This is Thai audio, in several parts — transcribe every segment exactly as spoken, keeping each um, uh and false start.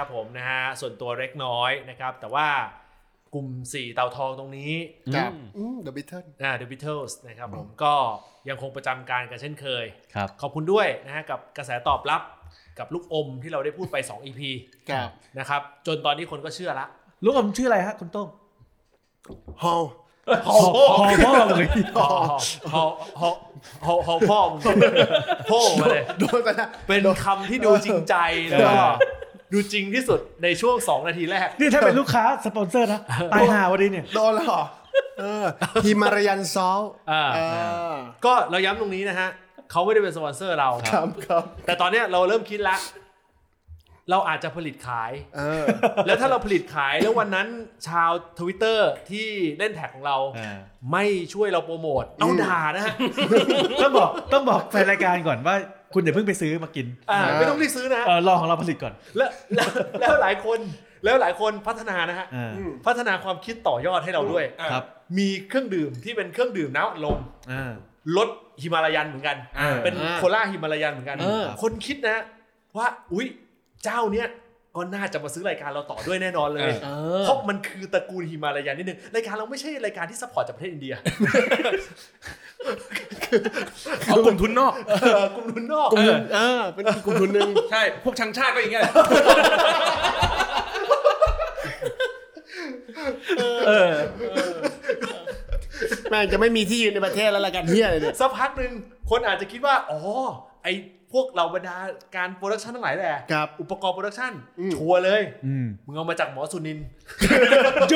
ผมนะฮะส่วนตัวเล็กน้อยนะครับแต่ว่ากลุ่มสี่เต่าทองตรงนี้กับอืม The Beatles อ่า The Beatles นะครับผมก็ยังคงประจำการกันเช่นเคยครับขอบคุณด้วยนะฮะกับกระแสตอบรับกับลูกอมที่เราได้พูดไปสอง อี พีครับนะครับจนตอนนี้คนก็เชื่อละลูกอมชื่ออะไรฮะคุณโต้งฮอลฮอฮอพ่อเลยฮอฮอฮอฮอฮอพ่อมึงพ่อมาเลยโดนนะเป็นคำที่ดูจริงใจแล้วก็ดูจริงที่สุดในช่วงสองนาทีแรกนี่ถ้าเป็นลูกค้าสปอนเซอร์นะตายห่าวันนี้เนี่ยโดนแล้วเหรอเออฮิมารายันซอลอ่าก็เราย้ำตรงนี้นะฮะเขาไม่ได้เป็นสปอนเซอร์เราครับครับแต่ตอนนี้เราเริ่มคิดแล้วเราอาจจะผลิตขายเออแล้วถ้าเราผลิตขายแล้ววันนั้นชาว Twitter ที่เล่นแท็กของเราไม่ช่วยเราโปรโมทเอาด่านะฮะต้องบอกต้องบอกแฟนรายการก่อนว่าคุณอย่าเพิ่งไปซื้อมากินไม่ต้องรีบซื้อนะรอของเราผลิตก่อนแล้วแล้วหลายคนแล้วหลายคนพัฒนานะฮะพัฒนาความคิดต่อยอดให้เราด้วยมีเครื่องดื่มที่เป็นเครื่องดื่มน้ำอัดลมรสฮิมาลายันเหมือนกันเป็นโคลาฮิมาลายันเหมือนกันคนคิดนะว่าอุ๊ยเจ้าเนี้ยก็น่าจะมาซื้อรายการเราต่อด้วยแน่นอนเลยเพราะมันคือตระกูลฮิมาลายันนิดนึงรายการเราไม่ใช่รายการที่ซัพพอร์ตจากประเทศอินเดียเอากลุ่มทุนนอกกลุ่มทุนนอกเออเป็นกลุ่มทุนนึงใช่พวกชังชาติก็อย่างเงี้ยแหละเออแม่งจะไม่มีที่ยืนในประเทศแล้วละกันเหี้ยเลยเนี่ยสักพักนึงคนอาจจะคิดว่าอ๋อไอพวกเราบรรดาการโปรดักชันทั้งหลายแหละอุปกรณ์โปรดักชันชัวร์เลยมึงเอามาจากหมอสุนินท์โจ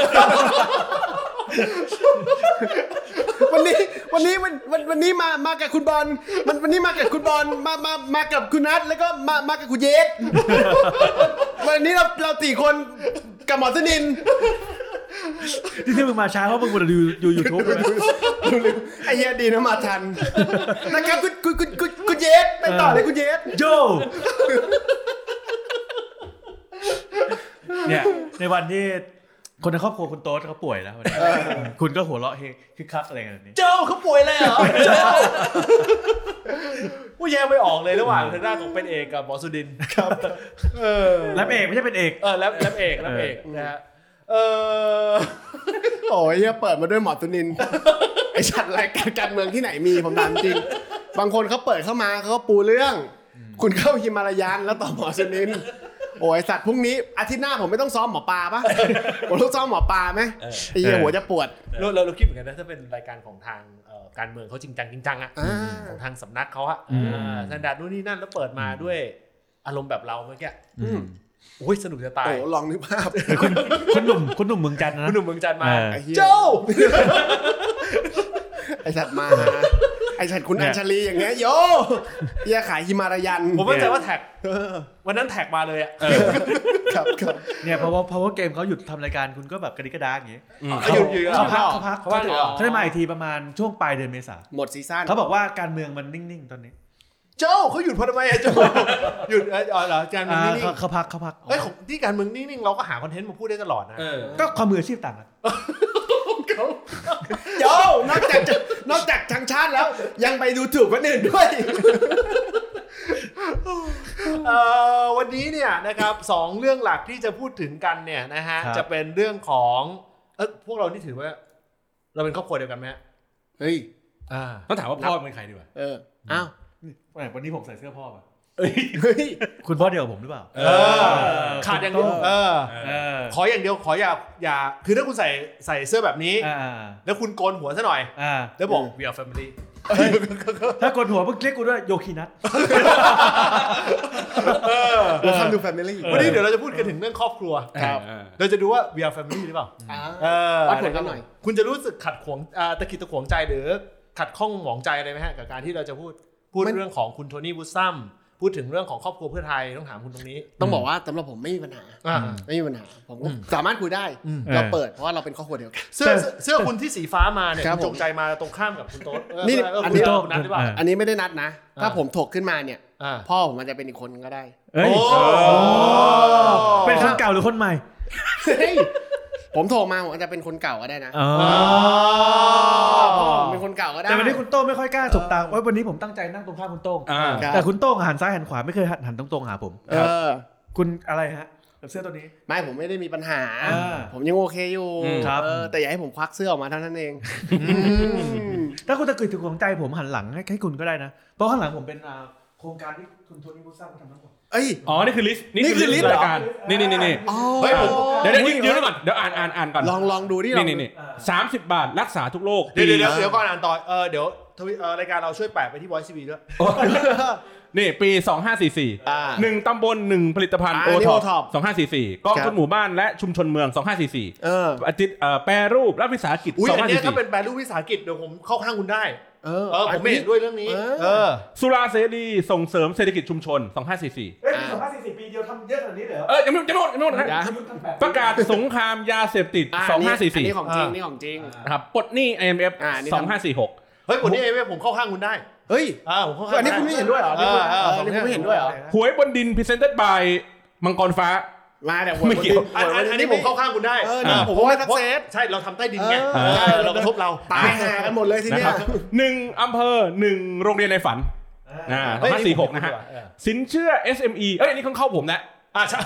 วันนี้วันนี้วันวันนี้มามากับคุณบอลมันวันนี้มากับคุณบอลมามามากับคุณนัทแล้วก็มามากับคุณเยสวันนี้เราเราสี่คนกับหมอสุนินท์ที่ที่มึงมาช้าเพราะมึงมาดูดู YouTube เลยไอ้เหี้ยดีนะมาทันนะครับคุณคุณคุณคุณคุณเยสไปต่อเลยคุณเยสโจเนี่ยในวันที่คนในครอบครัวคุณโต๊ดเขาป่วยแล้วคุณก็หัวเราะเฮคือคักอะไรกันนี้เจ้าเขาป่วยเลยเหรอผู้แยกไม่ออกเลยระหว่างทางด้านของเป็นเอกกับหมอสุดินครับเออแล้วเอกไม่ใช่เป็นเอกเออแล้วแล้วเอกแล้วเอกนะฮะเออโอ้ยเปิดมาด้วยหมอสุนินไอชัดรายการการเมืองที่ไหนมีผมถามจริงบางคนเขาเปิดเข้ามาเขาก็ปูเรื่องคุณเข้าฮิมาลายันแล้วต่อหมอสุนินโอ้ยสัตว์พรุ่งนี้อาทิตย์หน้าผมไม่ต้องซ้อมหมอปลาปะผมต้องซ้อมหมอปลาไหมไอ้เหี้ยหัวจะปวดเราเราคิดเหมือนกันนะถ้าเป็นรายการของทางการเมืองเขาจริงจังจริงจังอะของทางสำนักเขาอะสแตนดาร์ดนู่นนี่นั่นแล้วเปิดมาด้วยอารมณ์แบบเราเมื่อกี้โอ้ยสนุกจะตายโอ้ลองนึกภาพคุณคุณหนุ่มคุณหนุ่มเมืองจันทร์นะคุณหนุ่มเมืองจันทร์มาโจ้ไอสัตว์มาไอสัตว์คุณอัญชลีอย่างเงี้ยโย่เหี้ยขายฮิมาลายันผมมั่นใจว่าแท็กวันนั้นแท็กมาเลยอ่ะครับครับเนี่ยเพราะว่าเพราะว่าเกมเขาหยุดทำรายการคุณก็แบบกระดิกกระดาอย่างงี้เขาหยุดอยู่เขาพักเขาพักเขาได้มาอีกทีประมาณช่วงปลายเดือนเมษาหมดซีซั่นเขาบอกว่าการเมืองมันนิ่งๆตอนนี้โจ้เขาหยุดเพราะทำไมอ่ะโจ้หยุดอ๋อเหรอการเมืองนิ่งๆเขาพักเขาพักเอ้ยของที่การเมืองนิ่งๆเราก็หาคอนเทนต์มาพูดได้ตลอดนะก็ความมืออาชีพต่างกันโย่นอกจากนอกจากทางชาติแล้วยังไปดูถูกคนอื่นด้วยวันนี้เนี่ยนะครับสองเรื่องหลักที่จะพูดถึงกันเนี่ยนะฮะจะเป็นเรื่องของเออพวกเรานี่ถือว่าเราเป็นครอบครัวเดียวกันไหมเฮ้ยต้องถามว่าพ่อเป็นใครดีกว่าเอออ้าววันนี้ผมใส่เสื้อพ่อป่ะเฮ้ยคุณพ่อเดียวกับผมหรือเปล่าขาดอย่างเดียวเออขออย่างเดียวขออย่าอย่าคือถ้าคุณใส่ใส่เสื้อแบบนี้แล้วคุณโกนหัวซะหน่อยแล้วบอก we are family ถ้าโกนหัวเพิ่งเรียกกูด้วยโยคินัทเราทำดู family วันนี้เดี๋ยวเราจะพูดกันถึงเรื่องครอบครัวเราจะดูว่า we are family หรือเปล่าวัดผลกันหน่อยคุณจะรู้สึกขัดขวงตะกิดตะขวงใจหรือขัดข้องหมองใจอะไรไหมฮะกับการที่เราจะพูดพูดเรื่องของคุณโทนี่วูดซัมพูดถึงเรื่องของครอบครัวเพื่อไทยต้องถามคุณตรงนี้ต้องบอกว่าสำหรับผมไม่มีปัญหาไม่มีปัญหาผมสามารถคุยได้เราเปิดเพราะว่าเราเป็นครอบครัวเดียวกันเสื้อเสื้อคุณที่สีฟ้ามาเนี่ยจงใจมาตรงข้ามกับคุณโต๊ดนี่อันนี้นัดหรือเปล่าอันนี้ไม่ได้นัดนะถ้าผมถกขึ้นมาเนี่ยพ่อผมมันจะเป็นอีกคนก็ได้เป็นคนเก่าหรือคนใหม่ผมโทรมาผมอาจจะเป็นคนเก่าก็ได้นะเป็นคนเก่าก็ได้แต่วันนี้คุณโต้งไม่ค่อยกล้าสบตาว่าวันนี้ผมตั้งใจนั่งตรงข้ามคุณโต้งแต่คุณโต้งหันซ้ายหันขวาไม่เคยหันตรงๆหาผมคุณอะไรฮะกับเสื้อตัวนี้ไม่ผมไม่ได้มีปัญหาผมยังโอเคอยู่เออแต่อย่าให้ผมควักเสื้อออกมาเท่านั้นเองถ้าคุณตะกุยถึงของใจผมหันหลังให้ให้คุณก็ได้นะเพราะข้างหลังผมเป็นโครงการที่คุณโทนี่บูซ่าทำทั้งหมดเอ้ยอ๋อนี่คือลิสต์นี่คือลิสต์รายการนี่นี่นี่เฮ้ยผมเดี๋ยวเดี๋ยวเดี๋ยวก่อนเดี๋ยวอ่านอ่านอ่านก่อนลองลองดูดินี่นี่นี่สามสิบบาทรักษาทุกโรคเดี๋ยวเดี๋ยวเดี๋ยวก่อนอ่านต่อเออเดี๋ยวทวิตรายการเราช่วยแปะไปที่ Voice ที วี ด้วยนี่ปีสองพันห้าร้อยสี่สิบสี่หนึ่งตำบลหนึ่งผลิตภัณฑ์โอท็อปสองพันห้าร้อยสี่สิบสี่กองทุนหมู่บ้านและชุมชนเมืองสองพันห้าร้อยสี่สิบสี่เอออาทิตย์เอ่อแปรรูปรัฐวิสาหกิจสองพันห้าร้อยสี่สิบสี่อันนี้ถ้าเป็นแปรรูปวิสาหกิจเดี๋ยวผมเข้าข้างคุณได้เออเออผมไม่เห็นด้วยเรื่องนี้เออสุราเสรีส่งเสริมเศรษฐกิจชุมชนสองพันห้าร้อยสี่สิบสี่เอ้ยสองพันห้าร้อยสี่สิบสี่ปีเดียวทำเยอะขนาดนี้เลยเหรอเออยังไม่ยังไม่หมดยังไม่หมดนะประกาศสงครามยาเสพติดสองพันห้าร้อยสี่สิบสี่อันนี้ของจริงนี่ของจริงครับปลดหนี้ ไอ เอ็ม เอฟ สองพันห้าร้อยสี่สิบหกเฮ้ยปลดหนี้ ไอ เอ็ม เอฟ ผมเข้าข้างคุณได้เฮ้ยอ่าผมเข้าข้างอันนี้คุณไม่เห็นด้วยเหรอเอออันนี้คุณไม่เห็นด้วยเหรอหวยบนดิน Presented by มังกรฟ้ามาแต่หวยบนดินอันนี้ผมเข้าข้างคุณได้เออผมว่าซักเซสใช่เราทำใต้ดินไงใช่เรากระทบเราตายหากันหมดเลยทีเนี้ยหนึ่งอำเภอหนึ่งโรงเรียนในฝันอ่าสองพันห้าร้อยสี่สิบหกนะฮะสินเชื่อ เอส เอ็ม อี เอ้ยอันนี้เข้าผมนะอ่าใช่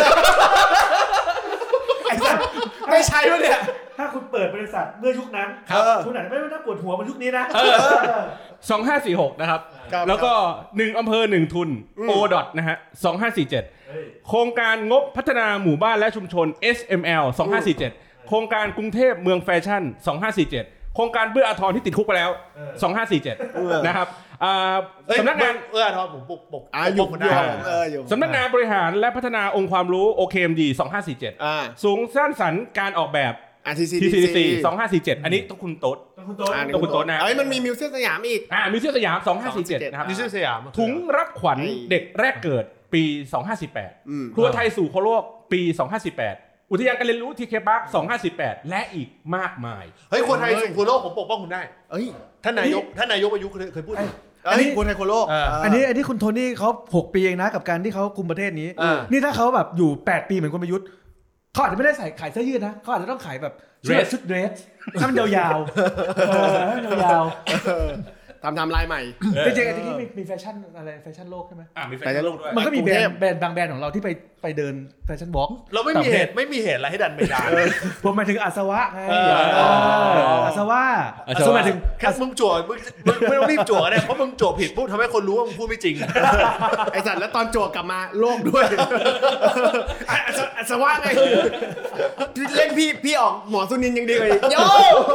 ไม่ใช่ด้วยเนี่ยถ้าคุณเปิดบริษัทเมื่อยุคนั้นคุณอาจจะไม่น่าปวดหัวเหมือนยุคนี้นะสองพันห้าร้อยสี่สิบหกนะครับแล้วก็หนึ่งอำเภอหนึ่งทุน โอ ดอท นะฮะสองพันห้าร้อยสี่สิบเจ็ดโครงการงบพัฒนาหมู่บ้านและชุมชน เอส เอ็ม แอล สองพันห้าร้อยสี่สิบเจ็ดโครงการกรุงเทพเมืองแฟชั่นสองพันห้าร้อยสี่สิบเจ็ดโครงการเบื้ออาทรที่ติดคุกไปแล้วสองพันห้าร้อยสี่สิบเจ็ดนะครับสำนักงานเอื้ออาทรผมปกปกปกได้สำนักงานบริหารและพัฒนาองค์ความรู้ โอ เค เอ็ม ดี สองพันห้าร้อยสี่สิบเจ็ดสูงสร้างสรรค์การออกแบบที ซีดี ซี สองพันห้าร้อยสี่สิบเจ็ดอันนี้ต้องคุณโต๊ดต้องคุณโต๊ดต้องคุณโต๊ดนะเอ้ยมันมีมิวเซียมสยามอีกอ่ามิวเซียมสยามสองพันห้าร้อยสี่สิบเจ็ดนะครับมิวเซียมสยามถุงรับขวัญเด็กแรกเกิดปีสองพันห้าร้อยสิบแปดครัวไทยสู่โลกปีสองพันห้าร้อยสิบแปดอุทยานการเรียนรู้ ที เค Park สองพันห้าร้อยสิบแปดและอีกมากมายเฮ้ยครัวไทยสู่โลกผมปกป้องคุณได้เอ้ยท่านนายกท่านนายกประยุทธ์เคยพูดอันนี้คนไทยคนโลกอันนี้อันนี้คุณโทนี่เขาหกปีเองนะกับการที่เขาคุมประเทศนี้นี่ถ้าเขาแบบอยู่แปดปีเหมือนคุณประยุทธ์เขาอาจจะไม่ได้ใส่ขายเสื้อยืดนะเขาอาจจะต้องขายแบบเดรสชุดเดรสให้มันยาวๆยาวทำทำลายใหม่จริงๆอันนี้มีแฟชั่นอะไรแฟชั่นโลกใช่ไหมอ่ามีแฟชั่นโลกด้วยมันก็มีแบรนด์แบรนด์บางแบรนด์ของเราที่ไปไปเดินแฟชั่นวอล์กเราไม่มีเหตุไม่มีเหตุอะไรให้ดันไปด่าผมหมายถึงอาสวะไงอาสวะอาสวะหมายถึงแค่มึงจั่วมึงไม่ต้องรีบจั่วเนี่ยเพราะมึงจั่วผิดปุ๊บทำให้คนรู้ว่ามึงพูดไม่จริงไอสัตว์แล้วตอนจั่วกลับมาโลกด้วยอาสวะไงเล่นพี่พี่ออกหมอสุนินยังดีกว่าโย่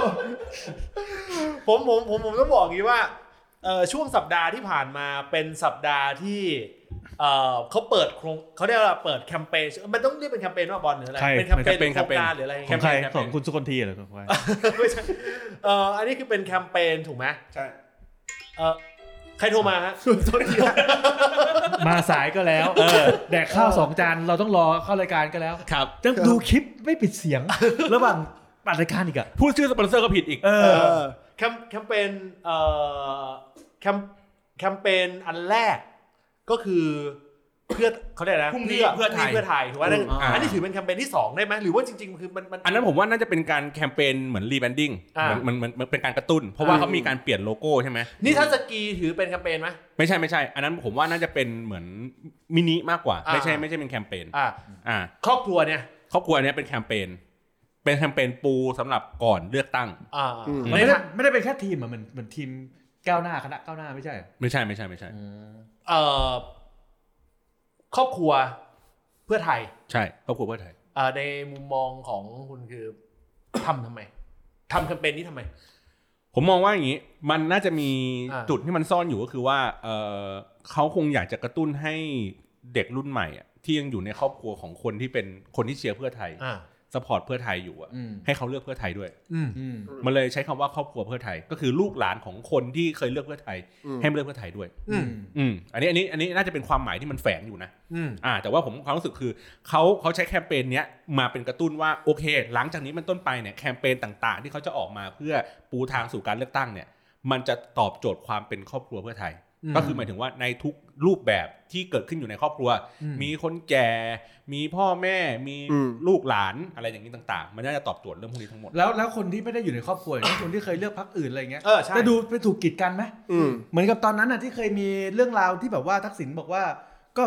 ผมผมผมผมต้องบอกอย่างนี้ว่าเอ่อช่วงสัปดาห์ที่ผ่านมาเป็นสัปดาห์ที่เอ่อเขาเปิดโครงเขาเรียกว่าเปิดแคมเปญมันต้องเรียกเป็นแคมเปญว่าบอลหรืออะไรเป็นแคมเปญโครงการหรืออะไรของใครของคุณสุคนทีเหรอของใครไม่ใช่เอ่ออันนี้คือเป็นแคมเปญถูกไหมใช่เอ่อใครโทรมาฮะสุคนทีมาสายก็แล้วแดกข้าวสองจานเราต้องรอเข้ารายการก็แล้วครับจะดูคลิปไม่ปิดเสียงระหว่างปัดรายการอีกอ่ะพูดชื่อสปอนเซอร์ก็ผิดอีกเออแคมแคมเปญเอ่อแคมแคมเปญอันแรกก็คือเพื่อเขาเรียกนะเพื่อเพื่อไทยเพื่อไทยถูกไหมอันนี้ถือเป็นแคมเปญที่สองได้ไหมหรือว่าจริงๆคือมันอันนั้นผมว่าน่าจะเป็นการแคมเปญเหมือนรีแบรนดิ้งมันมันมันเป็นการกระตุ้นเพราะว่าเขามีการเปลี่ยนโลโก้ใช่ไหมนี่ถ้าสกีถือเป็นแคมเปญไหมไม่ใช่ไม่ใช่อันนั้นผมว่าน่าจะเป็นเหมือนมินิมากกว่าไม่ใช่ไม่ใช่เป็นแคมเปญอ่าอ่าครอบครัวเนี่ยครอบครัวเนี้ยเป็นแคมเปญเป็นแคมเปญปูสำหรับก่อนเลือกตั้งอ่าไม่ได้ไม่ได้เป็นแค่ทีมอ่ะเหมือนเหมือนทีมก้าวหน้าคณะก้าวหน้าไม่ใช่ไม่ใช่ไม่ใช่ไม่ใช่เอ่อครอบครัวเพื่อไทยใช่ครอบครัวเพื่อไทยอ่าในมุมมองของคุณคือทำทำไมทำแคมเปญนี้ทำไมผมมองว่าอย่างนี้มันน่าจะมีจุดที่มันซ่อนอยู่ก็คือว่าเออเขาคงอยากจะกระตุ้นให้เด็กรุ่นใหม่อ่ะที่ยังอยู่ในครอบครัวของคนที่เป็นคนที่เชียร์เพื่อไทยซัพพอร์ตเพื่อไทยอยู่อ่ะให้เขาเลือกเพื่อไทยด้วยมันเลยใช้คำว่าครอบครัวเพื่อไทยก็คือลูกหลานของคนที่เคยเลือกเพื่อไทยให้เลือกเพื่อไทยด้วยอืมอันนี้อันนี้อันนี้น่าจะเป็นความหมายที่มันแฝงอยู่นะอ่าแต่ว่าผมความรู้สึกคือเขาเขาใช้แคมเปญเนี้ยมาเป็นกระตุ้นว่าโอเคหลังจากนี้มันต้นไปเนี่ยแคมเปญต่างๆที่เขาจะออกมาเพื่อปูทางสู่การเลือกตั้งเนี่ยมันจะตอบโจทย์ความเป็นครอบครัวเพื่อไทยก็คือหมายถึงว่าในทุกรูปแบบที่เกิดขึ้นอยู่ในครอบครัวมีคนแก่มีพ่อแม่มีลูกหลานอะไรอย่างนี้ต่างๆมันน่าจะตอบโจทย์เรื่องพวกนี้ทั้งหมดแล้วแล้วคนที่ไม่ได้อยู่ในครอบครัวอย่างคนที่เคยเลือกพรรคอื่นอะไรเงี้ยจะดูไปถูกกีดกันไหมเหมือนกับตอนนั้นน่ะที่เคยมีเรื่องราวที่แบบว่าทักษิณบอกว่าก็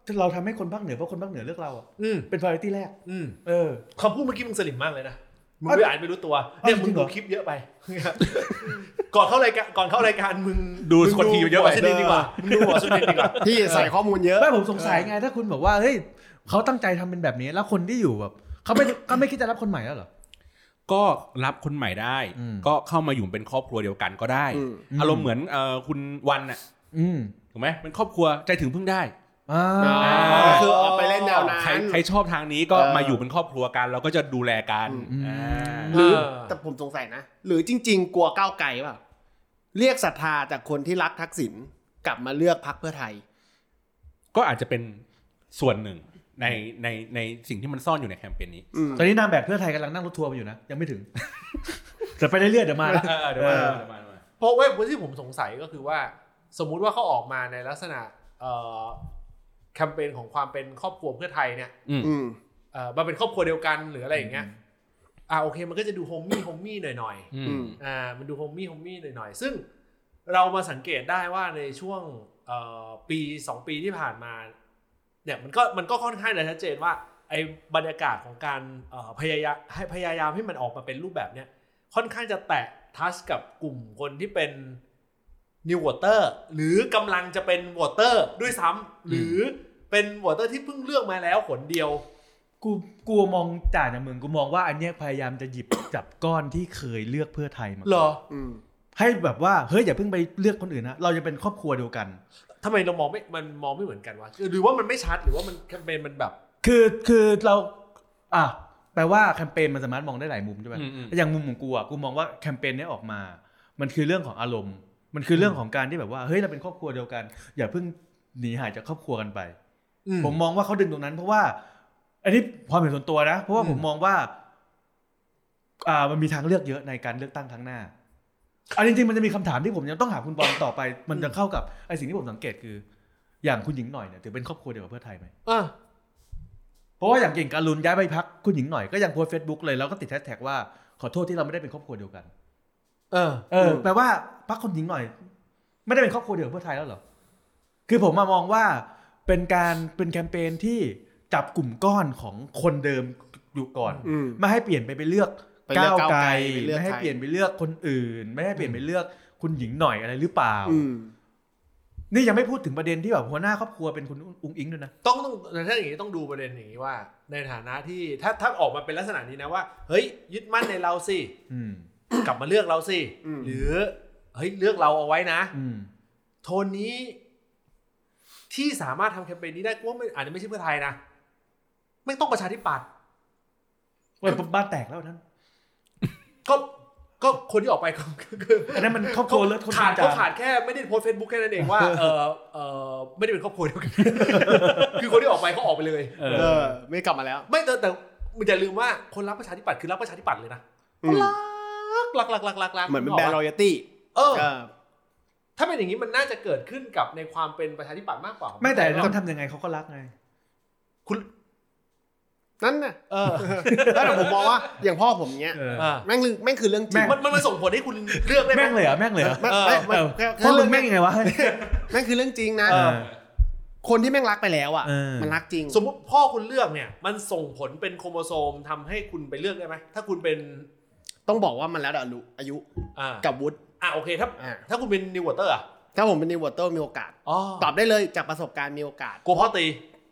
เราทำให้คนภาคเหนือเพราะคนภาคเหนือเลือกเราอ่ะเป็น priority แรกเออคำพูดเมื่อกี้มึงสลิมมากเลยนะมึงไม่อ่านไม่รู้ตัวเนี่ยมึงดูคลิปเยอะไปก่อนเข้ารายการก่อนเข้ารายการมึงดูสกอตทีเยอะไปนิดดีกว่ามึงดูหัวสุดนิดดีกว่าที่ใส่ข้อมูลเยอะไม่ผมสงสัยไงถ้าคุณบอกว่าเฮ้ยเขาตั้งใจทำเป็นแบบนี้แล้วคนที่อยู่แบบเขาไม่ก็ไม่คิดจะรับคนใหม่แล้วเหรอก็รับคนใหม่ได้ก็เข้ามาอยู่เป็นครอบครัวเดียวกันก็ได้อารมณ์เหมือนเอ่อคุณวันน่ะถูกไหมเป็นครอบครัวใจถึงพึ่งได้คือเอาไปเล่นแนวนั้นใครใครชอบทางนี้ก็มาอยู่เป็นครอบครัวกันเราก็จะดูแลกันหรือแต่ผมสงสัยนะหรือจริงๆกลัวก้าวไกลป่ะเรียกศรัทธาจากคนที่รักทักษิณกลับมาเลือกพรรคเพื่อไทยก็อาจจะเป็นส่วนหนึ่งในในในสิ่งที่มันซ่อนอยู่ในแคมเปญนี้ตอนนี้นางแบบเพื่อไทยกำลังนั่งรถทัวร์มาอยู่นะยังไม่ถึงจะไปเรื่อยๆเดี๋ยวมาแล้วเดี๋ยวมาเดี๋ยวมาเพราะว่าที่ผมสงสัยก็คือว่าสมมุติว่าเขาออกมาในลักษณะแคมเปญของความเป็นครอบครัวเพื่อไทยเนี่ยมาเป็นครอบครัวเดียวกันหรืออะไรอย่างเงี้ยอ่าโอเคมันก็จะดูโฮมมี่โฮมมี่หน่อยๆอ่ามันดูโฮมมี่โฮมมี่หน่อยๆซึ่งเรามาสังเกตได้ว่าในช่วงปีสองปีที่ผ่านมาเนี่ยมันก็มันก็ค่อนข้างจะชัดเจนว่าไอ้บรรยากาศของการพยายามให้พยายามให้มันออกมาเป็นรูปแบบเนี้ยค่อนข้างจะแตะทัชกับกลุ่มคนที่เป็นนิววอเตอร์หรือกำลังจะเป็นวอเตอร์ด้วยซ้ำหรือเป็นวอเตอร์ที่เพิ่งเลือกมาแล้วผลเดียวกูกลัวมองจ่าในเมืองกูมองว่าอันเนี้ยพยายามจะหยิบจับก้อนที่เคยเลือกเพื่อไทยมาเหรอให้แบบว่าเฮ้ยอย่าเพิ่งไปเลือกคนอื่นนะเราจะเป็นครอบครัวเดียวกันทำไมเรามองไม่มันมองไม่เหมือนกันวะหรือว่ามันไม่ชัดหรือว่ามันแคมเปญมันแบบคือคือเราอ่ะแปลว่าแคมเปญมันสามารถมองได้หลายมุมใช่ไหมอย่างมุมของกูอ่ะกูมองว่าแคมเปญนี้ออกมามันคือเรื่องของอารมณ์มันคือเรื่องของการที่แบบว่าเฮ้ยเราเป็นครอบครัวเดียวกันอย่าเพิ่งหนีหายจากครอบครัวกันไปผมมองว่าเขาดึงตรงนั้นเพราะว่าอันนี้ความเห็นส่วนตัวนะเพราะว่าผมมองว่าอ่ามันมีทางเลือกเยอะในการเลือกตั้งครั้งหน้าอันจริงๆมันจะมีคำถามที่ผมยังต้องหาคุณบอลต่อไปมันจะเข้ากับไอ้สิ่งที่ผมสังเกตคืออย่างคุณหญิงหน่อยเนี่ยถือเป็นครอบครัวเดียวกับเพื่อไทยไหมเพราะว่าอย่างเก่งการุณย้ายไปพรรคคุณหญิงหน่อยก็ยังโพสต์ Facebook เลยแล้วก็ติดแฮชแท็กว่าขอโทษที่เราไม่ได้เป็นครอบครัวเดียวกันเออเออแปลว่าพรรคคุณหญิงหน่อยไม่ได้เป็นครอบครัวเดียวกับเพื่อไทยแล้วเหรอคือผมมามองว่าเป็นการเป็นแคมเปญที่จับกลุ่มก้อนของคนเดิมอยู่ก่อนไม่ให้เปลี่ยนไปไปเลือกก้าวไกลไม่ให้เปลี่ยนไปเลือกคนอื่นไม่ให้เปลี่ยนไปเลือกคุณหญิงหน่อยอะไรหรือเปล่านี่ยังไม่พูดถึงประเด็นที่แบบหัวหน้าครอบครัวเป็นคุณอุ้งอิงด้วยนะต้องต้องถ้าอย่างนี้ต้องดูประเด็นอย่างนี้ว่าในฐานะที่ถ้าถ้าออกมาเป็นลักษณะนี้นะว่าเฮ้ยยึดมั่นในเราสิกลับมาเลือกเราสิหรือเฮ้ยเลือกเราเอาไว้นะโทนนี้ที่สามารถทำแคมเปญนี้ได้กูว่าอาจจะไม่ใช่เพื่อไทยนะไม่ต้องประชาธิปัตย์เว้ยบ้านแตกแล้วท่านก็ก็คนที่ออกไปก็คืออันนั้นมันครอบครัวเลิศขาดก็ขาดแค่ไม่ได้โพสต์ Facebook แค่นั้นเองว่าเออเออไม่ได้เป็นครอบครัวเดียวกันคือคนที่ออกไปเขาออกไปเลยเออไม่กลับมาแล้วไม่แต่แต่มึงอย่าลืมว่าคนรักประชาธิปัตย์คือรักประชาธิปัตย์เลยนะรักรักรักรักรักเหมือนเป็นแบรนด์ loyalty เออถ้าเป็นอย่างนี้มันน่าจะเกิดขึ้นกับในความเป็นประชาธิปัตย์มากกว่าไม่แต่ต้องทำยังไงเขาก็รักไงคุณนั่นน่ะเออแล้วผมมองว่าอย่างพ่อผมเงี้ยแม่งแม่งคือเรื่องจริงมันมันส่งผลให้คุณเลือกได้แม่งเลยเหรอแม่งเลยเหรอพ่อมึงแม่งยังไงวะแม่งคือเรื่องจริงนะคนที่แม่งรักไปแล้วอ่ะมันรักจริงสมมติพ่อคุณเลือกเนี่ยมันส่งผลเป็นโครโมโซมทำให้คุณไปเลือกได้ไหมถ้าคุณเป็นต้องบอกว่ามันแล้วแต่อายุกับวุฒิอ่ะโอเคถ้าถ้าคุณเป็นนิววอเตอร์อ่ะถ้าผมเป็นนิววอเตอร์มีโอกาสตอบได้เลยจากประสบการณ์มีโอกาสกลัวพ่อตี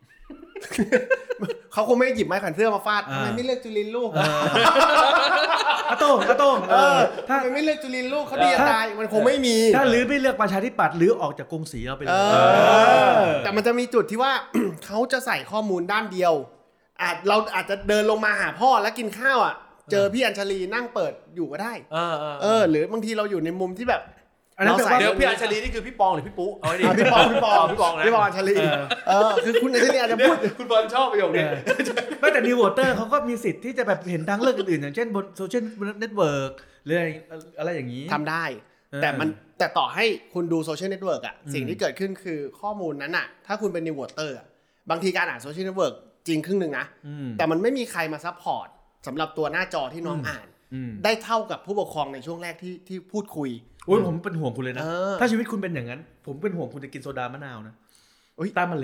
เขาคงไม่หยิบไม้แขวนเสื้อมาฟาดทำไมไม่เลือกจุลินลูกอาโต้งอาโต้งถ้าไม่เลือกจุลินลูกเขาดีตายมันคงไม่มีถ้าหรือไม่เลือกประชาธิปัตย์หรือออกจากกรุงศรีเราไปเลยแต่มันจะมีจุดที่ว่าเขาจะใส่ข้อมูลด้านเดียวอาจเราอาจจะเดินลงมาหาพ่อแล้วกินข้าวอ่ะเจอพี่อัญชลีนั่งเปิดอยู่ก็ได้เออหรือบางทีเราอยู่ในมุมที่แบบเราใส่เดี๋ยวพี่อัญชลีนี่คือพี่ปองหรือพี่ปุ๊เอาไว้ดิพี่ปองพี่ปองพี่ปองนะพี่ปองอัญชลีเออคือคุณอัญชลีอาจจะพูดคุณบอลชอบประโยคนี้ไม่แต่นิววอเตอร์เขาก็มีสิทธิ์ที่จะแบบเห็นทางเลือกอื่นๆอย่างเช่นบนโซเชียลเน็ตเวิร์กหรืออะไรอย่างนี้ทำได้แต่มันแต่ต่อให้คุณดูโซเชียลเน็ตเวิร์กอ่ะสิ่งที่เกิดขึ้นคือข้อมูลนั้นอ่ะถ้าคุณเป็นนิววอเตอร์บางทีการอ่านโซเชียลเน็ตเวิร์กจริงครึ่งนึงนะแต่มันไม่มีใครมาซัพพอร์ตสำหรับตัวหน้าจอที่น้องอ่านได้เท่ากับผู้ปกครองในช่วงแรกที่ที่พูดคุยโอ้ยผมเป็นห่วงคุณเลยนะถ้าชีวิตคุณเป็นอย่างนั้นผมเป็นห่วงคุณจะกินโซดามะนาวนะต้านมะเร็งอ่ะ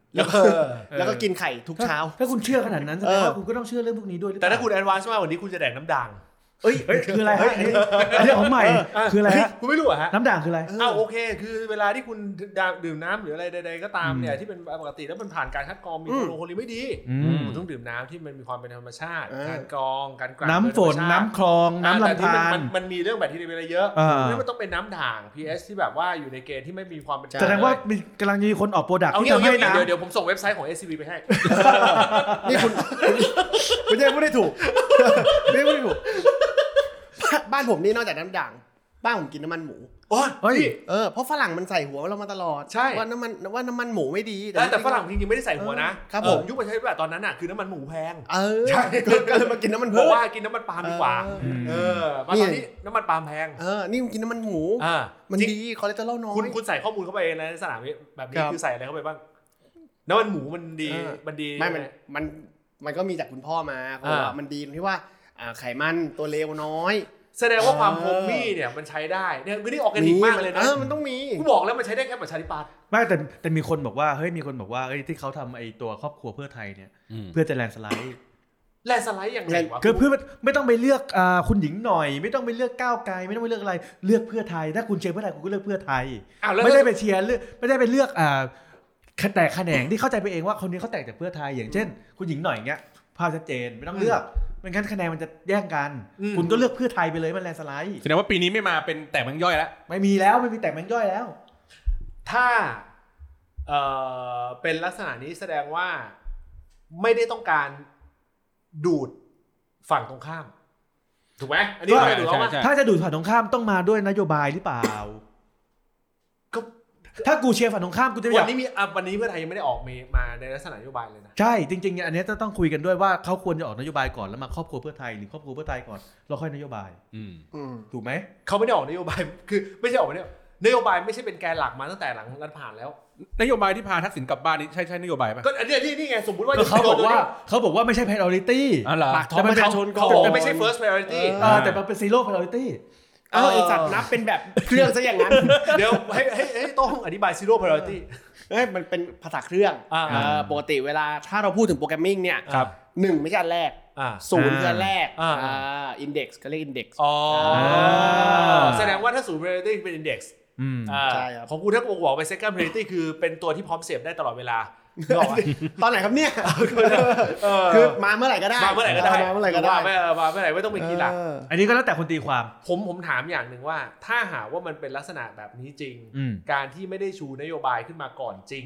แล้วก็แล้วก็กินไข่ทุกเช้าถ้าคุณเชื่อขนาดนั้นแสดงว่าคุณก็ต้องเชื่อเรื่องพวกนี้ด้วยแต่ถ้าคุณแอดวานซ์มากกว่านี้คุณจะแดกน้ำด่างเอ้ยคืออะไรฮะอันนี้ของใหม่คืออะไรฮะคุณไม่รู้เหรอฮะน้ำด่างคืออะไรอ้าวโอเคคือเวลาที่คุณดื่มน้ำหรืออะไรใดๆก็ตามเนี่ยที่เป็นปกติแล้วมันผ่านการคัดกรองมีโคโลโคลีนไม่ดีคุณต้องดื่มน้ำที่มันมีความเป็นธรรมชาติการกรองการกลั่นน้ำฝนน้ำคลองน้ำลำธารมันมีเรื่องแบคทีเรียอะไรเยอะแล้วมันต้องเป็นน้ำด่าง pH ที่แบบว่าอยู่ในเกณฑ์ที่ไม่มีความเป็นแสดงว่ากำลังมีคนออกโปรดักต์ที่ทำให้น้ำเดี๋ยวเดี๋ยวผมส่งเว็บไซต์ของ เอส ซี บี ไปให้นี่คุณคุณยังไม่ได้ถูกไม่ได้ถูกบ้านผมนี่นอกจากน้ำด่างบ้านผมกินน้ำมันหมูโอ้ยเออเพราะฝรั่งมันใส่หัวเรามาตลอดว่าน้ำมันว่าน้ำมันหมูไม่ดีแต่ฝรั่งจริงๆไม่ได้ใส่หัวนะครับผมยุคประชาธิปไตยตอนนั้นน่ะคือน้ำมันหมูแพงเออใช่ก็เลยมากินน้ำมันพืชบอกว่ากินน้ำมันปาล์มดีกว่าเออมาตอนนี้น้ำมันปาล์มแพงเออนี่กินน้ำมันหมูมันดีคอเลสเตอรอลน้อยคุณคุณใส่ข้อมูลเข้าไปในสนามแบบนี้คือใส่อะไรเข้าไปบ้างน้ำมันหมูมันดีมันดีไม่มันมันมันก็มีจากคุณพ่อมาเขาบอกว่ามันดีที่ว่าไขมันตัวเลวน้อยแสดงว่าความโฮมมี่เนี่ยมันใช้ได้เนี่ยคือนี่ออร์แกนิกมากเลยนะเออมันต้องมีกูบอกแล้วมันใช้ได้แค่ประชาธิปัตย์ไม่แต่แต่มีคนบอกว่าเฮ้ยมีคนบอกว่าเฮ้ยที่เขาทำไอ้ตัวครอบครัวเพื่อไทยเนี่ยเพื่อจะแลนด์สไลด์แลนด์สไลด์อย่างไรวะคือเพื่อไม่ต้องไปเลือกคุณหญิงหน่อยไม่ต้องไปเลือกก้าวไกลไม่ต้องไปเลือกอะไรเลือกเพื่อไทยถ้าคุณเชียร์เพื่อไทยคุณก็เลือกเพื่อไทยไม่ได้ไปเชียร์เลือกไม่ได้ไปเลือกแต่แขนงที่เข้าใจไปเองว่าคนนี้เขาแตกจากเพื่อไทยอย่างเช่นคุณหญิงหน่อยอย่างเงี้ยภาพชัดเจนไม่ต้องเลือกไม่งั้นคะแนนมันจะแย่งกันคุณก็เลือกเพื่อไทยไปเลยมันแลนด์สไลด์แสดงว่าปีนี้ไม่มาเป็นแตกแบงค์ย่อยแล้วไม่มีแล้วไม่มีแตกแบงค์ย่อยแล้วถ้าเอ่อเป็นลักษณะนี้แสดงว่าไม่ได้ต้องการดูดฝั่งตรงข้ามถูกไหมอันนี้ก็ถูกแล้วว่าถ้าจะดูดฝั่งตรงข้ามต้องมาด้วยนโยบายหรือเปล่าก็ถ้ากูเชียร์ฝั่งตรงข้ามกูจะวันนี้มีวันนี้เพื่อไทยยังไม่ได้ออกมาในลักษณะนโยบายเลยนะใช่จริงๆอันนี้ต้องคุยกันด้วยว่าเขาควรจะออกนโยบายก่อนแล้วมาครอบครัวเพื่อไทยหรือครอบครัวเพื่อไทยก่อนแล้วค่อยนโยบายถูกไหมเขาไม่ได้ออกนโยบายคือไม่ใช่ออกเนี่ยนโยบายไม่ใช่เป็นแกนหลักมาตั้งแต่หลังรัฐประหารแล้วนโยบายที่พาทักษิณกลับบ้านนี่ใช่ใช่นโยบายป่ะก็อันนี้นี่นี่ไงสมมุติว่าเขาบอกว่าเขาบอกว่าไม่ใช่ priority ปากท้องประชาชนเขาบอกไม่ใช่ first priority แต่มันเป็น zero priority เออไอสัตว์นับเป็นแบบเครื่องซะอย่างนั้นเดี๋ยวให้ให้ให้ต้องอธิบาย zero priority เอ้ยมันเป็นภาษาเครื่องปกติเวลาถ้าเราพูดถึงโปรแกรมมิ่งเนี่ยหนึ่งไม่ใช่อันแรกศูนย์คืออันแรกอินเด็กซ์ก็เรียกอินเด็กซ์อ๋อแสดงว่าถ้าศูนย์ priority เป็นอินเด็กซ์ใช่ครับของกูถ้ากูบอกไป second priority คือเป็นตัวที่พร้อมเสพได้ตลอดเวลาตอนไหนครับเนี่ยคือมาเมื่อไหร่ก็ได้มาเมื่อไหร่ก็ได้มาเมื่อไหร่ก็ได้ไม่มาเมื่อไหร่ไม่ต้องไปคิดละอันนี้ก็แล้วแต่คนตีความผมผมถามอย่างหนึ่งว่าถ้าหากว่ามันเป็นลักษณะแบบนี้จริงการที่ไม่ได้ชูนโยบายขึ้นมาก่อนจริง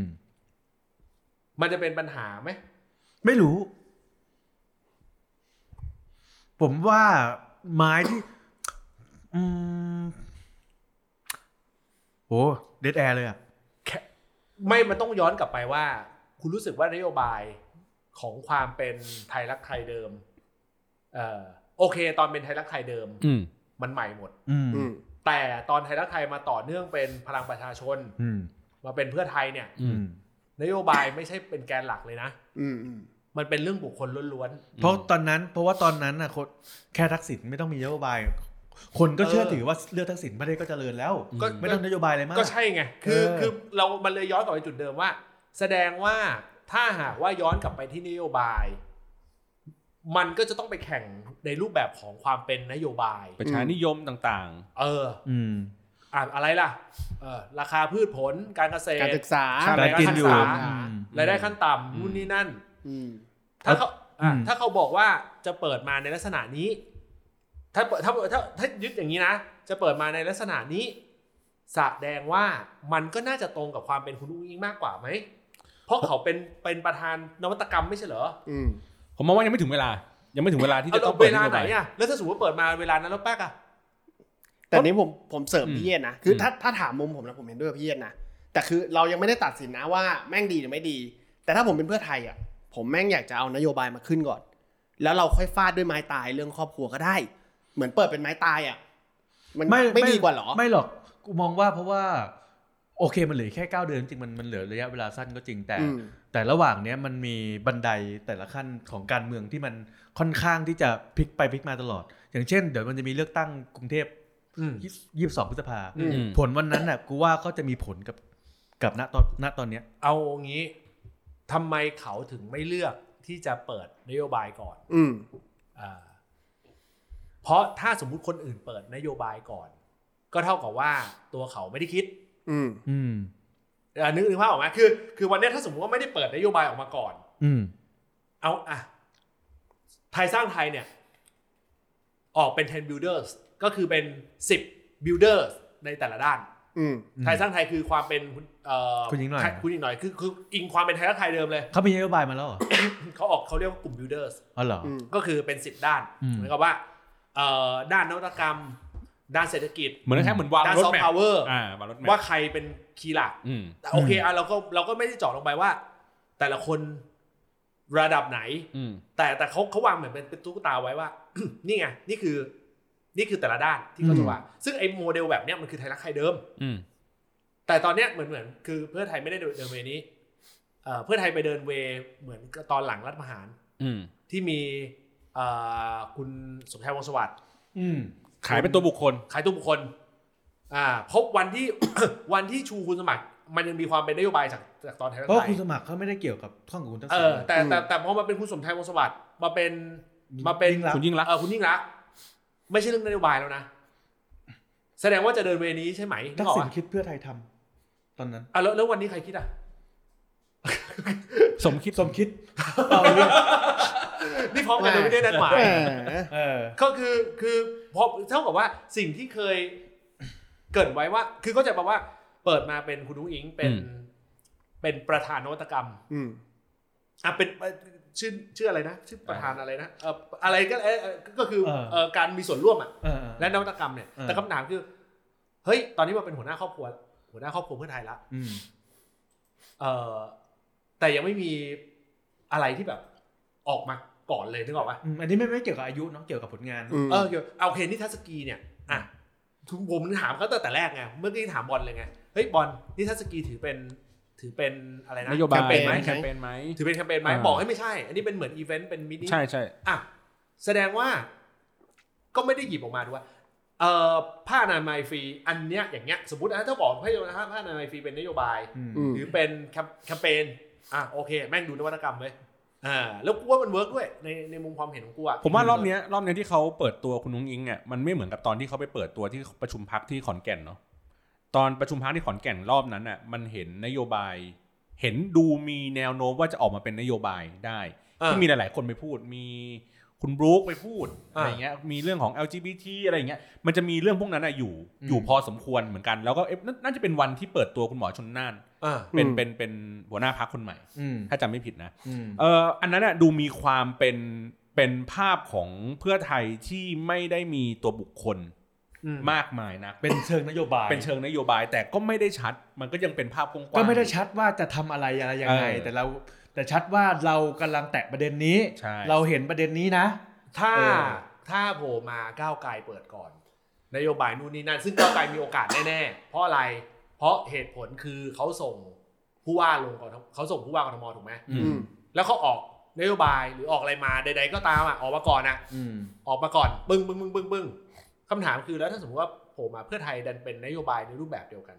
มันจะเป็นปัญหาไหมไม่รู้ผมว่าไม้ที่อืมโอ้เดดแอร์เลยอ่ะไม่มันต้องย้อนกลับไปว่าคุณรู้สึกว่านโยบายของความเป็นไทยรักไทยเดิมเอ่อโอเคตอนเป็นไทยรักไทยเดิมมันใหม่หมดแต่ตอนไทยรักไทยมาต่อเนื่องเป็นพลังประชาชนมาเป็นเพื่อไทยเนี่ยนโยบายไม่ใช่เป็นแกนหลักเลยนะมันเป็นเรื่องบุคคลล้วนๆเพราะตอนนั้นเพราะว่าตอนนั้นน่ะแค่ทักษิณไม่ต้องมีนโยบายคนก็เชื่อถือว่าเลือกทักษิณประเทศก็เจริญแล้วไม่ต้องนโยบายอะไรมากก็ใช่ไงคือคือเรามันเลยย้อนกลับไปจุดเดิมว่าแสดงว่าถ้าหากว่าย้อนกลับไปที่นโยบายมันก็จะต้องไปแข่งในรูปแบบของความเป็นนโยบายประชานิยมต่างๆเอออืมอ่ะอะไรล่ะเออราคาพืชผลการเกษตรการศึกษาการกินอยู่รายได้ขั้นต่ำนู่นนี่นั่นถ้าเขาถ้าเขาบอกว่าจะเปิดมาในลักษณะนี้ถ้าถ้าถ้าถ้ายึดอย่างนี้นะจะเปิดมาในลักษณะนี้แสดงว่ามันก็น่าจะตรงกับความเป็นคุณอุ้งอิงมากกว่าไหมเพราะเขาเป็นเป็นประธานนวัตกรรมไม่ใช่เหรอผมมองว่ายังไม่ถึงเวลายังไม่ถึงเวลาที่จะต้องเปิดเวลาไหนอ่ะแล้วถ้าสมมติว่าเปิดมาเวลานั้นแล้วแป๊กอ่ะแต่นี้ผมผมเสริมพี่เย็นนะคือถ้าถ้าถามมุมผมนะผมเห็นด้วยกับพี่เย็นนะแต่คือเรายังไม่ได้ตัดสินนะว่าแม่งดีหรือไม่ดีแต่ถ้าผมเป็นเพื่อไทยอ่ะผมแม่งอยากจะเอานโยบายมาขึ้นก่อนแล้วเราค่อยฟาดด้วยไม้ตายเรื่องครอบครัวก็ได้เหมือนเปิดเป็นไม้ตายอ่ะมันไม่ไม่ดีกว่าหรอไม่หรอกกูมองว่าเพราะว่าโอเคมันเหลือแค่เก้าเดือนจริงมันมันเหลือระยะเวลาสั้นก็จริงแต่แต่ระหว่างเนี้ยมันมีบันไดแต่ละขั้นของการเมืองที่มันค่อนข้างที่จะพลิกไปพลิกมาตลอดอย่างเช่นเดี๋ยวมันจะมีเลือกตั้งกรุงเทพยี่สิบสองพฤษภาผลวันนั้นน่ะกูว่าก็จะมีผลกับกับณตอนณตอนเนี้ยเอางี้ทำไมเขาถึงไม่เลือกที่จะเปิดนโยบายก่อนอืมอ่าเพราะถ้าสมมุติคนอื่นเปิดนโยบายก่อนก็เท่ากับว่าตัวเขาไม่ได้คิดอืมอืมอ่านึกนึกภาพออกไหมคือคือวันนี้ถ้าสมมติว่าไม่ได้เปิดนโยบายออกมาก่อนอืมเอาอ่ะไทยสร้างไทยเนี่ยออกเป็น ten builders ก็คือเป็นสิบ builders ในแต่ละด้านไทยสร้างไทยคือความเป็นเอ่อคุณยิงหน่อยคุณยิงหน่อยคือคืออิงความเป็นไทยสร้างไทยเดิมเลยเขามีนโยบายมาแล้วเหรอเขาออกเขาเรียกว่ากลุ่ม builders อ๋อเหรอก็คือเป็นสิบด้านเหมือนกับว่าเอ่อด้านนวัตกรรมด้านเศรษฐกิจเหมือนแค่เหมือนวางรถแมพว่าใครเป็นคีย์หลักแต่โอเคอ่ะเราก็เราก็ไม่ได้เจาะลงไปว่าแต่ละคนระดับไหนแต่แต่เขาเขาวางเหมือนเป็นเป็นตุ๊กตาไว้ว่า นี่ไงนี่คือนี่คือแต่ละด้านที่เขาจะวางซึ่งไอ้โมเดลแบบเนี้ยมันคือไทยรักไทยเดิมแต่ตอนเนี้ยเหมือนเหมือนคือเพื่อไทยไม่ได้เดินเวนี้เพื่อไทยไปเดินเวเหมือนตอนหลังรัฐประหารที่มีคุณสมชายวงศ์สวัสดิ์ขายเป็นตัวบุคคลขายตัวบุคคลอ่าพบวันที่ วันที่ชูคุณสมัครมันยังมีความเป็นนโยบายจากจากตอนไทยรักไทยเพราะคุณสมัครเขาไม่ได้เกี่ยวกับข้องกับคุณทักษิณเออแต่แต่แต่พอมาเป็นคุณสมชายวงศ์สวัสดิ์มาเป็นมาเป็นคุณยิ่งรักเออคุณยิ่งรักไม่ใช่เรื่องนโยบายแล้วนะแสดงว่าจะเดินเวนี้ใช่ไหมทักษิณคิดเพื่อไทยทำตอนนั้นอ่ะแล้วแล้ววันนี้ใครคิดอ่ะสมคิดสมคิดนี่พร้อมกันโดยไม่ได้นัดหมายก็คือคือพอเท่ากับว่าสิ่งที่เคยเกิดไว้ว่าคือเขาจะบอกว่าเปิดมาเป็นคุณนุ้งอิงเป็นเป็นประธานนวัตกรรมอ่ะเป็นชื่อชื่ออะไรนะชื่อประธานอะไรนะเอ่ออะไรก็เออก็คือเอ่อการมีส่วนร่วมอ่ะและนวัตกรรมเนี่ยแต่คำถามคือเฮ้ยตอนนี้มาเป็นหัวหน้าครอบครัวหัวหน้าครอบครัวเพื่อไทยละเอ่อแต่ยังไม่มีอะไรที่แบบออกมาก่อนเลยนึกออกป่ะอันนี้ไม่ไม่เกี่ยวกับอายุเนาะเกี่ยวกับผลงานเออเกี่ยวเอาเพนนิทัศกีเนี่ยอ่ะผมถามเขาตั้งแต่แรกไงเมื่อกี้ถามบอลเลยไงเฮ้ยบอลนิทัศกีถือเป็นถือเป็นอะไรนะนโยบายแคมเปญไหมแคมเปญไหมถือเป็นแคมเปญไหมบอกให้ไม่ใช่อันนี้เป็นเหมือนอีเวนต์เป็นมินิใช่ใช่อ่ะแสดงว่าก็ไม่ได้หยิบออกมาดูว่าเอ่อผ้าอนามัยฟรีอันเนี้ยอย่างเงี้ยสมมตินะถ้าบอกให้นะผ้าอนามัยฟรีเป็นนโยบายหรือเป็นแคมเปญอ่ะโอเคแม่งดูนวัตกรรมเลยอ่าแล้วกูว่ามันเวิร์กด้วยในในมุมความเห็นของกูอ่ะผมว่ารอบนี้รอบนี้ที่เขาเปิดตัวคุณนุ้งอิงเนี่ยมันไม่เหมือนกับตอนที่เขาไปเปิดตัวที่ประชุมพรรคที่ขอนแก่นเนาะตอนประชุมพรรคที่ขอนแก่นรอบนั้นอ่ะมันเห็นนโยบายเห็นดูมีแนวโน้มว่าจะออกมาเป็นนโยบายได้ที่มีหลายๆคนไปพูดมีคุณบรู๊คไปพูดอะไรเงี้ยมีเรื่องของ แอล จี บี ที อะไรเงี้ยมันจะมีเรื่องพวกนั้นอ่ะอยู่อยู่พอสมควรเหมือนกันแล้วก็น่าจะเป็นวันที่เปิดตัวคุณหมอชลน่านเป็นเป็นเป็นหัวหน้าพรรคคนใหม่ถ้าจำไม่ผิดนะเอออันนั้นอ่ะดูมีความเป็นเป็นภาพของเพื่อไทยที่ไม่ได้มีตัวบุคคลมากมายนะเป็นเชิงนโยบายเป็นเชิงนโยบายแต่ก็ไม่ได้ชัดมันก็ยังเป็นภาพกว้างๆก็ไม่ได้ชัดว่าจะทำอะไรอะไรยังไงแต่เราแต่ชัดว่าเรากำลังแตะประเด็นนี้เราเห็นประเด็นนี้นะถ้าถ้าโผล่มาก้าวไกลเปิดก่อนนโยบายนู่นนี่นั่นซึ่งก้าวไกลมีโอกาสแน่ๆเพราะอะไรเพราะเหตุผลคือเขาส่งผู้ว่าลงก่อนเขาส่งผู้ว่ากทมถูกไหมแล้วเขาออกนโยบายหรือออกอะไรมาใดๆก็ตามอ่ะออกมาก่อนอ่ะออกมาก่อนปึ้งปึ้งปึ้งปึ้งปึ้งคำถามคือแล้วถ้าสมมติว่าโผล่มาเพื่อไทยดันเป็นนโยบายในรูปแบบเดียวกัน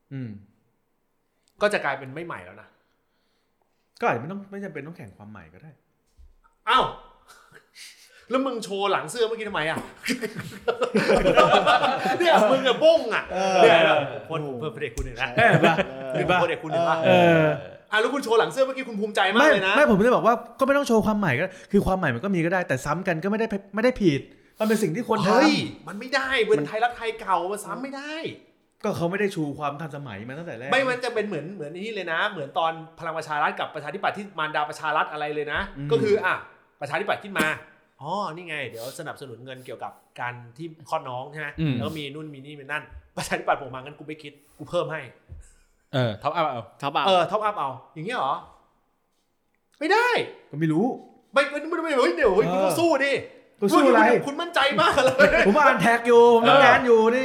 ก็จะกลายเป็นไม่ใหม่แล้วนะก็อาจจะไม่ต้องไม่จำเป็นต้องแข่งความใหม่ก็ได้อ้าวแล้วมึงโชว์หลังเสื้อเมื่อกี้ทำไมอ่ะเนี่ยมึงกับบ้งอ่ะเนี่ยคนเพื่อเด็กคุณเห็นนะเห็นป่ะเด็กคุณเห็นป่ะอ่ะแล้วคุณโชว์หลังเสื้อเมื่อกี้คุณภูมิใจมากเลยนะไม่ผมจะบอกว่าก็ไม่ต้องโชว์ความใหม่ก็คือความใหม่มันก็มีก็ได้แต่ซ้ำกันก็ไม่ได้ไม่ได้ผิดมันเป็นสิ่งที่คนทำมันไม่ได้เว้นไทยรักไทยเก่ามาซ้ำไม่ได้ก็เขาไม่ได้ชูความทันสมัยมาตั้งแต่แรกไม่มันจะเป็นเหมือนเหมือนนี่เลยนะเหมือนตอนพลังประชารัฐกับประชาธิปัตย์ที่มารดาประชารัฐอะไรเลยนะก็คืออ่ะประชาธิปัตย์ขึ้นมาอ๋อนี่ไงเดี๋ยวสนับสนุนเงินเกี่ยวกับการที่คลอดน้องใช่ไหมแล้วก็มีนู่นมีนี่มีนั่นประชาธิปัตย์ผมมางั้นกูไม่คิดกูเพิ่มให้เออท็อปอัพเอาท็อปอัพเออท็อปอัพเอาอย่างเงี้ยเหรอไม่ได้ก็ไม่รู้ไม่ไม่ไม่เฮ้ยเดี๋ยวคุณต้องสู้ดิกูสู้อะไรคุณมั่นใจมากเลยผมอ่านแท็กอยู่ผมทำงานอยู่นี่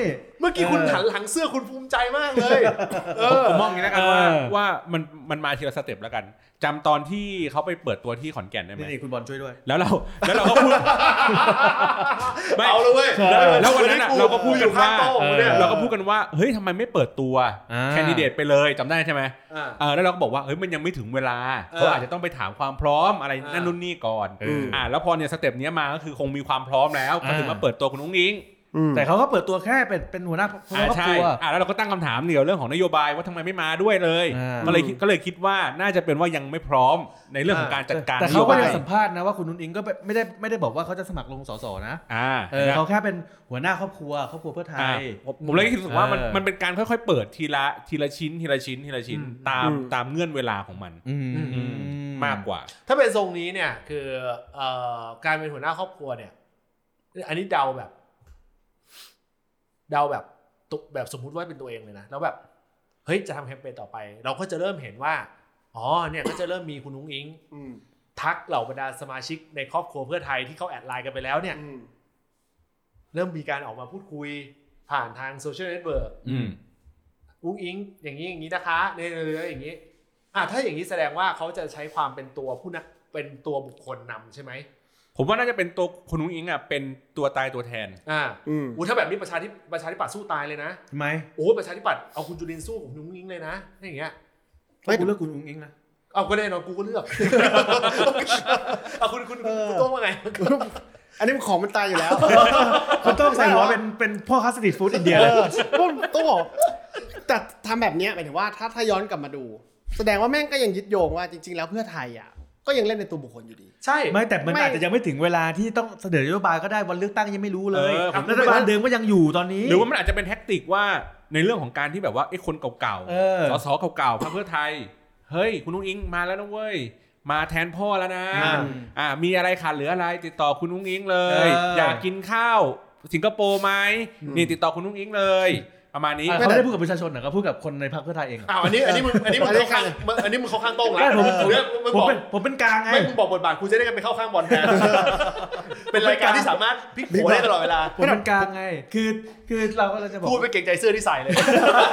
เมื่อกี้คุณหันหลังเสื้อคุณภูมิใจมากเลยผมมองอย่างนี้แล้วกันว่าว่ามันมันมาทีละสเต็ปแล้วกันจำตอนที่เขาไปเปิดตัวที่ขอนแก่นได้ไหมนี่คุณบอลช่วยด้วยแล้วเราแล้วเราก็พูดไม่เอาเลยเว้ยแล้ววันนั้นเราก็พูดกันว่าเราก็พูดกันว่าเฮ้ยทำไมไม่เปิดตัวแคนดิเดตไปเลยจำได้ใช่ไหมแล้วเราก็บอกว่าเฮ้ยมันยังไม่ถึงเวลาเขาอาจจะต้องไปถามความพร้อมอะไรนั่นนู่นนี่ก่อนอ่าแล้วพอเนี่ยสเต็ปนี้มาก็คือคงมีความพร้อมแล้วก็ถึงมาเปิดตัวคุณนุ้งอิงแต่เขาก็เปิดตัวแค่เป็นเป็นหัวหน้าครอบครัวอ่าแล้วเราก็ตั้งคำถามเกี่ยวเรื่องของนโยบายว่าทำไมไม่มาด้วยเลยก็เลยก็เลยคิดว่าน่าจะเป็นว่ายังไม่พร้อมในเรื่องของการจัดการแต่เขาก็ยังสัมภาษณ์นะว่าคุณนุ้งอิงก็ไม่ได้ไม่ได้บอกว่าเขาจะสมัครลงสสนะเขาแค่เป็นหัวหน้าครอบครัวครอบครัวเพื่อไทยผมเลยคิดว่ามันมันเป็นการค่อยๆเปิดทีละทีละชิ้นทีละชิ้นทีละชิ้นตามตามเงื่อนเวลาของมันมากกว่าถ้าเป็นทรงนี้เนี่ยคือการเป็นหัวหน้าครอบครัวเนี่ยอันนี้เดาแบบเดาแบบแบบสมมุติว่าเป็นตัวเองเลยนะแล้วแบบเฮ้ยจะทำแคมเปญต่อไปเราก็จะเริ่มเห็นว่าอ๋อเนี่ยก็จะเริ่มมีคุณนุ้งอิงทักเหล่าบรรดาสมาชิกในครอบครัวเพื่อไทยที่เขาแอดไลน์กันไปแล้วเนี่ยเริ่มมีการออกมาพูดคุยผ่านทางโซเชียลเน็ตเวิร์กอุ้งอิงอย่างนี้อย่างนี้นะคะเนี่ยเลยอย่างนี้อ่ะถ้าอย่างนี้แสดงว่าเขาจะใช้ความเป็นตัวผู้นะเป็นตัวบุคคลนำใช่ไหมผมว่าน่าจะเป็นตัวคุณนุ้งอิงอ่ะเป็นตัวตายตัวแทนอ่าอืมถ้าแบบนี้ประชาธิประชาธิปัตย์สู้ตายเลยนะทำไมโอ้ประชาธิปัตย์เอาคุณจุรินทร์สู้กับคุณนุ้งอิงเลยนะอย่างเงี้ยไม่กูเลือกคุณนุ้งอิงนะเอาก็แน่นอนกูก็เลือกเอาคุณคุณคุณโต้งว่าไงอันนี้ของมันตายอยู่แล้วคุณโต้งใส่หัวเป็นเป็นพ่อค้าสตรีทฟู้ดอินเดียเลยต้องบอกแต่ทำแบบนี้หมายถึงว่าถ้าถ้าย้อนกลับมาดูแสดงว่าแม่งก็ยังยึดโยงว่าจริงๆแล้วเพื่อไทยอ่ะก็ยังเล่นในตัวบุคคลอยู่ดีใช่ไม่แต่มันอาจจะยังไม่ถึงเวลาที่ต้องเสนอนโยบายก็ได้วันเลือกตั้งยังไม่รู้เลยรัฐบาลเดิมก็ยังอยู่ตอนนี้หรือว่ามันอาจจะเป็นแท็กติกว่าในเรื่องของการที่แบบว่าไอ้คนเก่าๆสสเก่าๆพรรคเพื่อไทยเฮ้ยคุณนุ้งอิงมาแล้วนะเว้ยมาแทนพ่อแล้วนะอ่ามีอะไรขาดเหลืออะไรติดต่อคุณนุ้งอิงเลยอยากกินข้าวสิงคโปร์ไหมนี่ติดต่อคุณนุ้งอิงเลยประมาณนี้เขาไม่ได้พูดกับประชาชนนะเขาพูดกับคนในพรรคเพื่อไทยเองอ้าวอันนี้อันนี้มึงอันนี้มึงเข้าข้างอันนี้มึงเข้าข้างโต้งแล้วผมผมเป็นผมเป็นกลางไงไม่มึงบอกบทบาทกูจะได้กันไปเข้าข้างบอลแทนเป็นรายการที่สามารถพลิกโผได้ตลอดเวลาผมเป็นกลางไงคือคือเราก็จะบอกพูดไปเก่งใจเสื้อที่ใส่เลย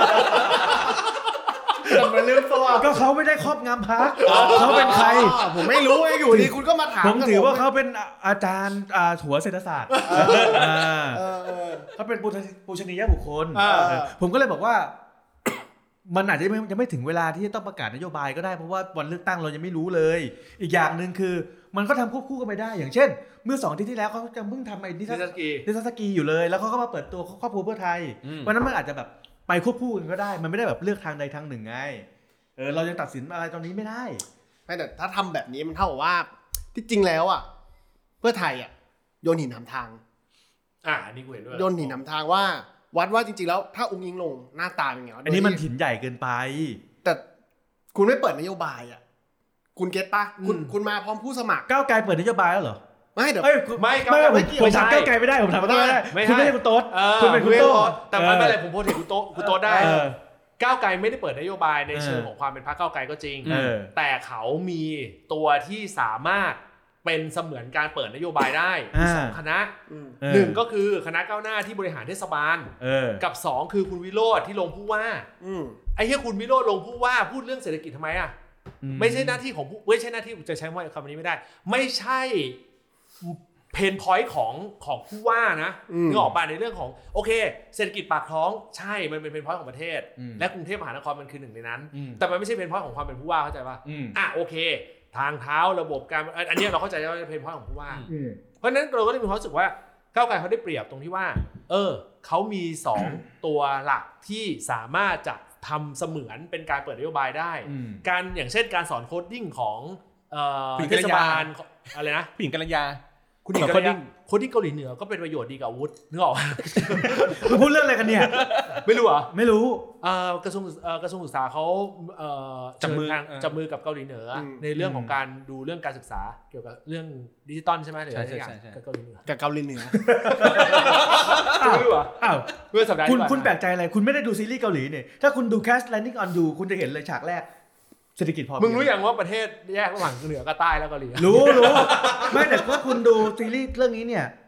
มันเรื่องตัวก็เขาไม่ได้ครอบงำพรรคเขาเป็นใครผมไม่รู้ไงอยู่ดีคุณก็มาถามผมถือว่าเขาเป็นอาจารย์หัวเศรษฐศาสตร์เขาเป็นปูชนียบุคคลผมก็เลยบอกว่ามันอาจจะยังไม่ถึงเวลาที่ต้องประกาศนโยบายก็ได้เพราะว่าวันเลือกตั้งเรายังไม่รู้เลยอีกอย่างนึงคือมันก็ทำควบคู่กันไปได้อย่างเช่นเมื่อสองอาทิตย์ที่แล้วเขาจะเพิ่งทำไอ้นิทรรศกีอยู่เลยแล้วเขาก็มาเปิดตัวครอบครัวเพื่อไทยเพราะนั้นมันอาจจะแบบไปควบคู่กันก็ได้มันไม่ได้แบบเลือกทางใดทางหนึ่งไงเออเรายังตัดสินอะไรตอนนี้ไม่ได้ไม่แต่ถ้าทำแบบนี้มันเท่ากับว่าที่จริงแล้วอ่ะเพื่อไทยอ่ะโยนหินนำทางอ่าอันนี้กูเห็นด้วยโยนหินนำทางว่าวัดว่าจริงๆแล้วถ้าอุ้งอิงลงหน้าตาเป็นไงอันนี้มันหินใหญ่เกินไปแต่คุณไม่เปิดนโยบายอ่ะคุณเก็ตป่ะคุณคุณมาพร้อมผู้สมัครก้าวไกลเปิดนโยบายแล้วเหรอไม่เดี๋ยวไม่ก้าวไกลไม่เกี่ยวผมถามก้าวไกลไม่ได้ผมถามไม่ได้คุณไม่ใช่คุณโต๊ดคุณเป็นคุณโต๊ดแต่ไม่เป็นไรผมพูดถึงคุณโต๊ดคุณโต๊ดได้ก้าวไกลไม่ได้เปิดนโยบายในเชิงของความเป็นพรรคก้าวไกลก็จริงแต่เขามีตัวที่สามารถเป็นเสมือนการเปิดนโยบายได้สองคณะหนึ่งก็คือคณะก้าวหน้าที่บริหารเทศบาลกับสองคือคุณวิโรจน์ที่ลงผู้ว่าไอ้เหี้ยคุณวิโรจน์ลงผู้ว่าพูดเรื่องเศรษฐกิจทำไมอ่ะไม่ใช่หน้าที่ของผู้ไม่ใช่หน้าที่จะใช้คำนี้ไม่ได้ไม่ใช่เพนพอยต์ของของผู้ว่านะนึกออกป่ะในเรื่องของโอเคเศรษฐกิจปากท้องใช่มันเป็นเพนพอยต์ของประเทศและกรุงเทพมหานครมันคือหนึ่งในนั้นแต่มันไม่ใช่เพนพอยต์ของความเป็นผู้ว่าเข้าใจป่ะอ่ะโอเคทางเท้าระบบการอันนี้เราเข้าใจว่าเป็นเพนพอยต์ของผู้ว่าเพราะฉะนั้นเราก็ได้มีความรู้สึกว่าก้าวไกลเขาได้เปรียบตรงที่ว่าเออเขามีสองตัวหลักที่สามารถจะทำเสมือนเป็นการเปิดนโยบายได้การอย่างเช่นการสอนโคดดิ้งของเทศบาลอะไรนะผู้หญิงกัลยาคุณหญิงกัลยาคนที่เกาหลีเหนือก็เป็นประโยชน์ดีกับอาวุธนึกออกคุณพูดเรื่องอะไรกันเนี่ยไม่รู้เหรอไม่รู้กระทรวงกระทรวงศึกษาเขาจับมือจับมือกับเกาหลีเหนือในเรื่องของการดูเรื่องการศึกษาเกี่ยวกับเรื่องดิจิตอลใช่ไหมหรืออะไรอย่างกับเกาหลีเหนือกับเกาหลีเหนือไม่รู้เหรออ้าวเมื่อสัปดาห์คุณคุณแปลกใจอะไรคุณไม่ได้ดูซีรีส์เกาหลีเนี่ยถ้าคุณดู Crash Landing on You คุณจะเห็นเลยฉากแรกเศรษฐกิจพอมึงรู้อย่างว่าประเทศแยกระหว่างเหนือกับใต้แล้วเกาหลีรู้รู้ไม่แต่ว่าคุณดูซีรีส์เรื่องนี้เนี่ย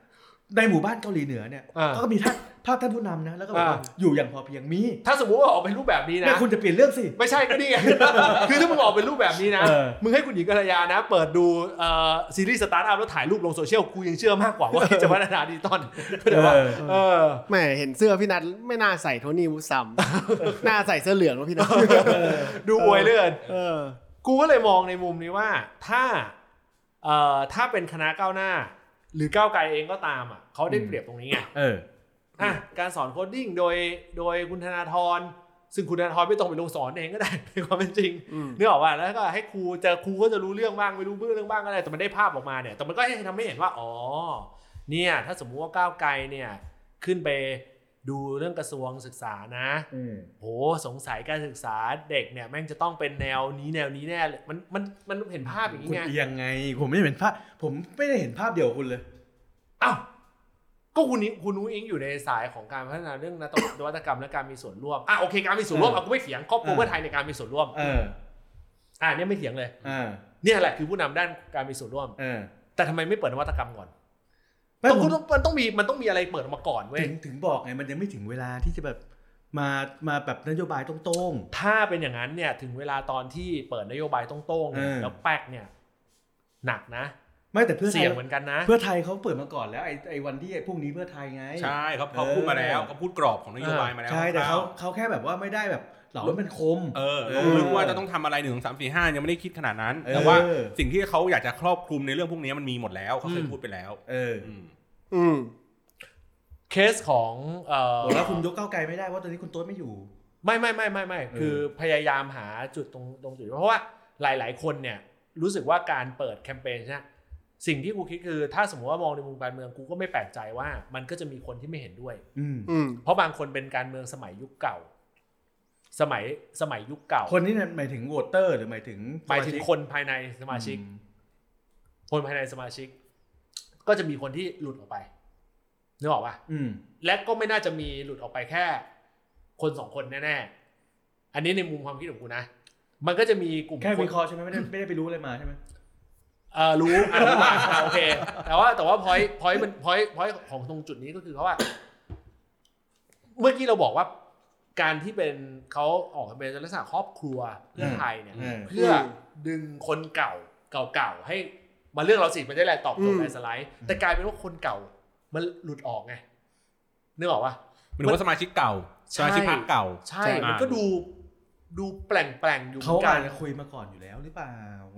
ในหมู่บ้านเกาหลีเหนือเนี่ยเขาก็มีท่านภาพท่านผู้นำนะแล้วก็อยู่อย่างพอเพียงมีถ้าสมมุติว่าออกเป็นรูปแบบนี้นะคุณจะเปลี่ยนเรื่องสิไม่ใช่ก็นี่ไง คือถ้ามึงออกเป็นรูปแบบนี้นะมึงให้คุณหญิงกัลยานะเปิดดูซีรีส์สตาร์ทอัพแล้วถ่ายรูปลงโซเชียลกูยังเชื่อมากกว่าว่าจะพัฒนาดิจิตอลเข้าใจป่ะเออแหมเห็นเสื้อพี่นัทไม่น่าใส่โทนี่วูดซัมน่าใส่เสื้อเหลืองแล้วพี่นัทดูอวยเลื่อนกูก็เลยมองในมุมนี้ว่าถ้าเอ่อถ้าเป็นคณะก้าวหน้าหรือก้าวไกลเองก็ตามอ่ะเขาได้เปรียบตรงนี้ไงเอออ่ะการสอนโคดดิ้งโดยโดยคุณธนาธรซึ่งคุณธนาธรไม่ต้องไปลงสอนเองก็ได้ในความเป็นจริงนึกออกป่ะแล้วก็ให้ครูเจอครูก็จะรู้เรื่องบ้างไม่รู้เรื่องบ้างก็ได้แต่มันได้ภาพออกมาเนี่ยแต่มันก็ให้ทำให้เห็นว่าอ๋อเนี่ยถ้าสมมุติว่าก้าวไกลเนี่ยขึ้นไปดูเรื่องกระทรวงศึกษานะโหสงสัยการศึกษาเด็กเนี่ยแม่งจะต้องเป็นแนวนี้แนวนี้แน่เลยมันมันมันเห็นภาพอย่างนี้ไงคุณยังไงผมไม่เห็นภาพผมไม่ได้เห็นภาพเดียวคุณเลยอ้าวก็คุณนี้คุณนุ้ยอิงอยู่ในสายของการพัฒนาเรื่องนวัตกรรมและการมีส่วนร่วมอ่ะโอเคการมีส่วนร่วมเอากูไม่เถียงครอบครัวเพื่อไทยในการมีส่วนร่วมเอออ่ะเนี่ยไม่เถียงเลยเนี่ยแหละคือผู้นำด้านการมีส่วนร่วมแต่ทำไมไม่เปิดนวัตกรรมก่อนต้องมันต้องมีมันต้องมีอะไรเปิดออกมาก่อนเว้ยถึงถึงบอกไงมันยังไม่ถึงเวลาที่จะแบบมามาแบบนโยบายตรงๆถ้าเป็นอย่างนั้นเนี่ยถึงเวลาตอนที่เปิดนโยบายตรงๆแล้วแป๊กเนี่ยหนักนะไม่แต่เพื่อเสี่ยงเหมือนกันนะเพื่อไทยเขาเปิดมาก่อนแล้วไอ้ไอ้วันที่พวกนี้เพื่อไทยไงใช่เขาเขาพูดมาแล้วเขาพูดกรอบของนโยบายมาแล้วใช่แต่เขาเขาแค่แบบว่าไม่ได้แบบเหล่าเป็นคมเออเรารู้ว่าจะต้องทำอะไรหนึ่งสามสี่ห้ายังไม่ได้คิดขนาดนั้นแต่ว่าสิ่งที่เขาอยากจะครอบคลุมในเรื่องพวกนี้มันมีหมดแล้วเขาเคยพูดไปแล้วเอออืมเคสของเอ่อแล้วคุณยกก้าวไกลไม่ได้ว่าตอนนี้คุณโต๊ดไม่อยู่ไม่ไม่ไม่ไม่ไม่คือพยายามหาจุดตรงตรงจุดเพราะว่าหลายๆคนเนี่ยรู้สึกว่าการเปิดแคมเปญเนี่ยสิ่งที่กูคิดคือถ้าสมมติว่ามองในมุมการเมืองกูก็ไม่แปลกใจว่ามันก็จะมีคนที่ไม่เห็นด้วยเพราะบางคนเป็นการเมืองสมัยยุคเก่าสมัยสมัยยุคเก่าคนนี้หมายถึงโหวตเตอร์หรือหมายถึงหมายถึงคนภายในสมาชิกคนภายในสมาชิกก็จะมีคนที่หลุดออกไปนึกออกป่ะและก็ไม่น่าจะมีหลุดออกไปแค่คนสองคนแน่ๆอันนี้ในมุมความคิดของกูนะมันก็จะมีกลุ่มแค่วิเคราะห์ใช่ไหมไม่ได้ไม่ได้ไปรู้อะไรมาใช่ไหมเออรู้อ่ะรู้มาโอเคแต่ว่าแต่ว่าพอยต์พอยต์มันพอยต์พอยต์ของตรงจุดนี้ก็คือเขาว่าเมื่อกี้เราบอกว่าการที่เป็นเขาออกเป็นลักษณะครอบครัวเพื่อไทยเนี่ยเพื่อดึงคนเก่าเก่าๆให้มาเลือกเราสิมันได้แหละตอบโจทย์ในสไลด์แต่กลายเป็นว่าคนเก่ามันหลุดออกไงนึกออกป่ะมันว่าสมาชิกเก่าสมาชิกพรรคเก่าใช่มันก็ดูดูแปลงๆอยู่เขาอาจจะคุยมาก่อนอยู่แล้วหรือเปล่า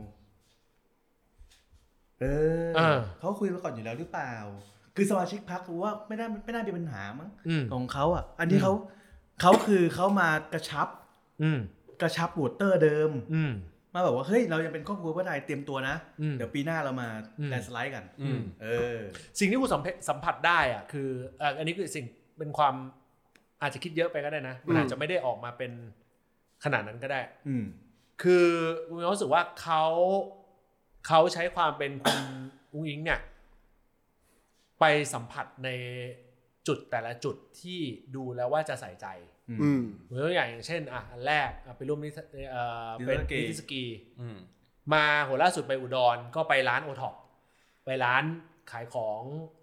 เออเขาคุยมาก่อนอยู่แล้วหรือเปล่าคือสมาชิกพรรครู้ว่าไม่ได้ไม่ได้มีปัญหามั้งของเขาอ่ะอันนี้เขาเขาคือเขามากระชับกระชับโหวตเตอร์เดิมมาแบบว่าเฮ้ยเรายังเป็นครอบครัวเพื่อไทยเตรียมตัวนะเดี๋ยวปีหน้าเรามาแลนด์สไลด์กันเออสิ่งที่กูสัมผัสได้อ่ะคืออันนี้คือสิ่งเป็นความอาจจะคิดเยอะไปก็ได้นะมันอาจจะไม่ได้ออกมาเป็นขนาดนั้นก็ได้คือกูมีความรู้สึกว่าเขาเขาใช้ความเป็นคุณอุ้งอิงเนี่ยไปสัมผัสในจุดแต่ละจุดที่ดูแล้วว่าจะใส่ใจเหมือนตัวอย่างอย่างเช่นอ่ะอันแรกไปร่วมนิเป็นนิทรรศกีมาโหล่าสุดไปอุดรก็ไปร้านโอท็อปไปร้านขายของ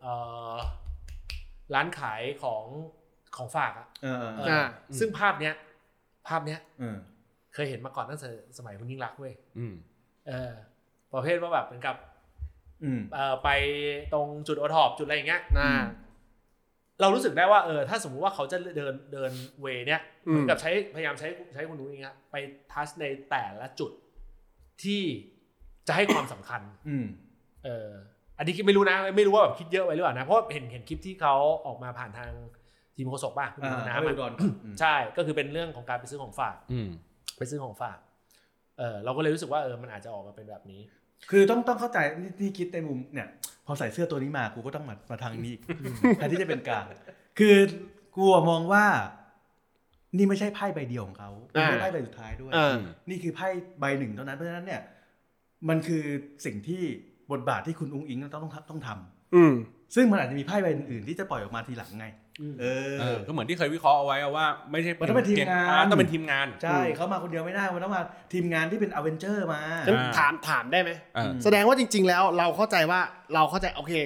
ร้านขายของของฝากอ่ะซึ่งภาพเนี้ยภาพเนี้ยเคยเห็นมาก่อนตั้งแต่สมัยคุณยิ่งรักเว้ยเออประเภทว่าแบบเหมือนกับไปตรงจุดโอท็อปจุดอะไรอย่างเงี้ยนะเรารู้สึกได้ว่าเออถ้าสมมุติว่าเขาจะเดินเดินเวเนี้ยเหมือนกับใช้พยายามใช้ใช้คุณนุ้ยอย่างเงี้ยไปทัชในแต่ละจุดที่จะให้ความสำคัญเอออันนี้คิดไม่รู้นะไม่รู้ว่าแบบคิดเยอะไปหรือเปล่านะเพราะเห็นเห็นคลิปที่เขาออกมาผ่านทางทีมโฆษกป่ะคุณน้ำมันใช่ก็คือเป็นเรื่องของการไปซื้อของฝากไปซื้อของฝากเออเราก็เลยรู้สึกว่าเออมันอาจจะออกมาเป็นแบบนี้คือต้องต้องเข้าใจที่คิดในมุมเนี่ยพอใส่เสื้อตัวนี้มากูก็ต้องมามาทางนี้แทนที่จะเป็นกลางคือกูมองว่านี่ไม่ใช่ไพ่ใบเดียวของเขาไม่ใช่ไพ่ใบสุดท้ายด้วยนี่คือไพ่ใบหนึ่งเท่านั้นเพราะฉะนั้นเนี่ยมันคือสิ่งที่บทบาทที่คุณอุ้งอิงต้องต้องต้องทำซึ่งมันอาจจะมีไพ่ใบอื่นๆที่จะปล่อยออกมาทีหลังไงเออก็เหมือนที่เคยวิเคราะห์เอาไว้ว่าไม่ใช่ต้องเป็นทีมงานต้องเป็นทีมงานใช่เขามาคนเดียวไม่ได้มันต้องมาทีมงานที่เป็นอเวนเจอร์มาถามถามได้ไหมแสดงว่าจริงๆแล้วเราเข้าใจว่าเราเข้าใจโอเค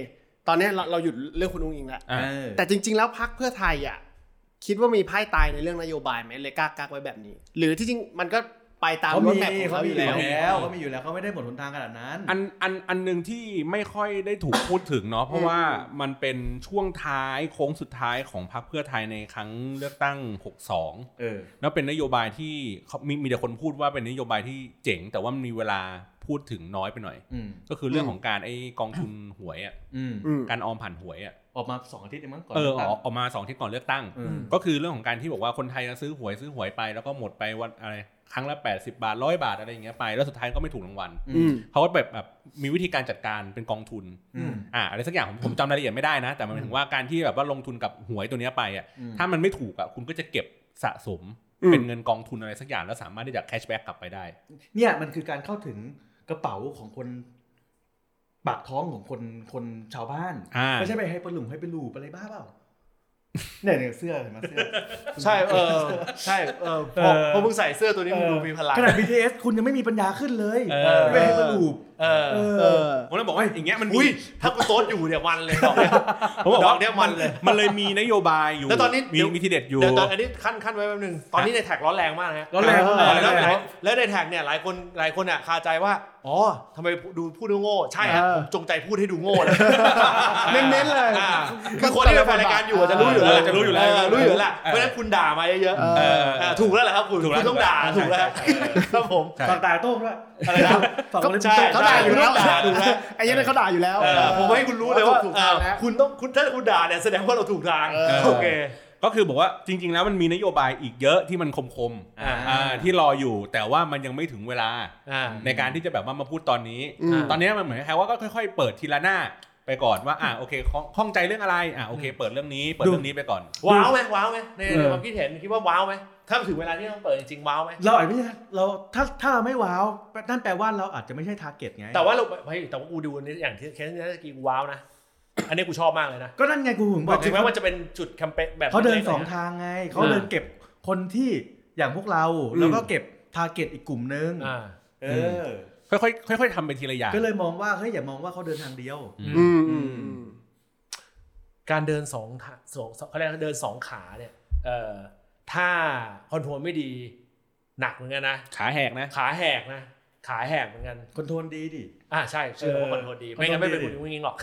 ตอนนี้เราเราหยุดเรื่องคุณอุ้งอิงแล้วแต่จริงๆแล้วพรรคเพื่อไทยอ่ะคิดว่ามีไพ่ตายในเรื่องนโยบายไหมเลยกล้ากักไว้แบบนี้หรือที่จริงมันก็ไปตามรถแมพของเขาอยู่แล้วเขามีอยู่แล้วเขาไม่ได้หมดหนทางขนาดนั้นอันอันอันนึงที่ไม่ค่อยได้ถูกพูดถึงเนาะเพราะว่ามันเป็นช่วงท้ายโค้งสุดท้ายของพรรคเพื่อไทยในครั้งเลือกตั้งหกสิบสองเออแล้วเป็นนโยบายที่มีมีแต่คนพูดว่าเป็นนโยบายที่เจ๋งแต่ว่ามีเวลาพูดถึงน้อยไปหน่อยก็คือเรื่องของการไอ้กองทุนหวยอ่ะการออมผ่านหวยอ่ะออกมาสองอาทิตย์เองมั้งก่อนเออออกมาสองอาทิตย์ก่อนเลือกตั้งก็คือเรื่องของการที่บอกว่าคนไทยซื้อหวยซื้อหวยไปแล้วก็หมดไปวันอะไรครั้งละแปดสิบบาทหนึ่งร้อยบาทอะไรอย่างเงี้ยไปแล้วสุดท้ายก็ไม่ถูกรางวัลเขาก็แบบแบบมีวิธีการจัดการเป็นกองทุนอ่าอะไรสักอย่างผมผมจำรายละเอียดไม่ได้นะแต่มันหมายถึงว่าการที่แบบว่าลงทุนกับหวยตัวนี้ไปอ่ะถ้ามันไม่ถูกอ่ะคุณก็จะเก็บสะสมเป็นเงินกองทุนอะไรสักอย่างแล้วสามารถที่จะแคชแบ็กกลับไปได้เนี่ยมันคือการเข้าถึงกระเป๋าของคนปากท้องของคนคนชาวบ้านไม่ใช่ไปให้ปลุงให้ไปลูบอะไรบ้าเปล่าเนี่ยเนี่ยเสื้อเห็นมั้ยเสื้อใช่เออใช่เออพอพอมึงใส่เสื้อตัวนี้มึงดูมีพลังขนาด บี ที เอส คุณยังไม่มีปัญญาขึ้นเลยไม่ให้ปลุบเออเออผมเลยบอกว่าอย่างเงี้ยมันอุ้ยถ้ากูโต๊ดอยู่เนี่ยมันเลยผมบอกว่าเนี่ยมันเลยมันเลยมีนโยบายอยู่แล้วตอนนี้มีมีทีเด็ดอยู่เดี๋ยวตอนอันนี้ขั้นขั้นไว้แป๊บนึงตอนนี้ในแท็กร้อนแรงมากนะฮะร้อนแรงแล้วแล้วในแท็กเนี่ยหลายคนหลายคนอ่ะคาใจว่าอ๋อทำไมดูพูดดูโง่ใช่ฮะผมจงใจพูดให้ดูโง่เลยเน้นๆเลยคือคนที่เป็นแฟนรายการอยู่จะรู้อยู่แล้วจะรู้อยู่แล้วรู้อยู่แล้วเพราะฉะนั้นคุณด่ามาเยอะๆถูกแล้วแหละครับคุณคุณต้องด่าถูกแล้วครับผมฝั่งตายโต้งด้วยอะไรนะฝั่งคนใช่เขาด่าอยู่แล้วถูกแล้วไอ้ยันเขาด่าอยู่แล้วผมให้คุณรู้เลยว่าคุณต้องคุณถ้าคุณด่าเนี่ยแสดงว่าเราถูกทางโอเคก็คือบอกว่าจริงๆแล้วมันมีนโยบายอีกเยอะที่มันคมๆที่รออยู่แต่ว่ามันยังไม่ถึงเวลาในการที่จะแบบว่ามาพูดตอนนี้ตอนนี้มันเหมือนแค่ว่าก็ค่อยๆเปิดทีละหน้าไปก่อนว่าอ่ะโอเคข้องใจเรื่องอะไรอ่ะโอเคเปิดเรื่องนี้เปิดเรื่องนี้ไปก่อนว้าวไหมว้าวไหมในความคิดเห็นคิดว่าว้าวไหมถ้าถึงเวลาที่ต้องเปิดจริงๆว้าวไหมเราอาจจะไม่ใช่เราถ้าถ้าเราไม่ว้าวนั่นแปลว่าเราอาจจะไม่ใช่ทาร์เก็ตไงแต่ว่าเราเฮ้ยแต่ว่ากูดูนี้อย่างที่เคสนี้กี้กูว้าวนะอันนี้กูชอบมากเลยนะก็นั่นไงกูถึงบอกถึงแม้ว่าจะเป็นจุดแคมเปญแบบเขาเดินสองทางไงเขาเดินเก็บคนที่อย่างพวกเราแล้วก็เก็บทาร์เก็ตอีกกลุ่มนึงเออค่อยๆค่อยๆทำเป็นทีละอย่างก็เลยมองว่าเฮ้ยอย่ามองว่าเขาเดินทางเดียวการเดินสองสองเขาเรียกเดินสองขาเนี่ยเอ่อถ้าคอนโทรลไม่ดีหนักเหมือนกันนะขาแหกนะขาแหกนะขาแหกเหมือนกันคอนโทรลดีดิอ่าใช่เชื่อว่าคอนโทรลดีไม่งั้นไม่เป็นคุณวิ่งหรอก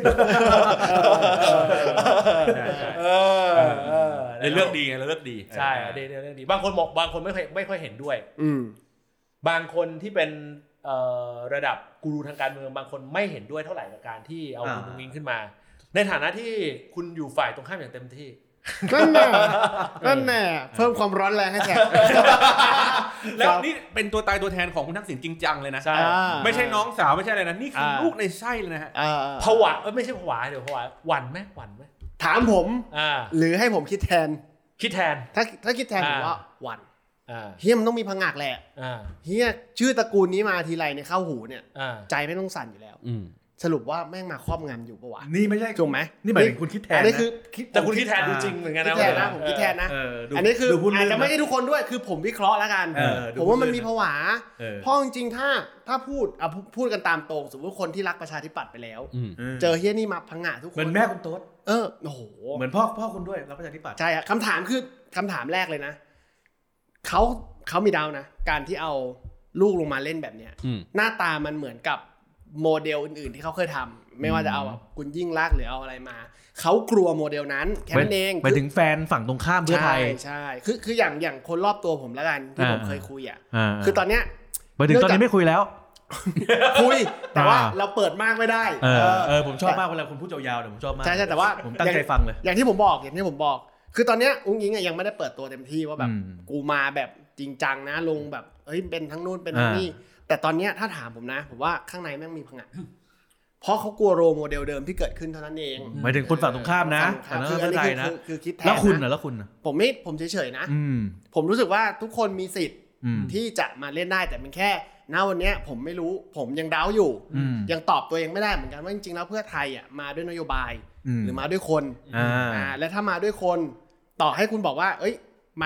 เออเลยเลือกดีไงเราเลือกดีใช่เลือกดีบางคนบอกบางคนไม่ค่อยไม่ค่อยเห็นด้วยบางคนที่เป็นระดับกูรูทางการเมืองบางคนไม่เห็นด้วยเท่าไหร่กับการที่เอาคุณวิ่งขึ้นมาในฐานะที่คุณอยู่ฝ่ายตรงข้ามอย่างเต็มที่นั่นแน่นั่นแน่เพิ่มความร้อนแรงให้แท็กแล้วนี่เป็นตัวตายตัวแทนของคุณทักษิณจริงจังเลยนะไม่ใช่น้องสาวไม่ใช่อะไรนะนี่คือลูกในไส้เลยนะฮะผวาเอ้ยไม่ใช่ผวาเดี๋ยวผวาหวั่นไหมหวั่นไหมถามผมหรือให้ผมคิดแทนคิดแทนถ้าถ้าคิดแทนผมว่าหวั่นเฮียมันต้องมีผงากแหละเฮียชื่อตระกูลนี้มาทีไรเนี่ยเข้าหูเนี่ยใจไม่ต้องสั่นอยู่แล้วสรุปว่าแม่งมาครอบงำอยู่ปะวะนี่ไม่ใช่ถูกไหมนี่หมายถึงคุณคิดแทนอันนี้คือแต่คุณคิดแทนดูจริงเหมือนกันนะคิดแทนนะผมคิดแทนนะอันนี้คืออาจจะไม่ใช่ทุกคนด้วยคือผมวิเคราะห์แล้วกันผมว่ามันมีผวาเพราะจริงๆถ้าถ้าพูดอ่ะพูดกันตามตรงสมมติคนที่รักประชาธิปัตย์ไปแล้วเจอเฮียนี่มาพังงะทุกคนเหมือนแม่คุณโต๊ดเออโอ้โหเหมือนพ่อพ่อคุณด้วยรักประชาธิปัตย์ใช่อะคำถามคือคำถามแรกเลยนะเขาเขามีดาวนะการที่เอาลูกลงมาเล่นแบบเนี้ยหน้าตามันเหมือนกับโมเดลอื่นๆที่เขาเคยทำไม่ว่าจะเอาแบบคุณยิ่งลักษณ์หรือเอาอะไรมาเขากลัวโมเดลนั้นแค่นั้นเองไปถึงแฟนฝั่งตรงข้ามเพื่อไทยใช่คือคืออย่างอย่างคนรอบตัวผมแล้วกันที่ผมเคยคุยอ่ะคือตอนเนี้ยไปถึงตอนนี้ไม่คุยแล้วคุยแต่ว่าเราเปิดมากไม่ได้เออเออผมชอบมากเวลาคุณพูดยาวๆเดี๋ยวผมชอบมากใช่ใช่แต่ว่าผมตั้งใจฟังเลยอย่างที่ผมบอกอย่างที่ผมบอกคือตอนเนี้ยอุ้งอิงยังไม่ได้เปิดตัวเต็มที่ว่าแบบกูมาแบบจริงจังนะลงแบบเฮ้ยเป็นทั้งนู่นเป็นทั้งนี่แต่ตอนเนี้ยถ้าถามผมนะผมว่าข้างในแม่งมีผงะเพราะเขากลัวโรโมเดลเดิมที่เกิดขึ้นเท่านั้นเองหมายถึงคนฝั่งตรงข้ามนะคืออันนี้คือคือคิดแทนแล้วคุณน่ะแล้วคุณน่ะผมไม่ผมเฉยๆนะผมรู้สึกว่าทุกคนมีสิทธิ์ที่จะมาเล่นได้แต่เป็นแค่ณวันนี้ผมไม่รู้ผมยังดาวอยู่ยังตอบตัวเองไม่ได้เหมือนกันว่าจริงๆแล้วเพื่อไทยอ่ะมาด้วยนโยบายหรือมาด้วยคนอ่าและถ้ามาด้วยคนต่อให้คุณบอกว่าเอ้ยมัน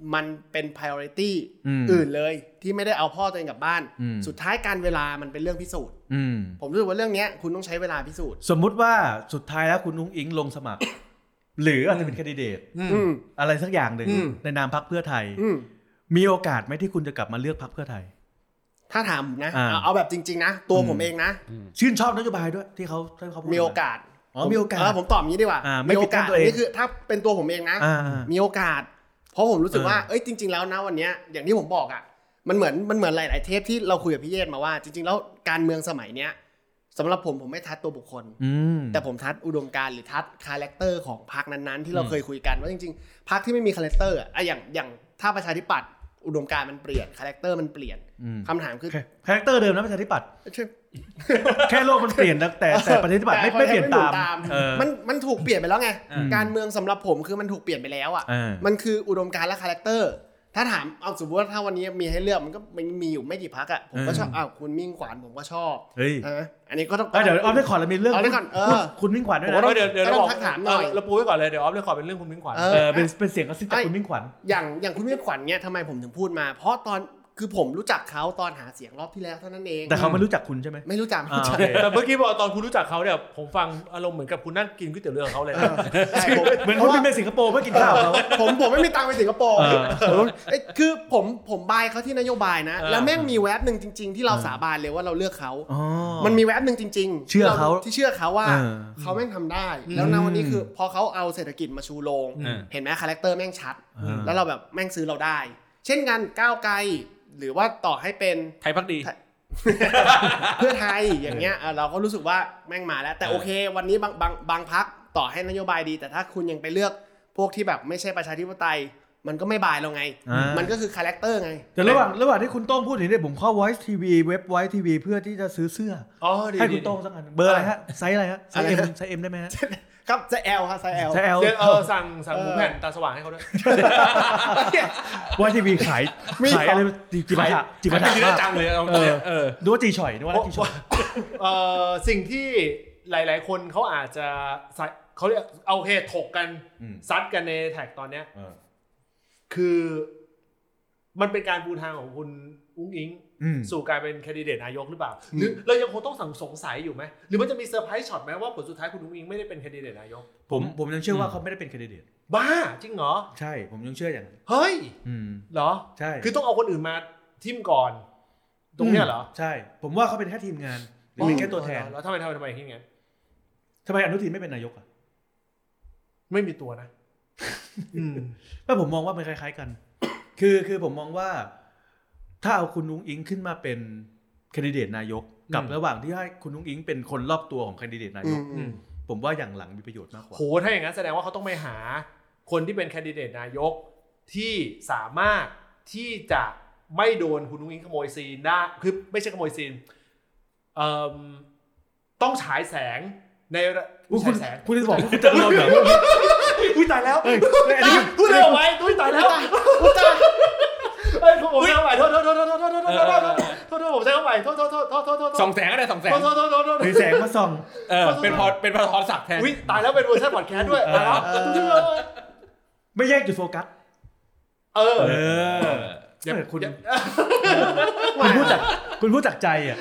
มันเป็น priority อื่นเลยที่ไม่ได้เอาพ่อตัวเองกลับบ้านสุดท้ายการเวลามันเป็นเรื่องพิสูจน์ผมรู้สึกว่าเรื่องนี้คุณต้องใช้เวลาพิสูจน์สมมุติว่าสุดท้ายแล้วคุณนุ้งอิงลงสมัครหรืออาจจะเป็นแคนดิเดตอะไรสักอย่างหนึ่งในนามพรรคเพื่อไทยมีโอกาสไหมที่คุณจะกลับมาเลือกพรรคเพื่อไทยถ้าถามนะเอาแบบจริงๆนะตัวผมเองนะชื่นชอบนโยบายด้วยที่เขาที่เขาพูดมีโอกาสอ๋อมีโอกาสผมตอบอย่างนี้ดีกว่ามีโอกาสนี่คือถ้าเป็นตัวผมเองนะมีโอกาสเพราะผมรู้สึกว่าเอ้ยจริงๆแล้วนะวันนี้อย่างที่ผมบอกอ่ะมันเหมือนมันเหมือนหลายๆเทปที่เราคุยกับพี่เยศมาว่าจริงๆแล้วการเมืองสมัยเนี้ยสำหรับผมผมไม่ทัดตัวบุคคลแต่ผมทัดอุดมการณ์หรือทัดคาแรคเตอร์ของพรรคนั้นๆที่เราเคยคุยกันว่าจริงๆพรรคที่ไม่มีคาแรคเตอร์อ่ะอย่างอย่างถ้าประชาธิปัตย์อุดมการณ์มันเปลี่ยนคาแรคเตอร์มันเปลี่ยนคำถามคือคาแรคเตอร์เดิมนะประชาธิปัตย์แค่โลกมันเปลี่ยนแต่แต่ประชาธิปัตย์ไม่ไม่เปลี่ยนตามมันมันถูกเปลี่ยนไปแล้วไงการเมืองสำหรับผมคือมันถูกเปลี่ยนไปแล้วอ่ะมันคืออุดมการณ์และคาแรคเตอร์ถ้าถามเอาสมมติว่าถ้าวันนี้มีให้เลือกมันก็มันมีอยู่ไม่กี่พรรคอ่ะผมก็ชอบอ้าวคุณมิ่งขวัญผมก็ชอบอันนี้ก็ต้องเดี๋ยวออฟได้ขอแล้วมีเรื่องคุณมิ่งขวัญด้วยนะเดี๋ยวเดี๋ยวเราถามหน่อยเราปูไว้ก่อนเลยเดี๋ยวออฟได้ขอเป็นเรื่องคุณมิ่งขวัญเออเป็นเป็นเสียงกระซิบจากคุณมิ่งขวัญอย่างอย่างคุณมิ่งขวัญเนี้ยทำไมผมถึงพูดมาเพราะตอนคือผมรู้จักเขาตอนหาเสียงรอบที่แล้วเท่านั้นเองแต่เขาไม่รู้จักคุณใช่ไหมไม่รู้จักแต่เมื่อกี้บอกตอนคุณรู้จักเขาเนี่ยผมฟังอารมณ์เหมือนกับคุณนั่งกินก๋วยเตี๋ยวเรือเขาเลยเหมือนคุณไปสิงคโปร์เพื่อกินข้าวเขาผมผมไม่มีตังค์ไปสิงคโปร์คือผมผมบายเขาที่นโยบายนะแล้วแม่งมีแวบหนึ่งจริงๆที่เราสาบานเลยว่าเราเลือกเขามันมีแวบหนึ่งจริงๆเชื่อเขาที่เชื่อเขาว่าเขาแม่งทำได้แล้วณวันนี้คือพอเขาเอาเศรษฐกิจมาชูโรงเห็นไหมคาแรคเตอร์แม่งชัดแล้วเราแบบแม่งซื้อเราได้เช่นกันก้าวไกลหรือว่าต่อให้เป็นไทยพักดีเพื่อไทยอย่างเงี้ยเราก็รู้สึกว่าแม่งมาแล้วแต่โอเควันนี้บางบางบางพรรคต่อให้นโยบายดีแต่ถ้าคุณยังไปเลือกพวกที่แบบไม่ใช่ประชาธิปไตยมันก็ไม่บายเราไงมันก็คือคาแรคเตอร์ไงแต่ระหว่างระหว่างที่คุณโต้งพูดถึงเนี่ยผมเข้า Voice ที วี เว็บ Voice ที วี เพื่อที่จะซื้อเสื้อให้คุณโต้งสักอันเบอร์อะไรฮะไซส์อะไรฮะไซส์ M ไซส์ M ได้ไหมฮะครับไซส์ L ครับไซส์ L ไซส์ L เออสั่งสั่งหมูแผ่นตาสว่างให้เขาด้วยว่าทีวีขายขายอะไรจิบะจิบะเยอะจังเลยเอาเออดูว่าจีฉ่อยดูว่าจีฉ่อยเอ่อสิ่งที่หลายๆคนเขาอาจจะเขาเรียกเอาโอเคถกกันซัดกันในแท็กตอนเนี้ยคือมันเป็นการปูทางของคุณอุ้งอิงสู่การเป็นแคนดิเดตนายกหรือเปล่าหรือเรายังคงต้องสงสัยอยู่ไหมหรือมันจะมีเซอร์ไพรส์ช็อตไหมว่าผลสุดท้ายคุณอุ้งอิงไม่ได้เป็นแคนดิเดตนายกผมผมยังเชื่อว่าเขาไม่ได้เป็นแคนดิเดตบ้าจริงเหรอใช่ผมยังเชื่ออย่างนั้นเฮ้ยเหรอใช่คือต้องเอาคนอื่นมาทิมก่อนตรงเนี้ยเหรอใช่ผมว่าเขาเป็นแค่ทีมงานหรือเป็นแค่ตัวแทนแล้วทำไมทำไมทำไมที่ไงทำไมอนุทินไม่เป็นนายกอ่ะไม่มีตัวนะแต่ผมมองว่ามันคล้ายๆกันคือคือผมมองว่าถ้าเอาคุณนุ้งอิงขึ้นมาเป็นแคนดิเดตนายกกับระหว่างที่ให้คุณนุ้งอิงเป็นคนรอบตัวของแคนดิเดตนายกผมว่าอย่างหลังมีประโยชน์มากกว่าโหถ้าอย่างนั้นแสดงว่าเขาต้องไปหาคนที่เป็นแคนดิเดตนายกที่สามารถที่จะไม่โดนคุณนุ้งอิงขโมยซีนได้คือไม่ใช่ขโมยซีนเอ่อต้องฉายแสงในฉายแสงคุณจะบอกว่าคุณจะโดนเหรออุ้ยตายแล้วพูดเร็วไว้อุ้ยตายแล้วอุ้ยตายเฮ้ยผมใช้เข้าไปโทษโทษโทษโทษโทษโทษโทษโทษโทษโทษผมใช้เข้าไปโทษโทษโทษโทษโทษโทษส่องแสงก็ได้ส่องแสงโทษโทษโทษโทษโทษมีแสงมาส่องเออเป็นพอเป็นพอทอนศักดิ์แทนอุ้ยตายแล้วเป็นเวอร์ชันพอดแคสต์ด้วยตายแล้วไม่แยกจุดโฟกัสเออเอออย่างคุณคุณพูดจากคุณพูดจากใจอ่ะ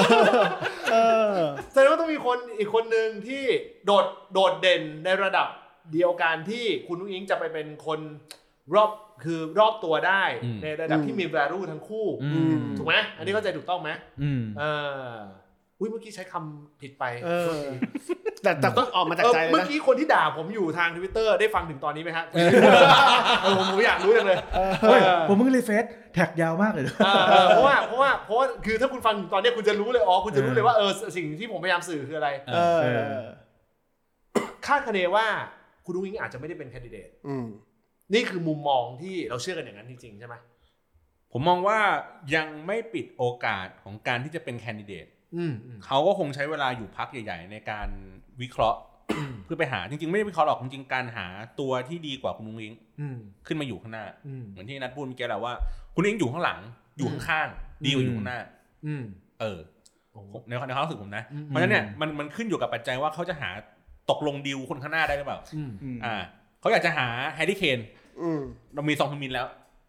แสดงว่าต้องมีคนอีกคนนึงที่โดดโดดเด่นในระดับเดียวกันที่คุณนุ้งอิงจะไปเป็นคนรอบคือรอบตัวได้ในระดับที่มี value ทั้งคู่ถูกไหมอันนี้เข้าใจถูกต้องไหมเอออุ้ยเมื่อกี้ใช้คำผิดไปแต่แต่ก็ออกมาจากใจเลยนะเมื่อกี้คนที่ด่าผมอยู่ทาง Twitter ได้ฟังถึงตอนนี้ไหมครับผมผมอยากรู้จังเลยผมเพิ่งรีเฟซแท็กยาวมากเลยเพราะว่าเพราะว่าเพราะว่าคือถ้าคุณฟังตอนนี้คุณจะรู้เลยอ๋อคุณจะรู้เลยว่าเออสิ่งที่ผมพยายามสื่อคืออะไรคาดคะเนว่าคุณนุ้งอิงอาจจะไม่ได้เป็นแคนดิเดตนี่คือมุมมองที่เราเชื่อกันอย่างนั้นจริงๆใช่ไหมผมมองว่ายังไม่ปิดโอกาสของการที่จะเป็นแคนดิเดตเขาก็คงใช้เวลาอยู่พักใหญ่ๆในการวิเคราะห์เพื่อไปหาจริงๆไม่ได้วิเคราะห์หรอกจริงๆการหาตัวที่ดีกว่าคุณนุ้งอิงขึ้นมาอยู่ข้างหน้าเหมือนที่นัทพูดเมื่อกี้แหละว่าคุณนุ้งอิงอยู่ข้างหลังอยู่ข้างๆดีกว่าอยู่ข้างหน้าเออในในความรู้สึกผมนะเพราะฉะนั้นเนี่ยมันมันขึ้นอยู่กับปัจจัยว่าเขาจะหาตกลงดีลคนข้างหน้าได้หรือเปล่าอ่าเขาอยากจะหาแฮร์รี่เคนเรามีซองฮึมินแล้ว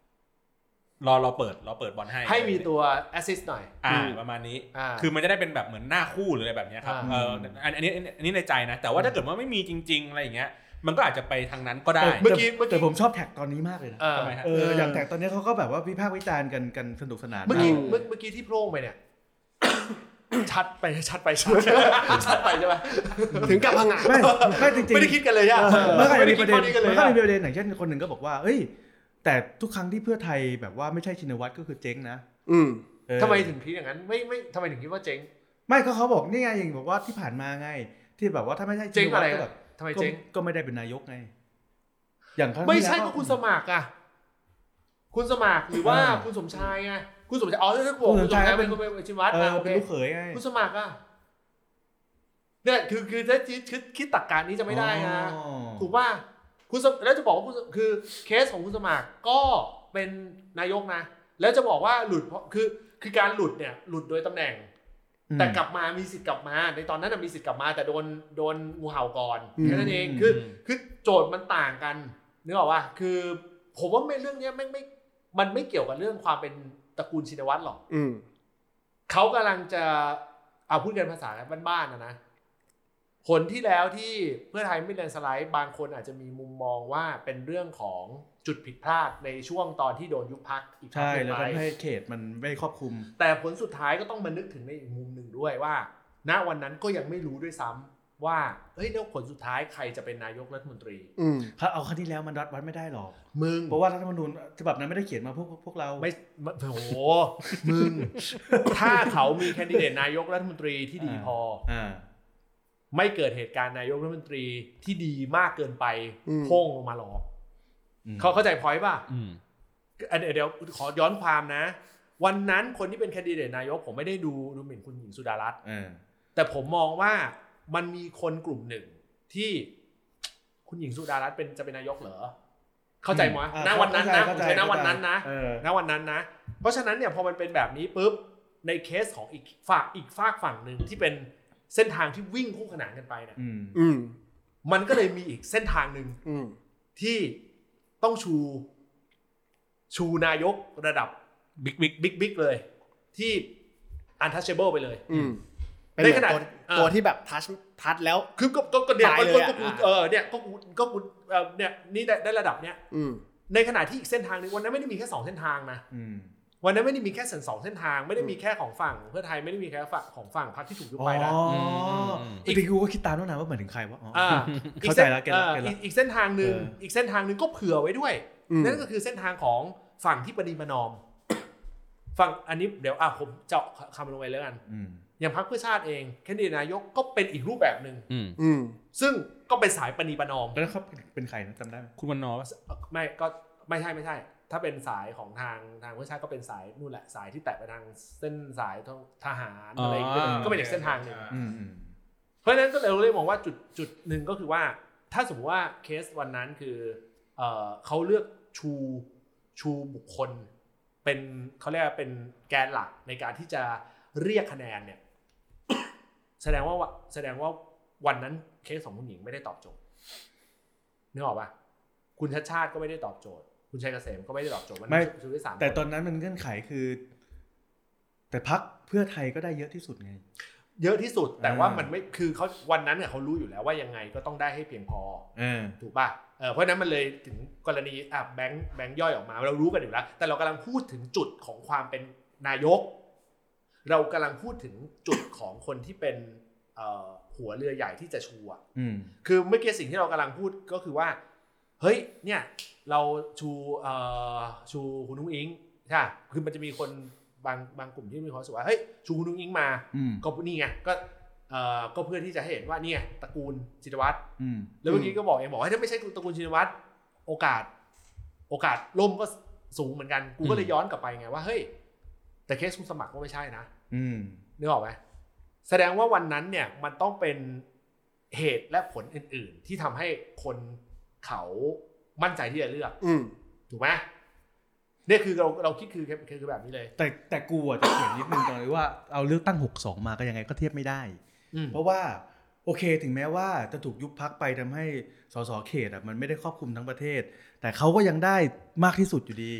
รอเราเปิดเราเปิดบอลให้ให้มีตัวแอสซิสต์หน่อยอ่าประมาณนี้คือมันจะได้เป็นแบบเหมือนหน้าคู่หรืออะไรแบบนี้ครับเอออันนี้อันนี้ในใจนะแต่ว่าถ้าเกิดว่าไม่มีจริงๆอะไรอย่างเงี้ยมันก็อาจจะไปทางนั้นก็ได้เมื่อกี้แต่ผมชอบแท็กตอนนี้มากเลยนะทำไมฮะเอออย่างแท็กตอนนี้เขาก็แบบว่าวิพากษ์วิจารณ์กันกันสนุกสนานเมื่อกี้เมื่อกี้ที่โพร่งไปเนี่ยชัดไปชัดไปชัดชัดไปใช่ไหมถึงกับพังงะไม่ไม่จริงๆไม่ได้คิดกันเลยอ่ะไม่ได้มีประเด็นไม่ได้มีประเด็นอย่างเช่นคนหนึ่งก็บอกว่าเอ้ยแต่ทุกครั้งที่เพื่อไทยแบบว่าไม่ใช่ชินวัตรก็คือเจ๊งนะอืมทำไมถึงคิดอย่างนั้นไม่ไม่ทำไมถึงคิดว่าเจ๊งไม่ก็เขาบอกนี่ไงอย่างบอกว่าที่ผ่านมาไงที่แบบว่าถ้าไม่ใช่ชินวัตรก็แบบทำไมเจ๊งก็ไม่ได้เป็นนายกไงอย่างไม่ใช่ก็คุณสมัครอ่ะคุณสมัครหรือว่าคุณสมชายไงคุณสมชายอ๋อถ้าบอกคุณสมชายเป็นเป็นชินวัตรอ่ะเป็นลูกเขยไงคุณสมัครอ่ะเนี่ยคือคือถ้าคิดคิดตรรกะนี้จะไม่ได้นะถูกป่ะคุณแล้วจะบอกว่าคุณคือเคสของคุณสมัครก็เป็นนายกนะแล้วจะบอกว่าหลุดเพราะคือคือการหลุดเนี่ยหลุดโดยตำแหน่งแต่กลับมามีสิทธิ์กลับมาในตอนนั้นมีสิทธิ์กลับมาแต่โดนโดนงูเห่าก่อนแค่นั้นเองคือคือโจทย์มันต่างกันนึกออกป่ะคือผมว่าไม่เรื่องนี้ไม่ไม่มันไม่เกี่ยวกับเรื่องความเป็นตระกูลชินวัตรหรอกเขากำลังจะเอาพูดกันภาษาบ้านๆนะนะผลที่แล้วที่เพื่อไทยไม่แลนด์สไลด์บางคนอาจจะมีมุมมองว่าเป็นเรื่องของจุดผิดพลาดในช่วงตอนที่โดนยุบพรรคอีกใช่แล้วทำให้เขตมันไม่ครอบคลุมแต่ผลสุดท้ายก็ต้องมานึกถึงในอีกมุมหนึ่งด้วยว่าณวันนั้นก็ยังไม่รู้ด้วยซ้ำว่าเฮ้ยแล้วผลสุดท้ายใครจะเป็นนายกรัฐมนตรีอืมถ้าเอาครั้งที่แล้วมันวัดวัดไม่ได้หรอกมึงเพราะว่ารัฐธรรมนูญฉบับนั้นไม่ได้เขียนมาพวกพวกเราไม่โอ้โหมึงถ้าเขามีแคนดิเดตนายกรัฐมนตรีที่ดีพออ่าไม่เกิดเหตุการณ์นายกรัฐมนตรีที่ดีมากเกินไปพุ่งลงมาหรอกเขาเข้าใจพอยต์ป่ะเดี๋ยวเดี๋ยวขอย้อนความนะวันนั้นคนที่เป็นแคนดิเดตนายกผมไม่ได้ดูดูหมิ่นคุณหญิงสุดารัตน์แต่ผมมองว่ามันมีคนกลุ่มหนึ่งที่คุณหญิงสุดารัตน์เป็นจะเป็นนายกเหรอเข้าใจมั้ยณวันนั้นนะผมใช้ณวันนั้นนะณวันนั้นนะเพราะฉะนั้นเนี่ยพอมันเป็นแบบนี้ปุ๊บในเคสของอีกฝากอีกฝากฝั่งนึงที่เป็นเส้นทางที่วิ่งคู่ขนานกันไปเนี่ยมันก็เลยมีอีกเส้นทางหนึ่งที่ต้องชูชูนายกระดับบิ๊กบิ๊กบิ๊กบิ๊กเลยที่ untouchable ไปเลยในขณะตัวที่แบบทัชทัชแล้วคือก็ก็เนี่ยก็กูเออเนี่ยก็กูก็กูเนี่ยนี่ได้ได้ระดับเนี้ยในขณะที่อีกเส้นทางนึงวันนั้นไม่ได้มีแค่สองเส้นทางนะวันนั้นไม่ได้มีแค่สองเส้นทางไม่ได้มีแค่ของฝั่งเพื่อไทยไม่ได้มีแค่ฝั่งของฝั่งพรรคที่ถูกยุบไปนะอีกทีกูก็คิดตามแล้วนะว่าหมายถึงใครวะอ๋อเข้าใจแล้วแกแล้วอีกเส้นทางนึงอีกเส้นทางนึงก็เผื่อไว้ด้วยนั่นก็คือเส้นทางของฝั่งที่ประนีประนอมฝั่งอันนี้เดี๋ยวอ่ะผมเจาะคำลงไปแล้วกันอย่างพรรคเพื่อชาติเองแคนดิเดตนายกก็เป็นอีกรูปแบบนึงซึ่งก็เป็นสายประนีประนอมแล้วเขาเป็นใครนะจำได้ไหมคุณวันนอไม่ก็ไม่ใช่ไม่ใช่ถ้าเป็นสายของทางทางเพื่อชาติก็เป็นสายนู่นแหละสายที่แตะไปทางเส้นสายทหารอะไรก็เป็นอีกเส้นทางหนึ่งเพราะฉะนั้นก็เลยเลยมองว่าจุดจุดหนึ่งก็คือว่าถ้าสมมติว่าเคสวันนั้นคือเอ่อเขาเลือกชูชูบุคคลเป็นเขาเรียกว่าเป็นแกนหลักในการที่จะเรียกคะแนนเนี่ย แสดงว่าแสดงว่าวันนั้นเคสของคุณหญิงไม่ได้ตอบโจทย์นึกออกป่ะคุณชัชชาติก็ไม่ได้ตอบโจทย์คุณชัยเกษมก็ไม่ได้ตอบโจทย์มันไม่แต่ตอนนั้นมันเงื่อนไขคือแต่พรรคเพื่อไทยก็ได้เยอะที่สุดไงเยอะที่สุดแต่ว่ามันไม่คือเขาวันนั้นเนี่ยเขารู้อยู่แล้วว่ายังไงก็ต้องได้ให้เพียงพอถูกป่ะเออเพราะนั้นมันเลยถึงกรณีอ่ะแบงค์แบงค์ย่อยออกมาเรารู้กันอยู่แล้วแต่เรากำลังพูดถึงจุดของความเป็นนายกเรากำลังพูดถึงจุดของคนที่เป็นหัวเรือใหญ่ที่จะชูอ่ะคือเมื่อกี้สิ่งที่เรากำลังพูดก็คือว่าเฮ้ยเนี่ยเราชูชูคุณนุ้งอิงใช่คือมันจะมีคนบางบางกลุ่มที่มีความรู้สึกว่าเฮ้ยชูคุณนุ้งอิงมาก็นี่ไงก็ก็เพื่อที่จะให้เห็นว่านี่ไงตระกูลชินวัตรแล้วเมื่อกี้ก็บอกเองบอกว่าถ้าไม่ใช่ตระกูลชินวัตรโอกาสโอกาสล่มก็สูงเหมือนกันกูก็เลยย้อนกลับไปไงว่าเฮ้ยแต่เคสคุณสมัครก็ไม่ใช่นะนึกออกไหมแสดงว่าวันนั้นเนี่ยมันต้องเป็นเหตุและผลอื่นๆที่ทำให้คนเขามั่นใจที่จะเลือกถูกไหมเนี่ยคือเราเราคิดคือคือแบบนี้เลยแต่แต่กูอ่ะจะเขียนนิดนึงตรงนี้ว่าเอาเลือกตั้งหกสิบสองมาก็ยังไงก็เทียบไม่ได้เพราะว่าโอเคถึงแม้ว่าจะถูกยุบพรรคไปทำให้สสเขตอ่ะมันไม่ได้ครอบคลุมทั้งประเทศแต่เขาก็ยังได้มากที่สุดอยู่ดี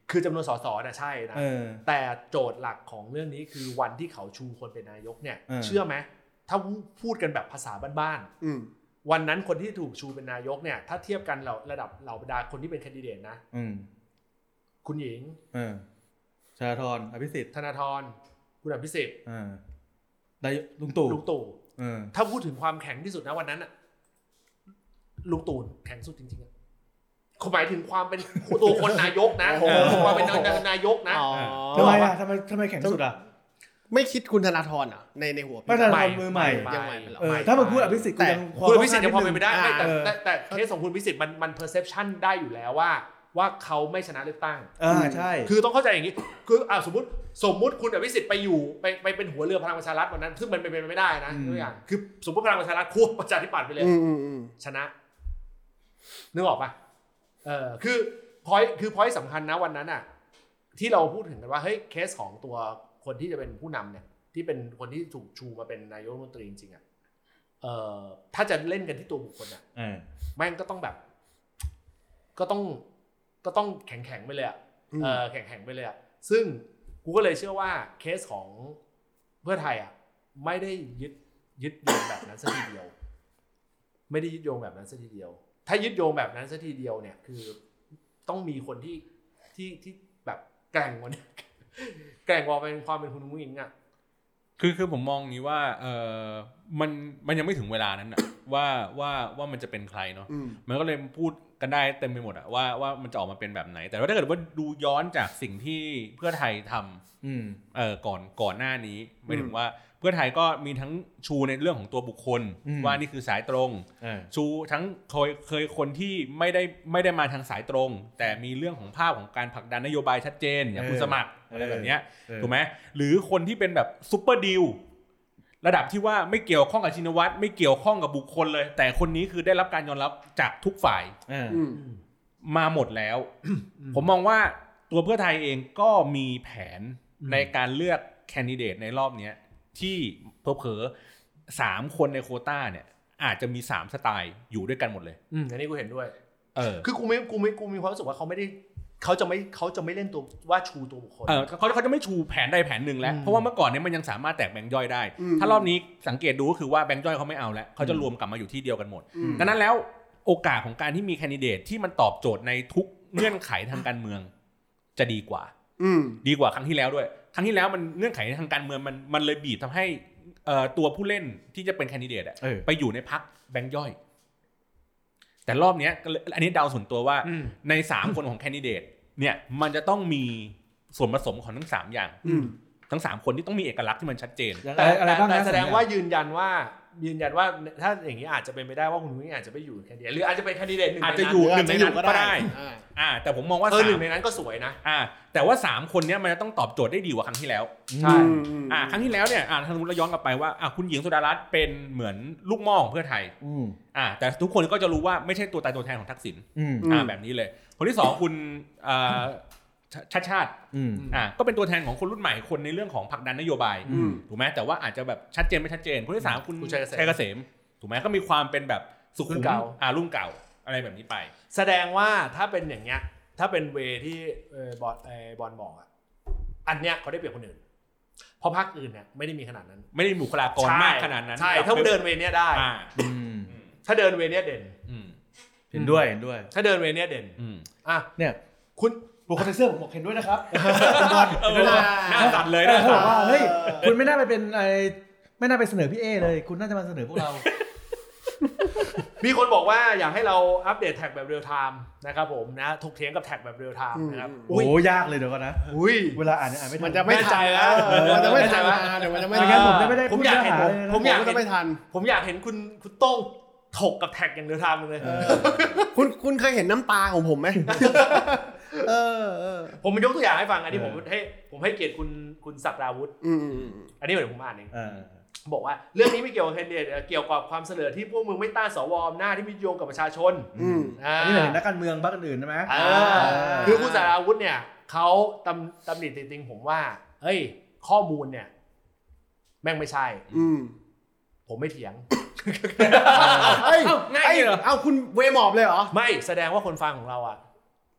คือจำนวนสสน่ะใช่นะแต่โจทย์หลักของเรื่องนี้คือวันที่เขาชูคนเป็นนายกเนี่ยเชื่อไหมถ้าพูดกันแบบภาษาบ้านๆวันนั้นคนที่ถูกชูเป็นนายกเนี่ยถ้าเทียบกันเราระดับเหล่าบรรดาคนที่เป็นแคนดิเดตนะคุณหญิงธนาธรอภิสิทธิ์ธนาธรคุณอภิสิทธิ์ได้ลุงตู่ลุงตู่ถ้าพูดถึงความแข็งที่สุดนะวันนั้นอะลุงตู่แข็งสุดจริงๆเขาหมายถึงความเป็นตัวคนนายกนะความเป็นนายกนะทำไมอ่ะทำไมทำไมแข็งสุดอ่ะไม่คิดคุณธนาธรอ่ะในในหัวพี่ธนาธรมือใหม่ยังใหม่ถ้ามันพูดอภิสิทธิ์แต่คุณอภิสิทธิ์ยังพอเป็นไปได้แต่แต่แต่เคสของคุณอภิสิทธิ์มันมัน perception ได้อยู่แล้วว่าว่าเขาไม่ชนะเลือกตั้งอ่าใช่คือต้องเข้าใจอย่างนี้คืออ่าสมมติสมมติคุณอภิสิทธิ์ไปอยู่ไปไปเป็นหัวเรือพลังประชารัฐวันนั้นซึ่งมันเป็นไปไม่ได้นะตัวอย่างคือสมมติพลังประชารัฐควบประชาธิปัตย์ไปเลยชนะนึกออกปะเออคือพอยต์คือพอยต์สำคัญนะวันนั้นอ่ะที่เราพูดถึงกันว่าเฮ้ยเคสของตัวคนที่จะเป็นผู้นำเนี่ยที่เป็นคนที่ถูกชูมาเป็นนายกรัฐมนตรีจริงๆอ่ะเอ่อถ้าจะเล่นกันที่ตัวบุคคลอ่ะแม่งก็ต้องแบบก็ต้องก็ต้องแข็งๆไปเลยอ่ะเออแข็งๆไปเลยอ่ะซึ่งกูก็เลยเชื่อว่าเคสของเพื่อไทยอ่ะไม่ได้ยึดยึดโยงแบบนั้นซะทีเดียวไม่ได้ยึดโยงแบบนั้นซะทีเดียวถ้ายึดโยงแบบนั้นซะทีเดียวเนี่ยคือต้องมีคนที่ที่ที่แบบแกร่งกว่านี้แกร่งกว่าเป็นความเป็นคุณอุ้งอิงอ่ะคือคือผมมองนี้ว่าเออมันมันยังไม่ถึงเวลานั้นอะว่าว่าว่ามันจะเป็นใครเนาะมันก็เลยพูดกันได้เต็มไปหมดอะว่าว่ามันจะออกมาเป็นแบบไหนแต่ว่าถ้าเกิดว่าดูย้อนจากสิ่งที่เพื่อไทยทำเออก่อนก่อนหน้านี้หมายถึงว่าเพื่อไทยก็มีทั้งชูในเรื่องของตัวบุคคลว่านี่คือสายตรงชูทั้งเคยเคยคนที่ไม่ได้ไม่ได้มาทางสายตรงแต่มีเรื่องของภาพของการผลักดันนโยบายชัดเจนอย่างคุณสมัครอะไรแบบนี้ถูกไหมหรือคนที่เป็นแบบซุปเปอร์ดีลระดับที่ว่าไม่เกี่ยวข้องกับชินวัตรไม่เกี่ยวข้องกับบุคคลเลยแต่คนนี้คือได้รับการยอมรับจากทุกฝ่ายมาหมดแล้วผมมองว่าตัวเพื่อไทยเองก็มีแผนในการเลือกแคนดิเดตในรอบนี้ที่เผลอๆสามคนในโควต้าเนี่ยอาจจะมีสามสไตล์อยู่ด้วยกันหมดเลยอืมอันนี้กูเห็นด้วยเออคือกูไม่กูไม่กูมีความรู้สึกว่าเขาไม่ได้เขาจะไม่เขาจะไม่เล่นตัวว่าชูตัวบุคคลเออเขาเขาจะไม่ชูแผนใดแผนหนึ่งแล้วเพราะว่าเมื่อก่อนเนี่ยมันยังสามารถแตกแบงค์ย่อยได้ถ้ารอบนี้สังเกตดูก็คือว่าแบงค์ย่อยเขาไม่เอาแล้วเขาจะรวมกลับมาอยู่ที่เดียวกันหมดดังนั้นแล้วโอกาสของการที่มีแคนดิเดตที่มันตอบโจทย์ในทุกเงื่อนไขทางการเมืองจะดีกว่าดีกว่าครั้งที่แล้วด้วยครั้งที่แล้วมันเงื่อนไขทางการเมืองมันมันเลยบีบทำให้ตัวผู้เล่นที่จะเป็นแคนดิเดตอะไปอยู่ในพรรคแบงค์ย่อยแต่รอบนี้อันนี้เดาส่วนตัวว่าในสามคนของแคนดิเดตเนี่ยมันจะต้องมีส่วนผสมของทั้งสามอย่างทั้งสามคนที่ต้องมีเอกลักษณ์ที่มันชัดเจนแต่แต่แสดงว่ายืนยันว่ายืนยันว่าถ้าอย่างนี้อาจจะเป็นไปได้ว่าคุณนุ้ยอาจจะไปอยู่แคนดิเดตหรืออาจจะเป็นแคนดิเดตหนึ่งอาจจะอยู่หนึ่งในนั้นก็ได้อ่าแต่ผมมองว่าเออหนึ่งในนั้นก็สวยนะอ่าแต่ว่าสามคนเนี้ยมันจะต้องตอบโจทย์ได้ดีกว่าครั้งที่แล้วใช่อ่าครั้งที่แล้วเนี่ยอ่าถ้าเราย้อนกลับไปว่าอ่าคุณหญิงสุดารัตน์เป็นเหมือนลูกหม้อของเพื่อไทยอ่าแต่ทุกคนก็จะรู้ว่าไม่ใช่ตัวตายตัวแทนของทักษิณอ่าแบบนี้เลยคนที่สองคุณอ่าชาติชาติอ่าก็เป็นตัวแทนของคนรุ่นใหม่คนในเรื่องของผลักดันนโยบายถูกไหมแต่ว่าอาจจะแบบชัดเจนไม่ชัดเจนคนที่สามคุณชัยเกษมถูกไหมก็มีความเป็นแบบสุขุมอ่ารุ่นเก่าอะไรแบบนี้ไปแสดงว่าถ้าเป็นอย่างเงี้ยถ้าเป็นเวที่บอลบอลบอกอ่ะอันเนี้ยเขาได้เปรียบคนอื่นเพราะพรรคอื่นเนี่ยไม่ได้มีขนาดนั้นไม่ได้บุคลากรมากขนาดนั้นใช่ถ้าเดินเวเนี้ยได้ถ้าเดินเวเนี้ยเด่นเห็นด้วยเห็นด้วยถ้าเดินเวเนี้ยเด่นอ่ะเนี่ยคุณบุคคลเสื้อผมบอกเห็นด้วยนะครับบอลหน้าสั่นเลยนะว่าเฮ้ยคุณไม่น่าไปเป็นไอไม่น่าไปเสนอพี่เอเลยคุณน่าจะมาเสนอพวกเรามีคนบอกว่าอยากให้เราอัปเดตแท็กแบบเรียลไทม์นะครับผมนะถกเถียงกับแท็กแบบเรียลไทม์นะครับโอ้ยากเลยเดี๋ยวก่อนนะเวลาอ่านอ่านไม่ทันมันจะไม่ทันแล้วมันจะไม่ทันเดี๋ยวมันจะไม่ทันผมไม่ได้ผมอยากเห็นผมอยากจะไม่ทันผมอยากเห็นคุณคุณโต้งถกกับแท็กอย่างเรียลไทม์เลยคุณคุณเคยเห็นน้ำตาของผมไหมเออผมมันยกตัวอย่างให้ฟังอันนี้ผมให้ผมให้เกียรติคุณคุณศักดาวุฒิอันนี้เดี๋ยวผมอ่านเองบอกว่าเรื่องนี้ไม่เกี่ยวกับแคนดิเดตเกี่ยวกับความเสนอที่พวกมึงไม่ต้านสวอำนาจที่มีโยงกับประชาชนอันนี้เห็นนักการเมืองบ้านอื่นใช่ไหมคือคุณศักดาวุฒิเนี่ยเขาตำตำหนิติติงผมว่าเฮ้ยข้อมูลเนี่ยแม่งไม่ใช่ผมไม่เถียงเอ้ยง่ายเหรอเอาคุณเวหมอบเลยเหรอไม่แสดงว่าคนฟังของเราอ่ะ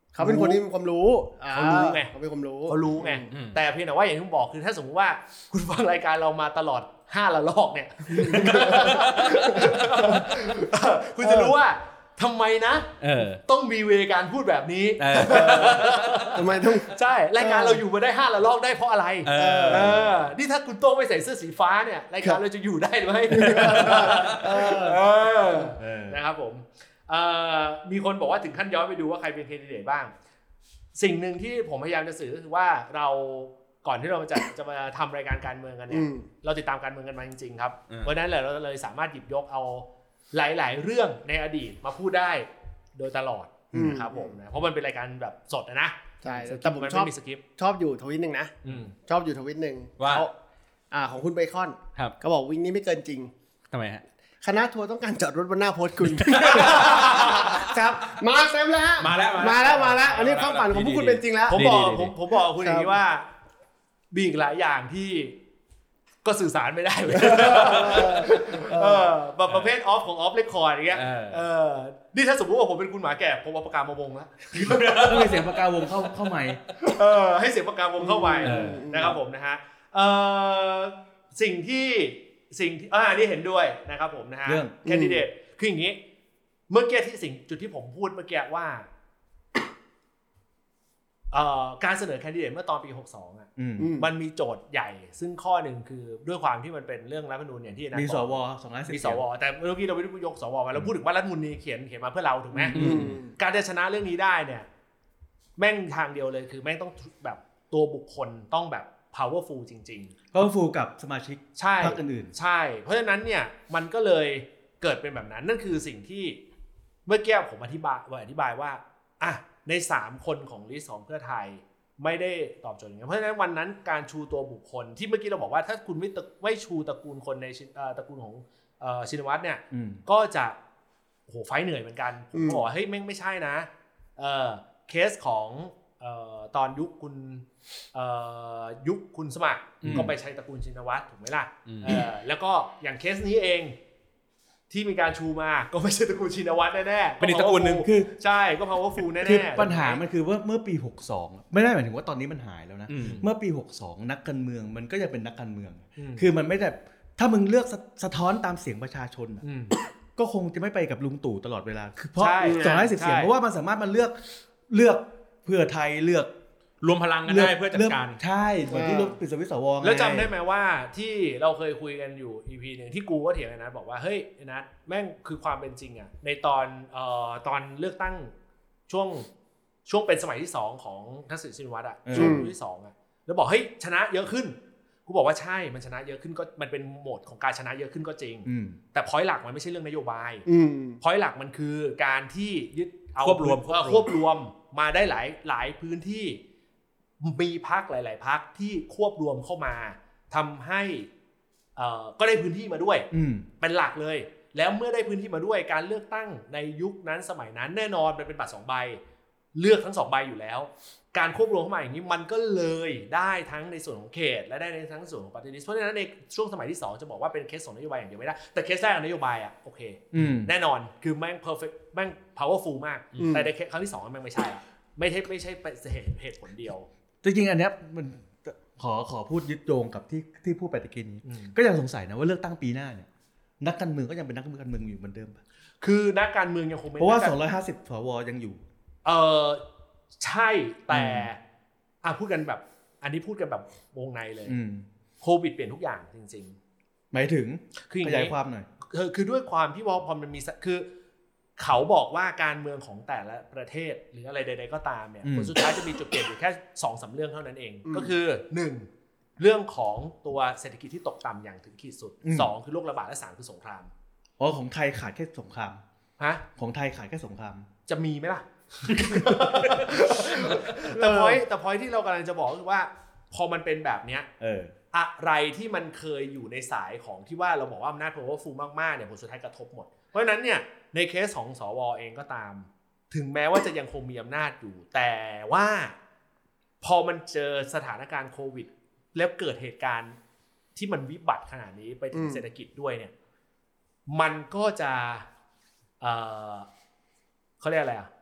เขาเป็นคนที่มีความรู้เขารู้ไงเขาเป็นความรู้เขารู้ไงแต่เพียงแต่ว่าอย่างที่ผมบอกคือถ้าสมมติว่าคุณฟังรายการเรามาตลอดห้าละลอกเนี่ยคุณจะรู้ว่าทำไมนะต้องมีเวการพูดแบบนี้ทำไมต้องใช่รายการเราอยู่มาได้ห้าละลอกได้เพราะอะไรนี่ถ้าคุณโต้งไม่ใส่เสื้อสีฟ้าเนี่ยรายการเราจะอยู่ได้หรือไม่นะครับผมมีคนบอกว่าถึงขั้นย้อนไปดูว่าใครเป็นแคนดิเดตบ้างสิ่งหนึ่งที่ผมพยายามจะสื่อก็คือว่าเราก่อนที่เราจะจะมาทำรายการการเมืองกันเนี่ยเราติดตามการเมืองกันมาจริงๆครับเพราะนั้นแหละเราเลยสามารถหยิบยกเอาหลายๆเรื่องในอดีตมาพูดได้โดยตลอดนะครับผมนะเพราะมันเป็นรายการแบบสดนะใช่แต่ผมชอบชอบอยู่ทวิตหนึ่งนะชอบอยู่ทวิตหนึ่งว่าอ่าของคุณเบคอนเขาบอกวิ่งนี้ไม่เกินจริงทำไมฮะคณะทัวร์ต้องการจอดรถบนหน้าโพสต์คุณครับมาเต็มแล้วฮะมาแล้วมาแล้วมาแล้วอันนี้ความฝันของพวกคุณเป็นจริงแล้วผมบอกผมผมบอกคุณอย่างนี้ว่ามีอีกหลายอย่างที่ก็สื่อสารไม่ได้เลยเออแบบประเภทออฟของออฟเรคคอร์ดอย่างเงี้ยเออนี่ถ้าสมมติว่าผมเป็นคุณหมาแก่ผมเอาปากกามาวงแล้วต้องมีเสียงปากกาวงเข้าเข้าใหม่เออให้เสียงปากกาวงเข้าใหม่นะครับผมนะฮะเออสิ่งที่สิ่งที่อ่านี่เห็นด้วยนะครับผมนะฮะแคนดิเดตคืออย่างนี้เมื่อกี้ที่สิ่งจุดที่ผมพูดเมื่อกี้ว่าการเสนอแคนดิเดตเมื่อตอนปีหกสิบสองอ่ะมันมีโจทย์ใหญ่ซึ่งข้อหนึ่งคือด้วยความที่มันเป็นเรื่องรัฐธรรมนูญเนี่ยที่นะมีสวสองร้อยสิบมีสวแต่เมื่อกี้เราไม่ได้ยกสวมาเราพูดถึงว่ารัฐธรรมนูญเขียนเขียนมาเพื่อเราถูกไหมการจะชนะเรื่องนี้ได้เนี่ยแม่งทางเดียวเลยคือแม่งต้องแบบตัวบุคคลต้องแบบ powerful จริงๆ powerful กับสมาชิกพรรคอื่นๆใช่เพราะฉะนั้นเนี่ยมันก็เลยเกิดเป็นแบบนั้นนั่นคือสิ่งที่เมื่อกี้ผมอธิบายว่าอธิบายว่าอ่ะในสามคนของลิสต์ของเพื่อไทยไม่ได้ตอบโจทย์อย่างนั้นเพราะฉะนั้นวันนั้นการชูตัวบุคคลที่เมื่อกี้เราบอกว่าถ้าคุณไม่ไม่ชูตระกูลคนในตระกูลของชินวัตรเนี่ยก็จะโหไฟเหนื่อยเหมือนกันผมบอกเฮ้ยไม่ไม่ใช่นะเคสของตอนยุคคุณยุคคุณสมัครก็ไปใช้ตระกูลชินวัตรถูกไหมล่ะแล้วก็อย่างเคสนี้เองที่มีการชูมาก็ไม่ใช่ตระกูลชินวัตรแน่ๆเป็นอีกตระกูลนึงคือใช่ก็ powerful แน่ๆคือปัญหามันคือว่าเมื่อปีหกสิบสองไม่ได้หมายถึงว่าตอนนี้มันหายแล้วนะเมื่อปีหกสิบสองนักการเมืองมันก็ยังเป็นนักการเมืองคือมันไม่ได้ถ้ามึงเลือกสะท้อนตามเสียงประชาชนก็คงจะไม่ไปกับลุงตู่ตลอดเวลาคือเพราะสองร้อยสิบเสียงเพราะว่ามันสามารถมาเลือกเลือกเพื่อไทยเลือกรวมพลังกันได้เพื่อจัดการใช่เหมือนที่รถปิดสวิตช์สวแล้วจำได้ไหมว่าที่เราเคยคุยกันอยู่ อี พี หนึ่งที่กูก็เถียงกันนะบอกว่าเฮ้ยนัทแม่งคือความเป็นจริงอ่ะในตอนเอ่อตอนเลือกตั้งช่วงช่วงเป็นสมัยที่สองของทักษิณชินวัตรอ่ะช่วงที่สองอ่ะแล้วบอกเฮ้ยชนะเยอะขึ้นกูบอกว่าใช่มันชนะเยอะขึ้นก็มันเป็นโหมดของการชนะเยอะขึ้นก็จริงแต่พอยต์หลักมันไม่ใช่เรื่องนโยบายพอยต์หลักมันคือการที่ยึดเอาควบรวมควบรวมมาได้หลายหลายพื้นที่มีพรรคหลายๆพรรคที่ควบรวมเข้ามาทำให้ก็ได้พื้นที่มาด้วยเป็นหลักเลยแล้วเมื่อได้พื้นที่มาด้วยการเลือกตั้งในยุคนั้นสมัยนั้นแน่นอนมันเป็นบัตรสองใบเลือกทั้งสองใบอยู่แล้วการควบรวมเข้ามาอย่างนี้มันก็เลยได้ทั้งในส่วนของเขตและได้ในทั้งส่วนของปาร์ตี้ลิสต์เพราะฉะนั้นในช่วงสมัยที่สองจะบอกว่าเป็นเคสของนโยบายอย่างเดียวไม่ได้แต่เคสแรกนโยบายอ่ะโอเคแน่นอนคือแม่ง perfect แม่ง powerful มากแต่ในเคสครั้งที่สองแม่งไม่ใช่ไม่ใช่ไม่ใช่เหตุผลเดียวจริงๆอันเนี้ยมันขอขอพูดยึดโยงกับที่ที่พูดไปตะกี้นี้ก็ยังสงสัยนะว่าเลือกตั้งปีหน้าเนี่ยนักการเมืองก็ยังเป็นนักการเมืองอยู่เหมือนเดิมป่ะคือนักการเมืองยังคงเป็นเพราะว่าสองร้อยห้าสิบสวยังอยู่เออใช่แต่อ่ะพูดกันแบบอันนี้พูดกันแบบวงในเลยโควิดเปลี่ยนทุกอย่างจริงๆหมายถึงขยายความหน่อยคือคือด้วยความที่ว่าพอมันมีคือเขาบอกว่าการเมืองของแต่ละประเทศหรืออะไรใดๆก็ตามเนี่ยผลสุดท้ายจะมีจุดเปลี่ยนอยู่แค่ สองสาม เรื่องเท่านั้นเองก็คือหนึ่งเรื่องของตัวเศรษฐกิจที่ตกต่ำอย่างถึงขีดสุดสองคือโรคระบาดและสามคือสงครามอ๋อของไทยขาดแค่สงครามฮะของไทยขาดแค่สงครามจะมีไหมล่ะ แต่พอยแต่พอยที่เรากำลังจะบอกคือว่าพอมันเป็นแบบเนี้ยเอออะไรที่มันเคยอยู่ในสายของที่ว่าเราบอกว่าอำนาจ powerful มากๆเนี่ยผลสุดท้ายกระทบหมดเพราะฉะนั้นเนี่ยในเคสของสวเองก็ตามถึงแม้ว่าจะยังคงมีอำนาจอยู่แต่ว่าพอมันเจอสถานการณ์โควิดแล้วเกิดเหตุการณ์ที่มันวิบัติขนาดนี้ไปถึงเศรษฐกิจด้วยเนี่ยมันก็จะเออเขาเรียกอะไรอ่ะ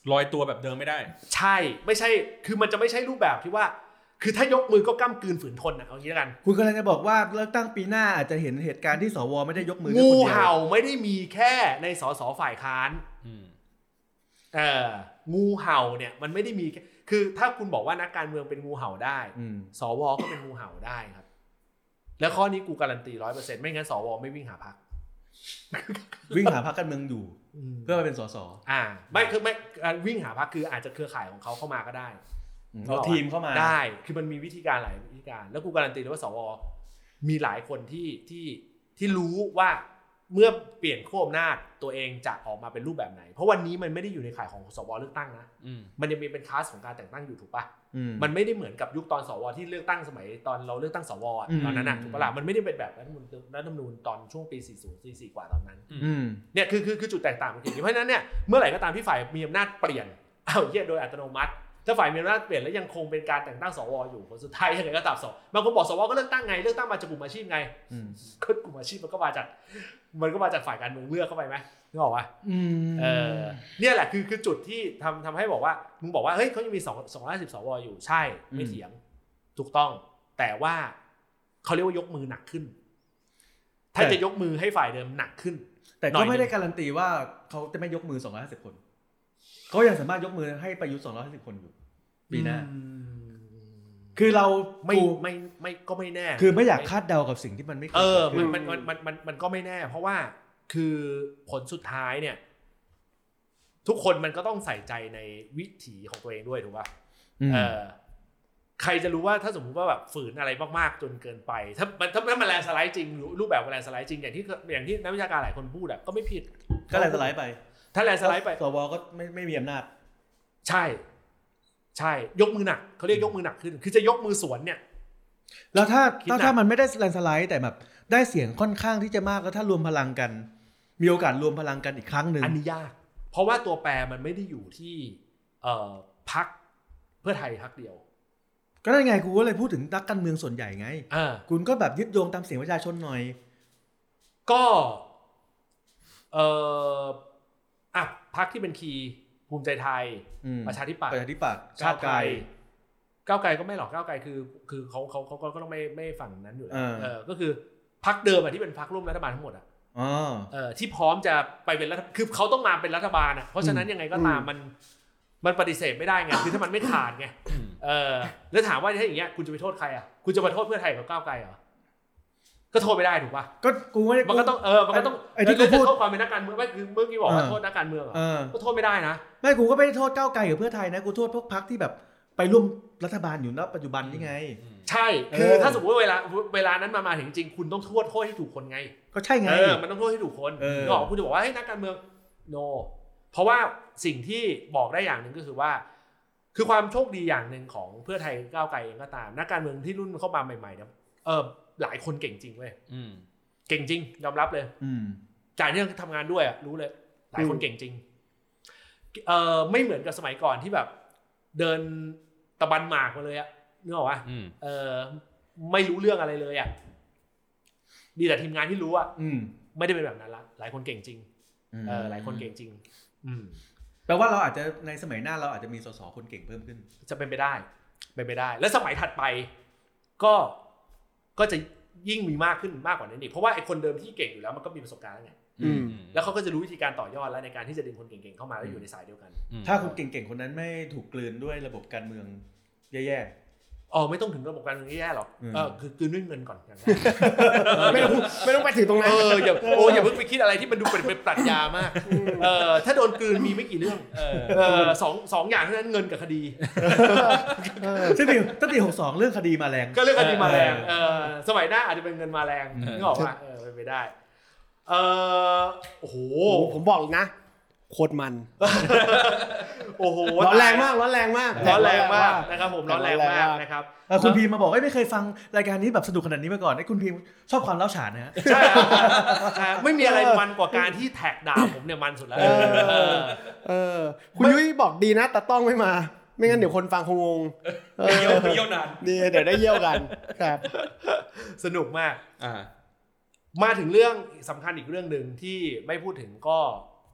ลอยตัวแบบเดิมไม่ได้ใช่ไม่ใช่คือมันจะไม่ใช่รูปแบบที่ว่าคือถ้ายกมือก็ก้ำกืนฝืนทนอ่ะเอางี้แล้วกันคุณกำลังจะบอกว่าเลือกตั้งปีหน้าอาจจะเห็นเหตุการณ์ที่สวไม่ได้ยกมืองูเห่าไม่ได้มีแค่ในสสฝ่ายค้านเอองูเห่าเนี่ยมันไม่ได้มีคือถ้าคุณบอกว่านักการเมืองเป็นงูเห่าได้สวก็เป็นงูเห่าได้ครับแล้วข้อนี้กูการันตี ร้อยเปอร์เซ็นต์ ไม่งั้นสวไม่วิ่งหาพรรควิ่งหาพรรคการเมืองอยู่เพื่อมาเป็นสสอ่าไม่คือไม่วิ่งหาพรรคคืออาจจะเครือข่ายของเขาเข้ามาก็ได้เอาทีมเข้ามาได้คือมันมีวิธีการหลายวิธีการแล้วกูการันตีเลยว่าสวมีหลายคนที่ที่ที่รู้ว่าเมื่อเปลี่ยนขั้วอำนาจตัวเองจะออกมาเป็นรูปแบบไหนเพราะวันนี้มันไม่ได้อยู่ในข่ายของสวเลือกตั้งนะมันยังมีเป็นคลาสของการแต่งตั้งอยู่ถูกปะมันไม่ได้เหมือนกับยุคตอนสวที่เลือกตั้งสมัยตอนเราเลือกตั้งสวตอนนั้นนะถูกปะล่ะมันไม่ได้เป็นแบบรัฐธรรมนูญรัฐธรรมนูญตอนช่วงปีสี่สิบ สี่สิบสี่กว่าตอนนั้นเนี่ยคือคือคือจุดแตกต่างมันคือเพราะฉะนั้นเนี่ยเมื่อไหร่ก็ตามที่ฝ่ายมีอำนาจเปลี่ยนอ้าวเหี้ยโดยอัตโนมัติถ้าฝ่ายมีอำนาจเปลี่ยนแล้วยังคงเป็นการแต่งตั้งสวอยู่ผลสุดท้ายยังไงก็ตามสบางคนบอกสวก็เลือกตั้งไงเลือกตั้งมาจากกลุ่มอาชีพไงก็กลุ่มอาชีพมันก็มาจากมันก็มาจากฝ่ายการเมืองเลือกเข้าไปไหมนึกออกปะเออเนี่ยแหละคือคือจุดที่ทำทำให้บอกว่ามึงบอกว่าเฮ้ยเขายังมีสองสองร้อยห้าสิบสวอยู่ใช่ไม่เถียงถูกต้องแต่ว่าเขาเรียกว่ายกมือหนักขึ้นถ้าจะยกมือให้ฝ่ายเดิมหนักขึ้นแต่ก็ไม่ได้การันตีว่าเขาจะไม่ยกมือสองร้อยห้าสิบคนเขายังสามารถยกมือให้ประยุทธ์สองร้อยห้าสิบคนอยู่ปีหน้าคือเราไม่ไม่ไม่ก็ไม่แน่คือไม่อยากคาดเดากับสิ่งที่มันไม่เออมันมันมันมันมันก็ไม่แน่เพราะว่าคือผลสุดท้ายเนี่ยทุกคนมันก็ต้องใส่ใจในวิถีของตัวเองด้วยถูกป่ะเออใครจะรู้ว่าถ้าสมมุติว่าแบบฝืนอะไรมากๆจนเกินไปถ้ามันถ้ามันแลนด์สไลด์จริงรูปแบบแลนด์สไลด์จริงอย่างที่อย่างที่นักวิชาการหลายคนพูดอ่ะก็ไม่ผิดก็แลนด์สไลด์ไปถ้าแลนด์สไลด์ไปสวก็ไม่ไม่มีอำนาจใช่ใช่ยกมือหนักเขาเรียกยกมือหนักขึ้นคือจะยกมือสวนเนี่ยแล้วถ้าถ้าถ้ามันไม่ได้แลนด์สไลด์แต่แบบได้เสียงค่อนข้างที่จะมากแล้วถ้ารวมพลังกันมีโอกาสรวมพลังกันอีกครั้งนึงอันนี้ยากเพราะว่าตัวแปรมันไม่ได้อยู่ที่เอ่อพรรคเพื่อไทยพรรคเดียวก็ได้ไงกูก็เลยพูดถึงนักการเมืองส่วนใหญ่ไงคุณก็แบบยึดโยงตามเสียงประชาชนหน่อยก็เอ่ออ่ะพรรคที่เป็นคีย์ภูมิใจไทยประชาธิปัตย์ประชาธิปัตย์ก้าวไกลก้าวไกลก็ไม่หรอกก้าวไกลคือคือเขาเขาเขาก็ต้องไม่ไม่ฝั่งนั้นอยู่แล้วเออก็คือพรรคเดิมอ่ะที่เป็นพรรคร่วมรัฐบาลทั้งหมดอ่ะเออที่พร้อมจะไปเป็นรัฐคือเขาต้องมาเป็นรัฐบาลอ่ะเพราะฉะนั้นยังไงก็ตามมันมันปฏิเสธไม่ได้ไงคือถ้ามันไม่ขาดไงเออแล้วถามว่าถ้าอย่างเงี้ยคุณจะไปโทษใครอ่ะคุณจะมาโทษเพื่อไทยกับก้าวไกลเหรอก็โทษไม่ได้ถูกป่ะก็กูไม่มันก็ต้องเออมันก็ต้องไอ้ที่กูพูดโทษความเป็นนักการเมืองไม่คือเมื่อกี้บอกว่าโทษนักการเมืองเหรอก็โทษไม่ได้นะไม่กูก็ไม่ได้โทษก้าวไกลกับเพื่อไทยนะกูโทษพวกพรรคที่แบบไปร่วมรัฐบาลอยู่ณปัจจุบันนี่ไงใช่คือถ้าสมมติว่าเวลาเวลานั้นมามาถึงจริงคุณต้องโทษโทษให้ถูกคนไงก็ใช่ไงเออมันต้องโทษให้ถูกคนก็บอกคุณจะบอกว่าให้นักการเมือง no เพราะว่าสิ่งที่บอกได้อย่างนึงก็คือว่าคือความโชคดีอย่างนึงของเพื่อไทยก้าวไกลเองก็ตามนักการเมืองที่รุ่นเข้ามาใหม่ๆเนี่ยเออหลายคนเก่งจริงเว้ยเก่งจริงยอมรับเลยจากที่ทำงานด้วยอ่ะรู้เลยหลายคนเก่งจริงเออไม่เหมือนกับสมัยก่อนที่แบบเดินตะบันหมากมาเลยอ่ะนึกออกป่ะเออไม่รู้เรื่องอะไรเลยอ่ะมีแต่ทีมงานที่รู้อ่ะไม่ได้เป็นแบบนั้นละหลายคนเก่งจริงเออหลายคนเก่งจริงแปลว่าเราอาจจะในสมัยหน้าเราอาจจะมีสสคนเก่งเพิ่มขึ้นจะเป็นไปได้เป็นไปได้และสมัยถัดไปก็ก็จะยิ่งมีมากขึ้นมากกว่านั้นอีกเพราะว่าไอ้คนเดิมที่เก่งอยู่แล้วมันก็มีประสบการณ์แล้วไงแล้วเขาก็จะรู้วิธีการต่อยอดแล้วในการที่จะดึงคนเก่งๆเข้ามาแล้วอยู่ในสายเดียวกันถ้าคนเก่งๆคนนั้นไม่ถูกกลืนด้วยระบบการเมืองแย่ๆอ๋อไม่ต้องถึงระบบการเมืองแย่ๆหรอกเออคือกลืนด้วยเงินก่อนอย่างนั้นไม่ต้องไม่ต้องไปถึงตรงนั้นเอออย่าโอ้อย่าเพิ่งไปคิดอะไรที่มันดูเป็นเป็นปรัชญามากเออถ้าโดนกลืนมีไม่กี่เรื่องเออสองสองอย่างเท่านั้นเงินกับคดีซึ่งปีตั้งแต่หกสองเรื่องคดีมาแรงก็เรื่องคดีมาแรงเออสมัยหน้าอาจจะเป็นเงินมาแรงนึกออกป่ะเออเป็นไปได้เออโอ้โหผมบอกอีกนะโคตรมันโอ้โหร้อนแรงมากร้อนแรงมากร้อนแรงมากนะครับผมร้อนแรงมากนะครับคุณพีมาบอกไม่เคยฟังรายการนี้แบบสนุกขนาดนี้มาก่อนไอ้คุณพีชอบความเล่าฉานนะฮะใช่ไม่มีอะไรมันกว่าการที่แท็กด่าผมเนี่ยมันสุดแล้วเออคุณยุ้ยบอกดีนะแต่ต้องไม่มาไม่งั้นเดี๋ยวคนฟังคงงงเยี่ยวเยี่ยวนานดีเดี๋ยวได้เยี่ยวกันครับสนุกมากมาถึงเรื่องสำคัญอีกเรื่องนึงที่ไม่พูดถึงก็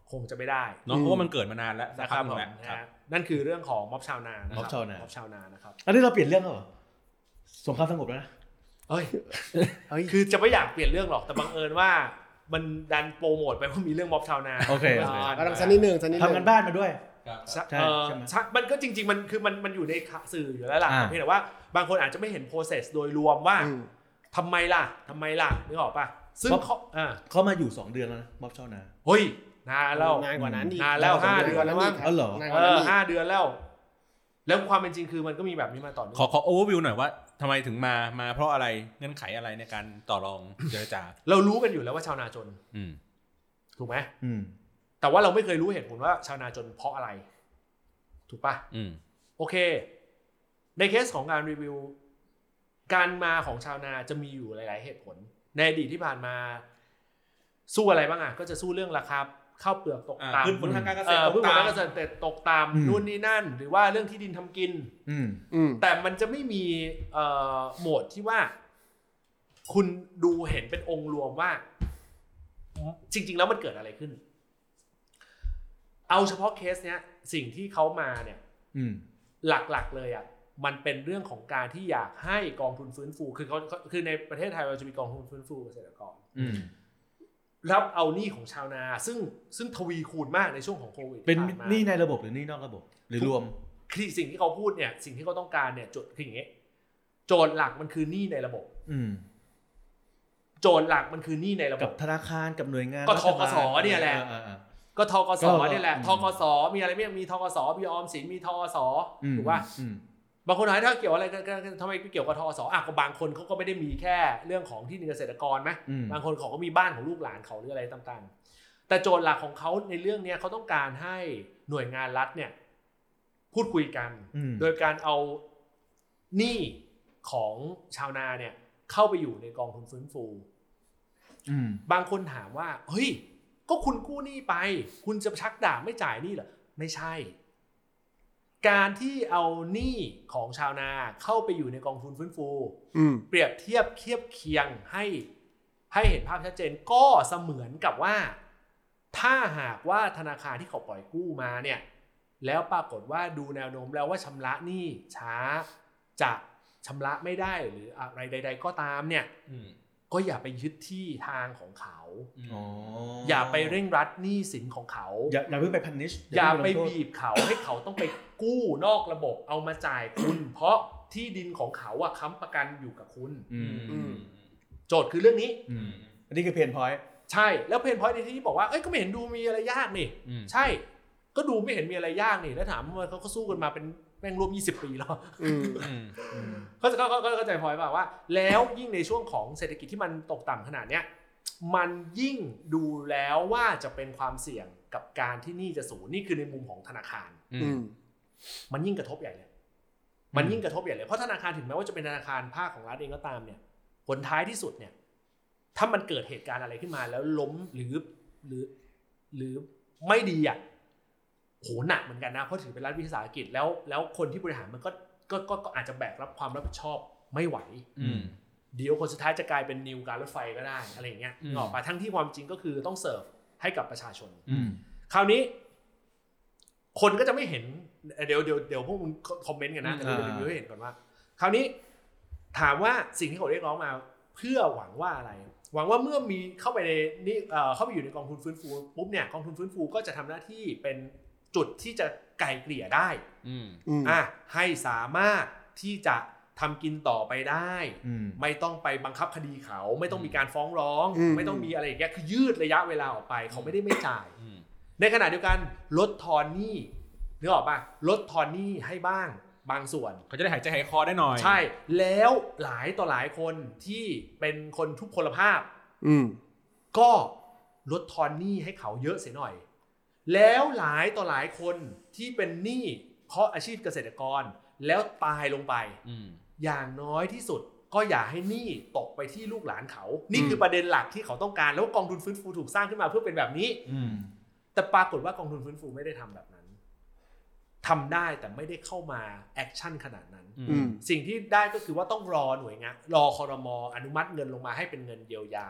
คงจะไม่ได้เนาะเพราะว่ามันเกิดมานานแล้วนะครับผมนั่นคือเรื่องของม็อบชาวนาม็อบชาวนาม็อบชาวนานะครับอันนี้เราเปลี่ยนเรื่องแล้วเหรอสงครามสงบแล้วนะเฮ้ยคือจะไม่อยากเปลี่ยนเรื่องหรอกแต่บังเอิญว่ามันดันโปรโมทไปว่ามีเรื่องม็อบชาวนาโอเคก็ต้องสักนิดนึงสักนิดนึงทำกันบ้านมาด้วยใช่ใช่มันก็จริงๆมันคือมันมันอยู่ในสื่ออยู่แล้วล่ะเพียงแต่ว่าบางคนอาจจะไม่เห็น process โดยรวมว่าทำไมล่ะทำไมล่ะนึกออกป่ะซึ่งเขาเขามาอยู่สองเดือนแล้วนะม็อบชาวนาเฮ้ยนานแล้วนานกว่านั้นอีกนานแล้วห้าเดือนแล้วมั้งอ๋อเหรอเออห้าเดือนแล้วแล้วความเป็นจริงคือมันก็มีแบบนี้มาต่อเนื่องขอขอโอเวอร์วิวหน่อยว่าทำไมถึงมามาเพราะอะไรเงื่อนไขอะไรในการต่อรองเจรจาเรารู้กันอยู่แล้วว่าชาวนาจนถูกไหมแต่ว่าเราไม่เคยรู้เหตุผลว่าชาวนาจนเพราะอะไรถูกป่ะโอเคในเคสของการรีวิวการมาของชาวนาจะมีอยู่หลายๆเหตุผลในอดีตที่ผ่านมาสู้อะไรบ้างอ่ะก็จะสู้เรื่องราคาข้าวเปลือกตกต่ำพืชผลทางการเกษตรพืชผลทางการเกษตรตกต่ำนู่นนี่นั่นหรือว่าเรื่องที่ดินทำกินแต่มันจะไม่มีโหมดที่ว่าคุณดูเห็นเป็นองค์รวมว่าจริงๆแล้วมันเกิดอะไรขึ้นเอาเฉพาะเคสเนี้ยสิ่งที่เขามาเนี่ยหลักๆเลยอ่ะมันเป็นเรื่องของการที่อยากให้กองทุนฟื้นฟูคือเขาคือในประเทศไทยเราจะมีกองทุนฟื้นฟูเกษตรกรรับเอาหนี้ของชาวนาซึ่งซึ่งทวีคูณมากในช่วงของโควิดเป็นหนี้ในระบบหรือหนี้นอกระบบหรือรวมคือสิ่งที่เขาพูดเนี่ยสิ่งที่เขาต้องการเนี่ยโจทย์คืออย่างงี้โจทย์หลักมันคือหนี้ในระบบโจทย์หลักมันคือหนี้ในระบบกับธนาคารกับหน่วยงานก็ธกสเนี่ยแหละก็ธกสเนี่ยแหละธกสมีอะไรไม่มีธกสมีออมสินมีธกสถูกป่ะบางคนถามถ้าเกี่ยวอะไรทำไมเกี่ยวกับธกสอ่ะก็บางคนเขาก็ไม่ได้มีแค่เรื่องของที่ดินเกษตรกรไหมบางคนเขาก็มีบ้านของลูกหลานเขาหรืออะไรต่างๆแต่โจทย์หลักของเขาในเรื่องนี้เขาต้องการให้หน่วยงานรัฐเนี่ยพูดคุยกันโดยการเอาหนี้ของชาวนาเนี่ยเข้าไปอยู่ในกองทุนฟื้นฟูบางคนถามว่าเฮ้ยก็คุณกู้หนี้ไปคุณจะชักดาบไม่จ่ายหนี้เหรอไม่ใช่การที่เอาหนี้ของชาวนาเข้าไปอยู่ในกองทุนฟื้นฟูเปรียบเทียบเทียบเคียงให้ให้เห็นภาพชัดเจนก็เสมือนกับว่าถ้าหากว่าธนาคารที่เขาปล่อยกู้มาเนี่ยแล้วปรากฏว่าดูแนวโน้มแล้วว่าชำระหนี้ช้าจะชำระไม่ได้หรืออะไรใดๆก็ตามเนี่ยก็อย่าไปยึดที่ทางของเขาอย่าไปเร่งรัดหนี้สินของเขาอย่าอย่าเพิ่งไปพันนิชอย่าไปบีบเขาให้เขาต้องไปกู้นอกระบบเอามาจ่ายคุณเพราะที่ดินของเขาอะค้ำประกันอยู่กับคุณโจทย์คือเรื่องนี้อันนี้คือเพนพอยต์ใช่แล้วเพนพอยต์ในที่บอกว่าเอ้ยก็ไม่เห็นดูมีอะไรยากนี่ใช่ก็ดูไม่เห็นมีอะไรยากนี่แล้วถามว่าเขาก็สู้กันมาเป็นแม่งรวมยี่สิบปีแล้วเขาจะเขาเข้าใจพอยต์ป่ะว่าแล้วยิ่งในช่วงของเศรษฐกิจที่มันตกต่ำขนาดเนี้ยมันยิ่งดูแล้วว่าจะเป็นความเสี่ยงกับการที่หนี้จะสูงนี่คือในมุมของธนาคารมันยิ่งกระทบใหญ่เลยมันยิ่งกระทบใหญ่เลยเพราะธนาคารถึงแม้ว่าจะเป็นธนาคารภาคของรัฐเองก็ตามเนี่ยผลท้ายที่สุดเนี่ยถ้ามันเกิดเหตุการณ์อะไรขึ้นมาแล้วล้มหรือหรือหรือไม่ดีอ่ะโหหนักเหมือนกันนะเพราะถือเป็นรัฐวิสาหกิจแล้วแล้วคนที่บริหารมันก็ก็ก็อาจจะแบกรับความรับผิดชอบไม่ไหวเดี๋ยวคนสุดท้ายจะกลายเป็นนิวการรถไฟก็ได้อะไรอย่างเงี้ยออกมาทั้งที่ความจริงก็คือต้องเสิร์ฟให้กับประชาชนคราวนี้คนก็จะไม่เห็นเดี๋ยวเดี๋ยวเดี๋ยวพวกมึงคอมเมนต์กันนะแต่เราจะรีวิวให้เห็นก่อนว่าคราวนี้ถามว่าสิ่งที่เขาเรียกร้องมาเพื่อหวังว่าอะไรหวังว่าเมื่อมีเข้าไปในนี่เข้าไปอยู่ในกองทุนฟื้นฟูปุ๊บเนี่ยกองทุนฟื้นฟูก็จะทำหน้าที่เป็นจุดที่จะไกล่เกลี่ยได้อ่ะให้สามารถที่จะทำกินต่อไปได้ไม่ต้องไปบังคับคดีเขาไม่ต้องมีการฟ้องร้องไม่ต้องมีอะไรอย่างเงี้ยคือยืดระยะเวลาออกไปเขาไม่ได้ไม่จ่ายในขณะเดียวกันลดทอนหนี้นึกออกป่ะลดทอนหนี้ให้บ้างบางส่วนเขาจะได้หายใจหายคอได้หน่อยใช่แล้วหลายต่อหลายคนที่เป็นคนทุพพลภาพก็ลดทอนหนี้ให้เขาเยอะเสียหน่อยแล้วหลายต่อหลายคนที่เป็นหนี้เพราะอาชีพเกษตรกรแล้วตายลงไปอย่างน้อยที่สุดก็อย่าให้หนี้ตกไปที่ลูกหลานเขานี่คือประเด็นหลักที่เขาต้องการแล้วกองทุนฟื้นฟูถูกสร้างขึ้นมาเพื่อเป็นแบบนี้แต่ปรากฏว่ากองทุนฟื้นฟูไม่ได้ทำแบบนั้นทำได้แต่ไม่ได้เข้ามาแอคชั่นขนาดนั้นสิ่งที่ได้ก็คือว่าต้องรอหน่วยงานรอครม.อนุมัติเงินลงมาให้เป็นเงินเยียวยา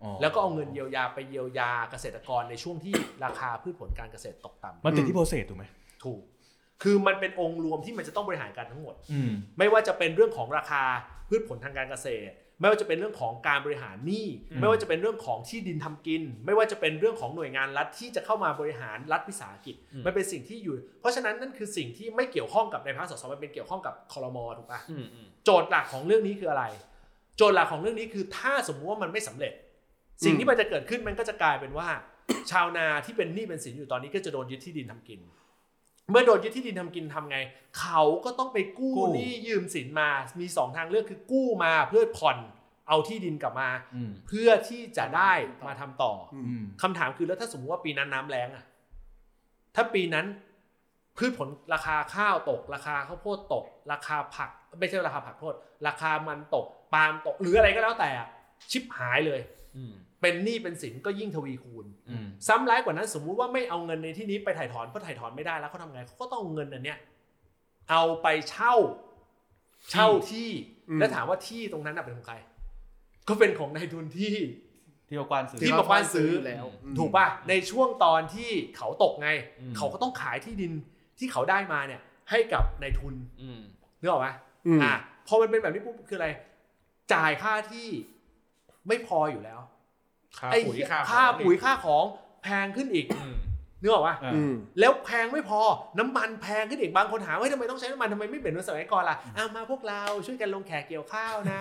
แล้วก็เอาเงินเยียวยาไปเยียวยาเกษตรกรในช่วงที่ราคาพืชผลการเกษตรตกต่ำมันติดที่โปรเซสถูกไหมถูกคือมันเป็นองค์รวมที่มันจะต้องบริหารกันทั้งหมดไม่ว่าจะเป็นเรื่องของราคาพืชผลทางการเกษตรไม่ว่าจะเป็นเรื่องของการบริหารหนี้ไม่ว่าจะเป็นเรื่องของที่ดินทำกินไม่ว่าจะเป็นเรื่องของหน่วยงานรัฐที่จะเข้ามาบริหารรัฐวิสาหกิจมันเป็นสิ่งที่อยู่เพราะฉะนั้นนั่นคือสิ่งที่ไม่เกี่ยวข้องกับในภาคสสมันเป็นเกี่ยวข้องกับครม.ถูกป่ะโจทย์หลักของเรื่องนี้คืออะไรโจทย์หลักของเรื่องนี้คือถ้าสมมติว่ามันไม่สำเร็จสิ่งที่มันจะเกิดขึ้นมันก็จะกลายเป็นว่าชาวนาที่เป็นหนี้เป็นสินอยู่ตอนนี้ก็จะโดนยึดที่ดินทำกินเมื่อโดนยึดที่ดินทำกินทำไงเขาก็ต้องไปกู้หนี้ยืมสินมามีสองทางเลือกคือกู้มาเพื่อผ่อนเอาที่ดินกลับมาเพื่อที่จะได้มาทำต่อคำถามคือแล้วถ้าสมมติว่าปีนั้นน้ำแล้งอะถ้าปีนั้นพืชผลราคาข้าวตกราคาข้าวโพดตกราคาผักไม่ใช่ราคาผักโทษราคามันตกปาล์มตกหรืออะไรก็แล้วแต่ชิบหายเลยเป็นหนี้เป็นสินก็ยิ่งทวีคูณซ้ำร้ายกว่านั้นสมมุติว่าไม่เอาเงินในที่นี้ไปถ่ายถอนเพราะถ่ายถอนไม่ได้แล้วเขาทำไงเขาก็ต้องเอาเงินอันเนี้ยเอาไปเช่าเช่าที่แล้วถามว่าที่ตรงนั้นเป็นของใครก็เป็นของนายทุนที่ที่มากว้านซื้อที่มากว้านซื้อแล้วถูกป่ะในช่วงตอนที่เขาตกไงเขาก็ต้องขายที่ดินที่เขาได้มาเนี่ยให้กับนายทุนนึกออกไหมอ่าพอมันเป็นแบบนี้ปุ๊บคืออะไรจ่ายค่าที่ไม่พออยู่แล้วไอ้ค่าปุ๋ยค่าของแพงขึ้นอีกนึกออกป่ะแล้วแพงไม่พอน้ำมันแพงขึ้นอีกบางคนถามว่าทำไมต้องใช้น้ำมันทำไมไม่เป็นเหมือนสมัยก่อนล่ะอ้าวมาพวกเราช่วยกันลงแขกเกี่ยวข้าวนะ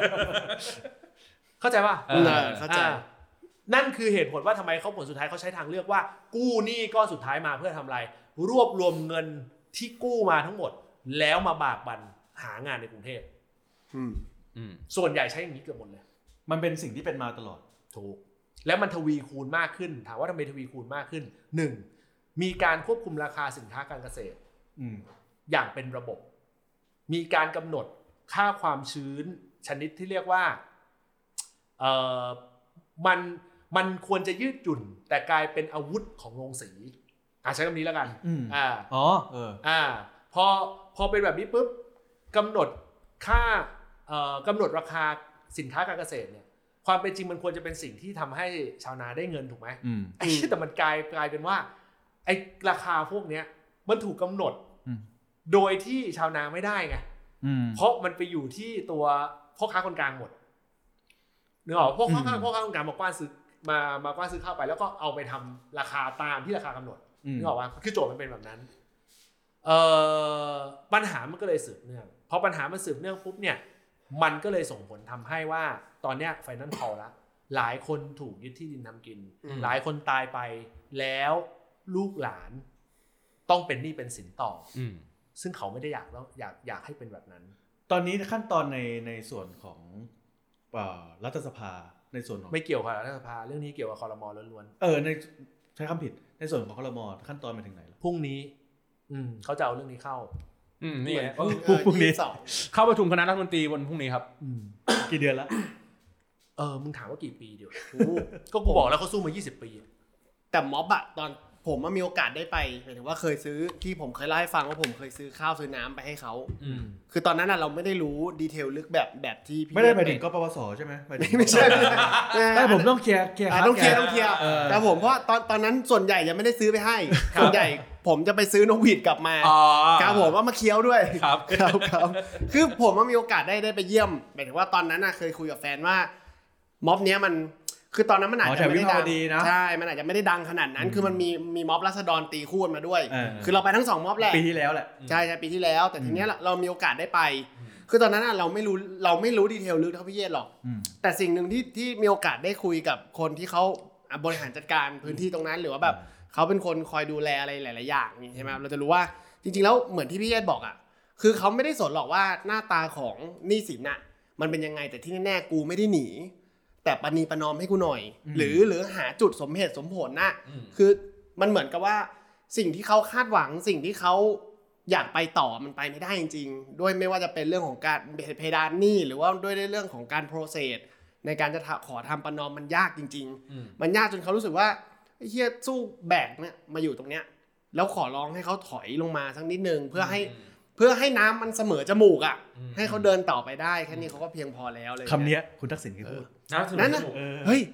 เข้าใจป่ะเข้าใจนั่นคือเหตุผลว่าทำไมเขาผลสุดท้ายเขาใช้ทางเลือกว่ากู้หนี้ก้อนสุดท้ายมาเพื่อทำอะไรรวบรวมเงินที่กู้มาทั้งหมดแล้วมาบากบั่นหางานในกรุงเทพส่วนใหญ่ใช้อย่างนี้เกือบหมดเลยมันเป็นสิ่งที่เป็นมาตลอดถูกแล้วมันทวีคูณมากขึ้นถามว่าทำไมทวีคูณมากขึ้นหนึ่งมีการควบคุมราคาสินค้าการเกษตรอย่างเป็นระบบมีการกำหนดค่าความชื้นชนิดที่เรียกว่าเอ่อมันมันควรจะยืดหยุ่นแต่กลายเป็นอาวุธของโรงสีอ่ะใช้คำนี้แล้วกันอ่าอ๋อเอออ่าพอพอเป็นแบบนี้ปุ๊บกำหนดค่าเอ่อกำหนดราคาสินค้าการเกษตรเนี่ยความเป็นจริงมันควรจะเป็นสิ่งที่ทำให้ชาวนาได้เงินถูกไหมไอ้แต่มันกลายกลายเป็นว่าไอ้ราคาพวกเนี้ยมันถูกกำหนดโดยที่ชาวนาไม่ได้ไงเพราะมันไปอยู่ที่ตัวพ่อค้าคนกลางหมดเนอะพ่อค้าพ่อค้าคนกลางมากว้านซื้อมามากว้านซื้อข้าวไปแล้วก็เอาไปทำราคาตามที่ราคากำหนดนึกออกว่าคือโจทย์มันเป็นแบบนั้นเอ่อปัญหามันก็เลยสืบเนื่องพอปัญหามันสืบเนื่องปุ๊บเนี่ยมันก็เลยส่งผลทำให้ว่าตอนเนี้ยไฟแนนซ์คอลละหลายคนถูกยึดที่ดินทำกินหลายคนตายไปแล้วลูกหลานต้องเป็นหนี้เป็นสินต่อซึ่งเขาไม่ได้อยากแล้วอยากอยากให้เป็นแบบนั้นตอนนี้ขั้นตอนในในส่วนของรัฐสภาในส่วนของไม่เกี่ยวกับรัฐสภาเรื่องนี้เกี่ยวกับครม.ล้วนๆเออในใช้คำผิดในส่วนของครม.ขั้นตอนไปถึงไหนแล้วพรุ่งนี้อืมเขาจะเอาเรื่องนี้เข้าอืมนี่ไงพรุ่งนี้เข้าประชุมคณะรัฐมนตรีวันพรุ่งนี้ครับกี่เดือนแล้วเออมึงถามว่ากี่ปีเดียวก็กูบอกแล้วเขาสู้มายี่สิบปีแต่ม็อบอะตอนผมมีโอกาสได้ไปหมายถึงว่าเคยซื้อที่ผมเคยเล่าให้ฟังว่าผมเคยซื้อข้าวซื้อน้ำไปให้เขาคือตอนนั้นเราไม่ได้รู้ดีเทลลึกแบบแบบที่ไม่ได้ไปถึงกปปสใช่ไหมไม่ใช่ไม่ผมต้องเคลียร์เคลียร์ต้องเคลียร์ต้องเคลียร์แต่ผมเพราะตอนตอนนั้นส่วนใหญ่ยังไม่ได้ซื้อไปให้ส่วนใหญ่ผมจะไปซื้อนกหวีดกลับมาครับผมว่ามาเคี้ยวด้วยครับครับครับคือผมว่ามีโอกาสได้ได้ไปเยี่ยมหมายถึงว่าตอนนั้นเคยคุยกับแฟนว่าม็อบเนี้ยมันคือตอนนั้นมันอาจจะไม่ได้ดังใช่มันอาจจะไม่ได้ดังขนาดนั้นคือมันมีมีม็อบราษฎรตีคู่มาด้วยคือเราไปทั้งสองม็อบแหละปีที่แล้วแหละใช่ใช่ปีที่แล้วแต่ทีเนี้ยเรามีโอกาสได้ไปคือตอนนั้นเราไม่รู้เราไม่รู้ดีเทลลึกเท่าพี่เยศหรอกแต่สิ่งหนึ่งที่ที่มีโอกาสได้คุยกับคนที่เขาบริหารจัดการพื้นที่ตรงนั้นหรือว่าแบบเขาเป็นคนคอยดูแลอะไรหลายๆอย่างนี่ใช่ไหมเราจะรู้ว่าจริงๆแล้วเหมือนที่พี่เยศบอกอ่ะคือเขาไม่ได้สนหรอกว่าหน้าตาของหนี้สินอ่ะมันเป็นยังไงแต่ที่แน่ๆกูไม่ได้หนีแต่ปณีประนอมให้กูหน่อยหรือหรือหาจุดสมเหตุสมผลนะคือมันเหมือนกับว่าสิ่งที่เขาคาดหวังสิ่งที่เขาอยากไปต่อมันไปไม่ได้จริงๆด้วยไม่ว่าจะเป็นเรื่องของการเพดานหนี้หรือว่าด้วยเรื่องของการโปรเซสในการจะขอทำประนอมมันยากจริงๆมันยากจนเขารู้สึกว่าไอ้เหี้ยสู้แบกเนี่ยมาอยู่ตรงเนี้ยแล้วขอร้องให้เขาถอยลงมาสักนิดนึงเพื่อให้เพื่อให้น้ำมันเสมอจมูกอ่ะให้เขาเดินต่อไปได้แค่นี้เขาก็เพียงพอแล้วเลยคำนี้คุณทักษิณเคยพูดนั่นนะเฮ้ย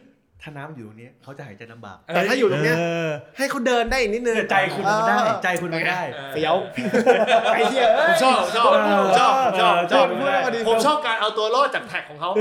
ถ้าน้ำอยู่ตรงนี้เขาจะหายใจลำบากแต่ถ้าอยู่ตรงเนี้ยให้เขาเดินได้อีกนิดนึงใจคุณมันได้ใจคุณมันได้เฟี้ยวไอ้เหี้ยผมชอบชอบชอบชอบชอบผมชอบการเอาตัวรอดจากแท็กของเขา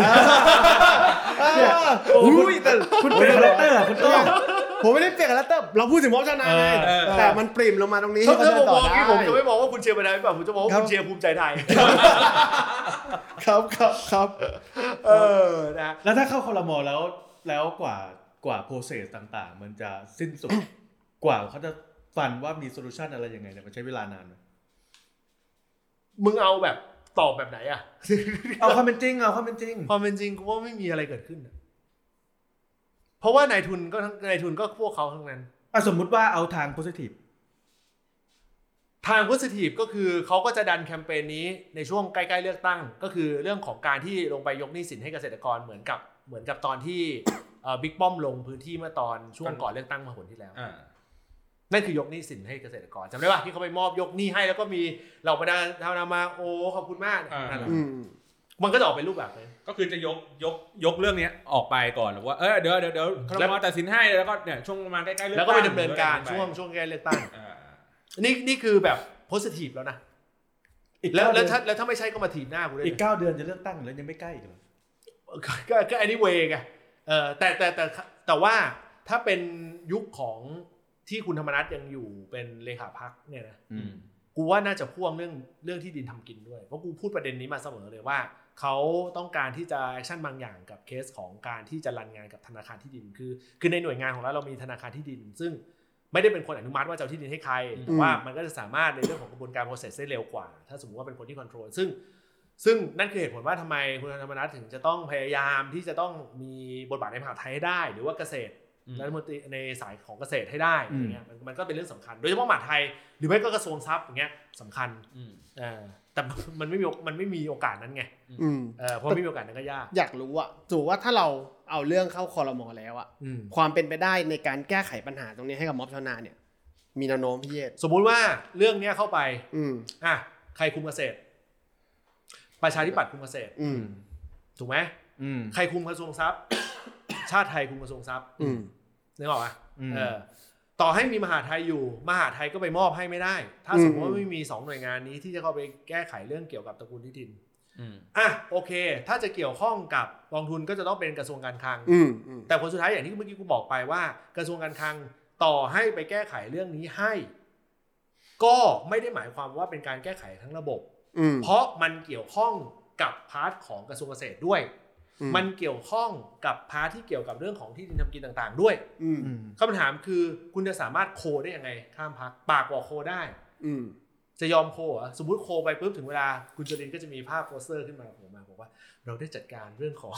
อุ้ยแต่คุณเป็นคาแรคเตอร์คุณต้องผมไม่ได้เปลี่ยนคาแรคเตอร์เราพูดถึงม็อบชนะไงแต่มันปริ่มลงมาตรงนี้ถ้าผมมองที่ผมจะไม่มองว่าคุณเชียร์ไปได้แบบผมจะมองว่าคุณเชียร์ภูมิใจไทยครับครับครับเออนะแล้วถ้าเข้าครม.แล้วแล้วกว่ากว่า process ต่างๆมันจะสิ้นสุดกว่าเขาจะฟันว่ามีโซลูชันอะไรยังไงเนี่ยมันใช้เวลานานไหมมึงเอาแบบตอบแบบไหนอ่ะเอาความเป็นจริงเอาความเป็นจริงความเป็นจริงกูว่าไม่มีอะไรเกิดขึ้นเพราะว่านายทุนก็ทั้งนายทุนก็พวกเขาทั้งนั้นอ่ะสมมุติว่าเอาทาง positive ทาง positive ก็คือเขาก็จะดันแคมเปญนี้ในช่วงใกล้ๆเลือกตั้งก็คือเรื่องของการที่ลงไปยกหนี้สินให้เกษตรกรเหมือนกับเหมือนกับตอนที่บิ๊กป้อมลงพื้นที่เมื่อตอนช่วงก่อนเลือกตั้งมาหนที่แล้วนั่นคือยกหนี้สินให้เกษตรกรจำได้ป่ะที่เขาไปมอบยกหนี้ให้แล้วก็มีเหล่าบรรดาชาวนามาโอ้ขอบคุณมากนั่นแหละมันก็จะออกเป็นรูปแบบนี้ก็คือจะยกยกยกเรื่องนี้ออกไปก่อนหรือว่าเออเดี๋ยวเดี๋ยวเดี๋ยวครม.ตัดสินให้แล้วก็เนี่ยช่วงประมาณใกล้ๆเลือกตั้งแล้วก็ไปดำเนินการช่วงช่วงใกล้เลือกตั้งนี่นี่คือแบบ positive แล้วนะแล้วแล้วถ้าแล้วถ้าไม่ใช่ก็มาถีบหน้ากูได้อีกเก้าเดือนจะเลือกตั้งแล้วยังไม่ใกล้อีกเหรอก็ก็ anyway ไงเออแต่แต่แต่แต่ว่าถ้าเป็นยุคของที่คุณธรรมนัสยังอยู่เป็นเลขาพรรคเนี่ยนะกูว่าน่าจะพ่วงเรื่องเรื่องที่ดินทำกินด้วยเพราะกูพูดประเด็นนี้มาเสมอเลยว่าเขาต้องการที่จะแอคชั่นบางอย่างกับเคสของการที่จะรันงานกับธนาคารที่ดินคือคือในหน่วยงานของเราเรามีธนาคารที่ดินซึ่งไม่ได้เป็นคนอนุมัติว่าจะเอาที่ดินให้ใครแต่ว่ามันก็จะสามารถในเรื่องของกระบวนการ process ได้เร็วกว่าถ้าสมมุติว่าเป็นคนที่ control ซึ่งซึ่งนั่นคือเหตุผลว่าทำไมคุณธรรมนัสถึงจะต้องพยายามที่จะต้องมีบทบาทในมหาไทยให้ได้หรือว่าเกษตรรัฐมนตรีในสายของเกษตรให้ได้อย่างเงี้ยมันก็เป็นเรื่องสำคัญโดยเฉพาะมหาไทยหรือไม่ก็กระทรวงทรัพย์อย่างเงี้ยสำคัญแต่มันไม่มีมันไม่มีโอกาสนั้นไงเพราะไม่มีโอกาสนั้นก็ยากอยากรู้อะถือว่าถ้าเราเอาเรื่องเข้าครม.แล้วอะความเป็นไปได้ในการแก้ไขปัญหาตรงนี้ให้กับม็อบชาวนาเนี่ยมีแนวโน้มพี่เยศสมมุติว่าเรื่องนี้เข้าไปอ่ะใครคุมเกษตรประชาธิปัตย์คุมเกษตรถูกไหมใครคุมกระทรวงทรัพย์ ชาติไทยคุมกระทรวงทรัพย์นึกออกป่ะเออต่อให้มีมหาไทยอยู่มหาไทยก็ไปมอบให้ไม่ได้ถ้าสมมติว่าไม่มีสองหน่วยงานนี้ที่จะเข้าไปแก้ไขเรื่องเกี่ยวกับตระกูลที่ดินอ่ะโอเคถ้าจะเกี่ยวข้องกับกองทุนก็จะต้องเป็นกระทรวงการคลังแต่ผลสุดท้ายอย่างที่เมื่อกี้กูบอกไปว่ากระทรวงการคลังต่อให้ไปแก้ไขเรื่องนี้ให้ก็ไม่ได้หมายความว่าเป็นการแก้ไขทั้งระบบเพราะมันเกี่ยวข้องกับพาร์ทของกระทรวงเกษตรด้วยมันเกี่ยวข้องกับพาร์ทที่เกี่ยวกับเรื่องของที่ดินทำกินต่างๆด้วยคำถามคือคุณจะสามารถโคได้ยังไงข้ามพรรคปากบอกโคได้จะยอมโคเหรอสมมุติโคไปปุ๊บถึงเวลาคุณจุลินทร์ก็จะมีภาพโปสเตอร์ขึ้นมาผมมาบอกว่าเราได้จัดการเรื่องของ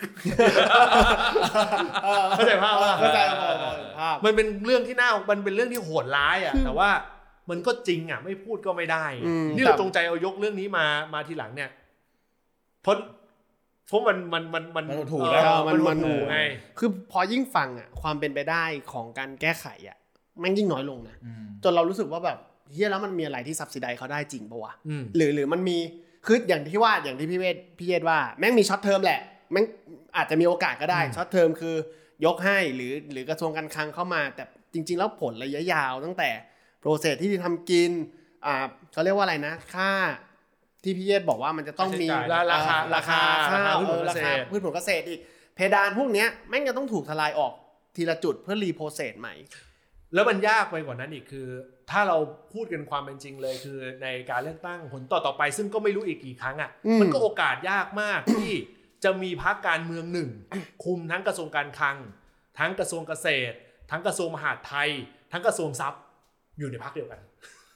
เข้าใจภาพว่าเข้าใจภาพมันเป็นเรื่องที่น่ามันเป็นเรื่องที่โหดร้ายอ่ะแต่ว่ามันก็จริงอ่ะไม่พูดก็ไม่ได้นี่เราจงใจเอายกเรื่องนี้มามาทีหลังเนี่ยเพราะเพราะมันมันมันมันถูกแล้วมันมันถูกไงคือพอยิ่งฟังอ่ะความเป็นไปได้ของการแก้ไขอ่ะแม่งยิ่งน้อยลงนะจนเรารู้สึกว่าแบบเฮียแล้วมันมีอะไรที่ซับซิไดเขาได้จริงปะวะหรือหรือมันมีคืออย่างที่ว่าอย่างที่พี่เวทพี่เยศว่าแม่งมีช็อตเทอมแหละแม่งอาจจะมีโอกาสก็ได้ช็อตเทอมคือยกให้หรือหรือกระทรวงการคลังเข้ามาแต่จริงๆแล้วผลระยะยาวตั้งแต่โปรเซสที่ทำกินอ่าเขาเรียกว่าอะไรนะค่าที่พี่เยศบอกว่ามันจะต้องมีราคาราคาข้าวราคาพืชผลเกษตรอีกเพดานพวกนี้แม่งจะต้องถูกทลายออกทีละจุดเพื่อรีโปรเซสใหม่แล้วมันยากไปกว่านั้นอีกคือถ้าเราพูดกันความเป็นจริงเลยคือในการเลือกตั้งผลต่อต่อไปซึ่งก็ไม่รู้อีกกี่ครั้งอ่ะมันก็โอกาสยากมากที่จะมีพรรคการเมืองหนึ่งคุมทั้งกระทรวงการคลังทั้งกระทรวงเกษตรทั้งกระทรวงมหาดไทยทั้งกระทรวงทรัพย์อยู่ในพรรคเดียวกัน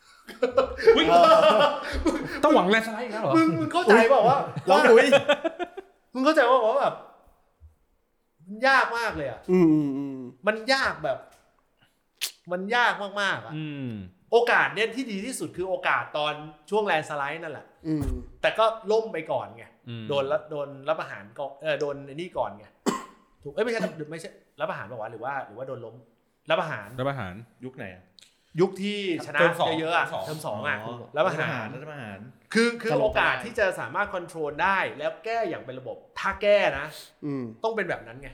ต้องหวังแลนด์สไลด์อีกแล้วเหรอมึงเข้าใจเปล่าว่าเราดุยมึงเข้าใจว่าแบบยากมากเลยอ่ะมันยากแบบมันยากมากๆอ่ะโอกาสเนี่ยที่ดีที่สุดคือโอกาสตอนช่วงแลนด์สไลด์นั่นแหละแต่ก็ล่มไปก่อนไงโดนโดนรับประหารก็เออโดนไอ้นี่ก่อนไงถูกเอ้ยไม่ใช่ไม่ใช่รับประหารป่าววะหรือว่าหรือว่าโดนล้มรับประหารรับประหารยุคไหนยุคที่ชนะเยอะๆอ่ะเทอมสองอ่ะรับประหารรับประหารคือคือโอกาสที่จะสามารถคอนโทรลได้แล้วแก้อย่างเป็นระบบถ้าแก้นะต้องเป็นแบบนั้นไง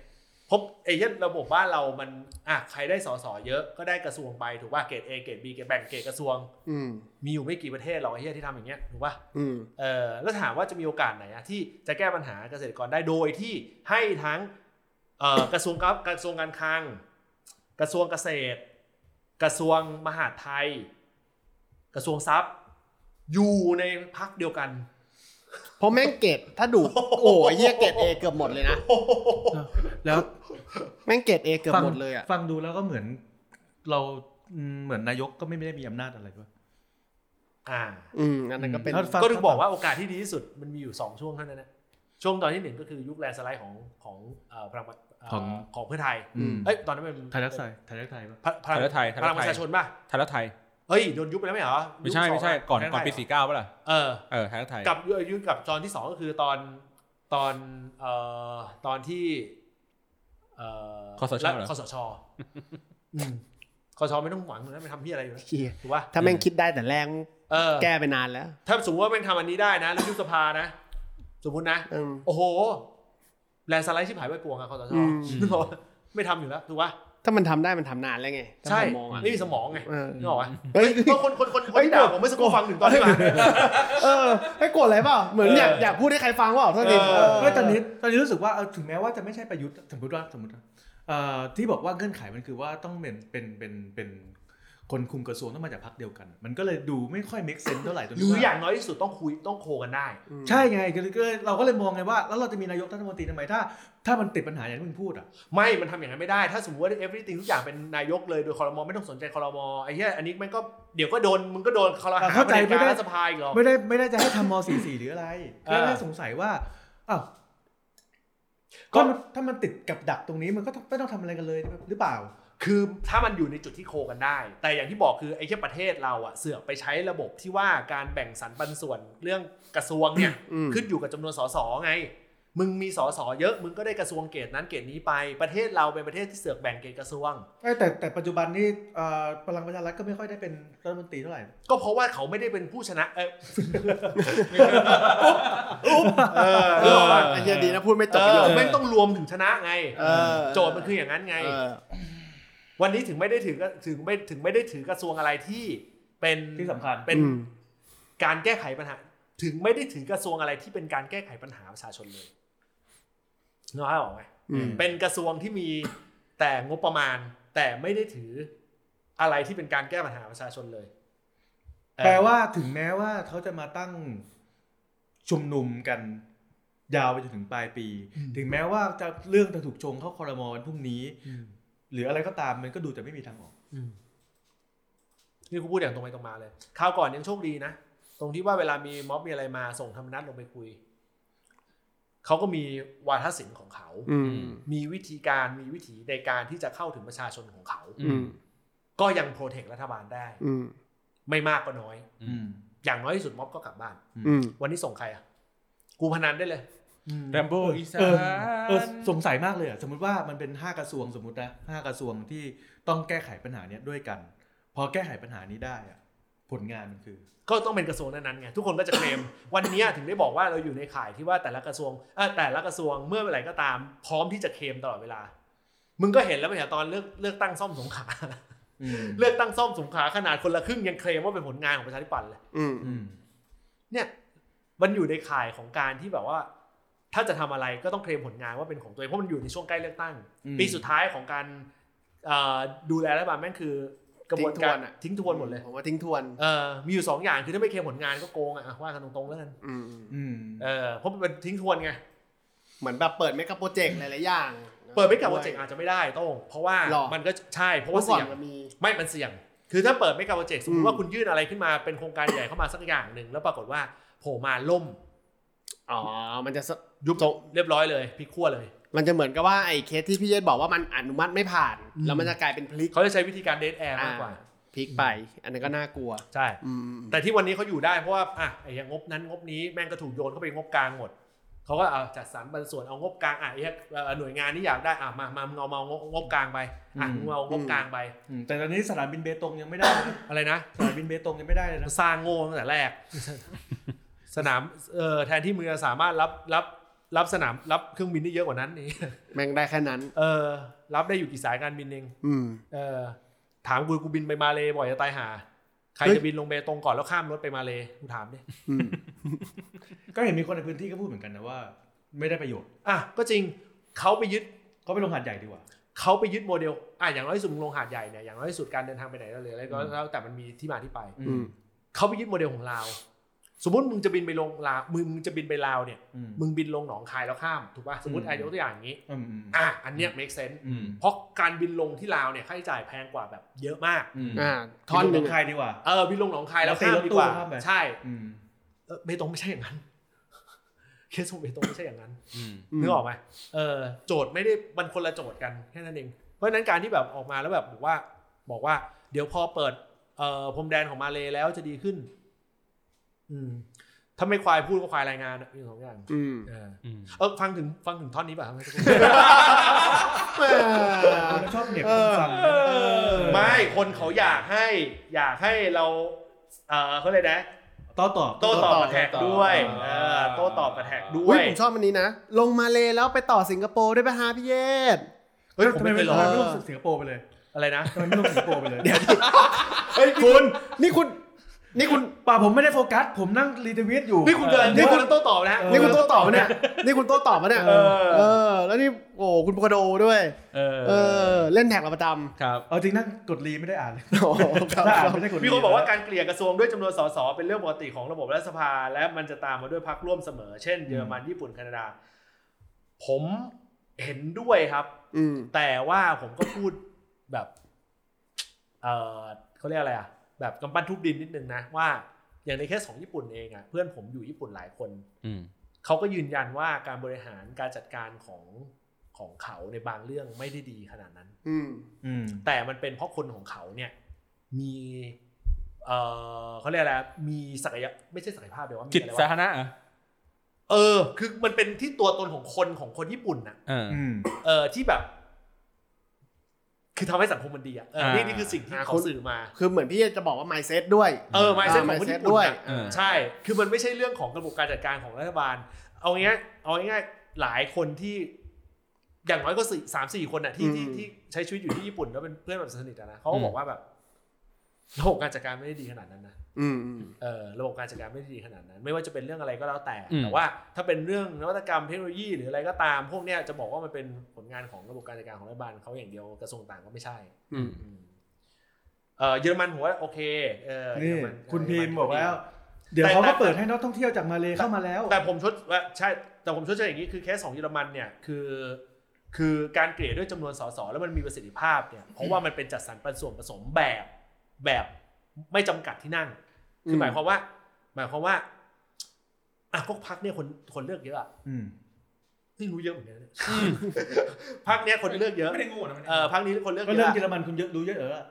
พบไอ้ยันระบบบ้านเรามันอ่ะใครได้สสเยอะก็ได้กระทรวงไปถูกป่ะเกรด A เกรด B เกรดแบ่งเกรดกระทรวงมีอยู่ไม่กี่ประเทศหรอกไอ้เหี้ยที่ทำอย่างเงี้ยถูกป่ะเออแล้วถามว่าจะมีโอกาสไหนอะที่จะแก้ปัญหาเกษตรกรได้โดยที่ให้ทั้งเอ่อกระทรวงกับกระทรวงการคลังกระทรวงเกษตรกระทรวงมหาดไทยกระทรวงทรัพย์อยู่ในพรรคเดียวกันเพราะแม่งเกรดถ้าดูโอ้ยเหี้ยเกรด A เกือบหมดเลยนะแล้วแม่งเกรด A เกือบหมดเลยอ่ะฟังดูแล้วก็เหมือนเราเหมือนนายกก็ไม่ได้มีอำนาจอะไรด้วยอ่าอืมอันนั้นก็เป็นก็ถึงบอกว่าโอกาสที่ดีที่สุดมันมีอยู่สองช่วงเท่านั้นนะช่วงตอนที่หนึ่งก็คือยุคแลนด์สไลด์ของของเอ่อพลังของของเพื่อไทยเอ้ยตอนนั้นเป็นไทยรักไทยไทยรักไทยป่ะไทยรักไทยพลังประชาชนป่ะไทยรักไทยเฮ้ยโดนยุบไปแล้วไม่เหรอไม่ใช่ไม่ใช่ก่อนก่อนปีสี่สิบเก้าป่ะล่ะเออเออไทยรักไทยกับยุคกับตอนที่สองก็คือตอนตอนเอ่อตอนที่เอ่อคสชคสชอืมคสชไม่ต้องหวังนะไม่ทำที่อะไรอยู่แล้วถูกป่ะถ้าแม่งคิดได้แต่แรกแก้ไปนานแล้วถ้าสมมติว่าแม่งทำอันนี้ได้นะแล้วยุบสภานะสมมตินะโอ้โหแลนด์สไลด์ชิบหายไปปวงอะคสชไม่ทำอยู่แล้วถูกป่ะถ้ามันทำได้มันทำนานแล้วไงใช่ไม่มีสมองไงนึกออกไหมเฮ้ยคนคนคนคนที่ด่าผมไม่สักคนฟังถึงตอนนี้มาเออให้โกรธอะไรเปล่าเหมือนอยากอยากพูดให้ใครฟังว่าเท่านี้ไม่ตอนนี้ตอนนี้รู้สึกว่าถึงแม้ว่าจะไม่ใช่ประยุทธ์สมมติว่าสมมติที่บอกว่าเงื่อนไขมันคือว่าต้องเป็นเป็นเป็นเป็นคนคุมกระทรวงต้องมาจากพรรคเดียวกันมันก็เลยดูไม่ค่อย make sense เท่าไหร่ตรงนี้หรืออย่างน้อยที่สุดต้องคุยต้องโคกันได้ใช่ไงก็เราก็เลยมองไงว่าแล้วเราจะมีนายกรัฐมนตรีทำไมถ้าถ้ามันติดปัญหาอย่างที่มึงพูดอ่ะไม่มันทำอย่างนั้นไม่ได้ถ้าสมมติว่า everything ทุกอย่างเป็นนายกเลยโดยครม.ไม่ต้องสนใจครม.ไอ้เหี้ยอันนี้มันก็เดี๋ยวก็โดนมึงก็โดนครม. เข้าใจไม่ได้สภาอีกหรอไม่ได้ไม่ได้จะให้ทำม.สี่สิบสี่หรืออะไรแค่สงสัยว่าอ้าวก็ถ้ามันติดกับดักตรงนี้มันก็ไม่ต้องทำอะไรกันเลยหรือเปล่าคือถ้ามันอยู่ในจุดที่โคกันได้แต่อย่างที่บอกคือไอ้แค่ประเทศเราอะเสือกไปใช้ระบบที่ว่าการแบ่งสรรปันส่วนเรื่องกระทรวงเนี่ยขึ้นอยู่กับจำนวนสสไงมึงมีสสเยอะมึงก็ได้กระทรวงเกรดนั้นเกรดนี้ไปประเทศเราเป็นประเทศที่เสือกแบ่งเกรดกระทรวงแต่แต่ปัจจุบันนี้พลังประชารัฐก็ไม่ค่อยได้เป็นรัฐมนตรีเท่าไหร่ก็เพราะว่าเขาไม่ได้เป็นผู้ชนะเออเออไอ้เหี้ยดีนะพูดไม่จบประโยคไม่ต้องรวมถึงชนะไงโจทย์มันคืออย่างนั้นไงวันนี้ถึงไม่ได้ถือถึงไม่ถึงไม่ได้ถือกระทรวงอะไรที่เป็นที่สำคัญเป็นการแก้ไขปัญหาถึงไม่ได้ถือกระทรวงอะไรที่เป็นการแก้ไขปัญหาประชาชนเลยนึกออกไหมเป็นกระทรวงที่มีแต่งบประมาณแต่ไม่ได้ถืออะไรที่เป็นการแก้ปัญหาประชาชนเลยแปลว่าถึงแม้ว่าเขาจะมาตั้งชุมนุมกันยาวไปจนถึงปลายปีถึงแม้ว่าจะเรื่องจะถูกชงเข้าครม.วันพรุ่งนี้หรืออะไรก็ตามมันก็ดูจะไม่มีทางออกนี่กูพูดอย่างตรงไปตรงมาเลยคราวก่อนยังโชคดีนะตรงที่ว่าเวลามีม็อบมีอะไรมาส่งธรรมนัสลงไปคุยเขาก็มีวาทศิลป์ของเขามีวิธีการมีวิธีในการที่จะเข้าถึงประชาชนของเขาก็ยังโปรเทครัฐบาลได้ไม่มากก็น้อยอย่างน้อยที่สุดม็อบก็กลับบ้านวันนี้ส่งใครอ่ะกูพนันได้เลยแรมโบ้อีสานเออสงสัยมากเลยอ่ะสมมุติว่ามันเป็นห้ากระทรวงสมมุตินะห้ากระทรวงที่ต้องแก้ไขปัญหานี้ด้วยกันพอแก้ไขปัญหานี้ได้อ่ะผลงานมันคือก็ต้องเป็นกระทรวงนั้นๆไงทุกคนก็จะเคลมวันนี้ถึงได้บอกว่าเราอยู่ในข่ายที่ว่าแต่ละกระทรวงเออแต่ละกระทรวงเมื่อเมื่อไหร่ก็ตามพร้อมที่จะเคลมตลอดเวลามึงก็เห็นแล้วไม่ใช่ตอนเลือกเลือกตั้งซ่อมสงขลาเลือกตั้งซ่อมสงขลาขนาดคนละครึ่งยังเคลมว่าเป็นผลงานของประชาธิปัตย์เลยเนี่ยมันอยู่ในข่ายของการที่แบบว่าถ้าจะทำอะไรก็ต้องเคลมผลงานว่าเป็นของตัวเองเพราะมันอยู่ในช่วงใกล้เลือกตั้งปีสุดท้ายของการดูแลรัฐบาลแม่งคือกระบวนการทิ้งทวนหมดเลยผมว่าทิ้งทวนเออมีอยู่สองอย่างคือถ้าไม่เคลมผลงานก็โกงอ่ะว่ากันตรงๆแล้วกันเออเพราะมันเป็นทิ้งทวนไงเหมือนแบบเปิดเมกะโปรเจกต์หลายๆอย่างเปิดเมกะโปรเจกต์อาจจะไม่ได้ต้องเพราะว่ามันก็ใช่เพราะว่าเสี่ยงไม่มันเสี่ยงคือถ้าเปิดเมกะโปรเจกต์สมมติว่าคุณยื่นอะไรขึ้นมาเป็นโครงการใหญ่เข้ามาสักอย่างนึงแล้วปรากฏว่าโผล่มาล่มอ๋อมันจะยุบเรียบร้อยเลยพลิกขั้วเลยมันจะเหมือนกับว่าไอ้เคสที่พี่เยศบอกว่ามันอนุมัติไม่ผ่านแล้วมันจะกลายเป็นพลิกเขาจะใช้วิธีการเดดแอร์มากกว่าพลิกไปอันนั้นก็น่ากลัวใช่แต่ที่วันนี้เขาอยู่ได้เพราะว่าอ่ะไอ้งบนั้นงบนี้แม่งก็ถูกโยนเข้าไปงบกลางหมดเขาก็เอาจัดสรรปันส่วนเอางบกลางอ่ะไอ้หน่วยงานนี้อยากได้อ่ะมามามึงเอามางบกลางไปอ่ะมึงเอางบกลางไปแต่ตอนนี้สนามบินเบตงยังไม่ได้อะไรนะสนามบินเบตงยังไม่ได้เลยนะสร้างโง่ตั้งแต่แรกสนามเอ่อแทนที่มึงจะสามารถรับรับรับสนามรับเครื่องบินได้เยอะกว่านั้นนี่แม่งได้แค่นั้นเออรับได้อยู่กี่สายการบินเองอืมเออถามกูกูบินไปมาเลบ่อยจะตายห่าใครจะบินลงเบตงก่อนแล้วข้ามรถไปมาเลกูถามดิก็เห็นมีคนในพื้นที่ก็พูดเหมือนกันนะว่าไม่ได้ประโยชน์อ่ะก็จริงเขาไปยึดเขาไปลงหาดใหญ่ดีกว่าเขาไปยึดโมเดลอ่ะอย่างน้อยที่สุดลงหาดใหญ่เนี่ยอย่างน้อยที่สุดการเดินทางไปไหนก็เลยอะไรก็แล้วแต่มันมีที่มาที่ไปเขาไปยึดโมเดลของลาวสมมติมึงจะบินไปลงลาวมึงมึงจะบินไปลาวเนี่ยมึงบินลงหนองคายแล้วข้ามถูกป่ะสมมติอายกตัวอย่างอย่างนี้อ่ะอันเนี้ย make sense เพราะการบินลงที่ลาวเนี่ยค่าใช้จ่ายแพงกว่าแบบเยอะมากอ่าทอนหนึ่งคายดีกว่าเออบินลงหนองคายแล้วข้ามดีกว่าใช่เออเบตงไม่ใช่อย่างนั้นเคสของเบตงไม่ใช่อย่างนั้นนึกออกไหมเออโจทย์ไม่ได้มันคนละโจทย์กันแค่นั้นเองเพราะฉะนั้นการที่แบบออกมาแล้วแบบบอกว่าบอกว่าเดี๋ยวพอเปิดเอ่อพรมแดนของมาเลแล้วจะดีขึ้นอืมถ้าไม่ควายพูดก็ควายรายงานมีสองอย่างอืมเออเออฟังถึงฟังถึงท่อนนี้ป่ะชอบเน็บฟังไม่คนเขาอยากให้อยากให้เราเออเขาเลยนะโต้ตอบโต้ตอบกระแทกด้วยเออโต้ตอบกระแทกด้วยผมชอบอันนี้นะลงมาเลแล้วไปต่อสิงคโปร์ได้ป่ะฮะพี่เยศเฮ้ยผมไม่ไปลงไม่ลงสิงคโปร์ไปเลยอะไรนะทำไมไม่ลงสิงคโปร์ไปเลยเดี๋ยวเฮ้ยคุณนี่คุณนี่คุณป่าผมไม่ได้โฟกัสผมนั่งรีทวิตอยู่นี่คุณเดินนี่คุณโต้ตอบนะนี่คุณโต้ตอบเนี่ยนี่คุณโต้ตอบเนี่ยเออแล้วนี่โอ้คุณโปรโดด้วยเออเล่นแท็กเราประจำครับเอาจริงนั่งกดรีไม่ได้อ่านเลยมีคนบอกว่าการเกลี่ยกระทรวงด้วยจำนวนสสเป็นเรื่องปกติของระบบรัฐสภาและมันจะตามมาด้วยพรรคร่วมเสมอเช่นเยอรมันญี่ปุ่นแคนาดาผมเห็นด้วยครับแต่ว่าผมก็พูดแบบเออเขาเรียกอะไรอ่ะแบบกำปั้นทุบดินนิดนึงนะว่าอย่างในเคสของญี่ปุ่นเองอ่ะเพื่อนผมอยู่ญี่ปุ่นหลายคนเขาก็ยืนยันว่าการบริหารการจัดการของของเขาในบางเรื่องไม่ได้ดีขนาดนั้นแต่มันเป็นเพราะคนของเขาเนี่ยมีเออเขาเรียกอะไรมีศักยะไม่ใช่ศักยภาพเดี๋ยวว่ามีจิตสาธารณะเออคือมันเป็นที่ตัวตนของคนของคนญี่ปุ่นน่ะเออที่แบบคือทำให้สังคมมันดีอ่ะนี่นี่คือสิ่งที่เขาสื่อมาคือเหมือนพี่จะบอกว่า mindset ด้วยเออ mindset ของคนญี่ปุ่นด้วยใช่คือมันไม่ใช่เรื่องของระบบการจัดการของรัฐบาลเอาง่ายเอาง่ายหลายคนที่อย่างน้อยก็สี่สามสี่คนน่ะที่ที่ที่ใช้ชีวิตอยู่ที่ญี่ปุ่นแล้วเป็นเพื่อนแบบสนิทนะเขาก็บอกว่าแบบระบบการจัดการไม่ได้ดีขนาดนั้นนะเออระบบการจัดการไม่ได้ดีขนาดนั้นไม่ว่าจะเป็นเรื่องอะไรก็แล้วแต่แต่ว่าถ้าเป็นเรื่องนวัตกรรมเทคโนโลยีหรืออะไรก็ตามพวกเนี้ยจะบอกว่ามันเป็นผลงานของระบบการจัดการของรัฐบาลเขาอย่างเดียวกระทรวงต่างก็ไม่ใช่เออเยอรมันผมว่าโอเคเออนี่คุณพิมพ์บอกแล้วเดี๋ยวเขาก็เปิดให้นักท่องเที่ยวจากมาเลเข้ามาแล้วแต่ผมชดว่าใช่แต่ผมชดเชยอย่างนี้คือแค่สองเยอรมันเนี่ยคือคือการเกลี่ยด้วยจำนวนสสแล้วมันมีประสิทธิภาพเนี่ยเพราะว่ามันเป็นจัดสรรปันส่วนผสมแบบแบบไม่จำกัดที่นั่งคือหมายความว่าหมายความว่าอ่ะพวกพรรคเนี่ยคนคนเลือกเยอะอ่ะนี่รู้เยอะเหมือนกันพรรคเนี้ยคนเลือกเยอะไม่ได้โง่นะเออพรรคนี้คนเลือกเยอะก็เรื่องเยอรมันคุณเยอะรู้เยอะเออ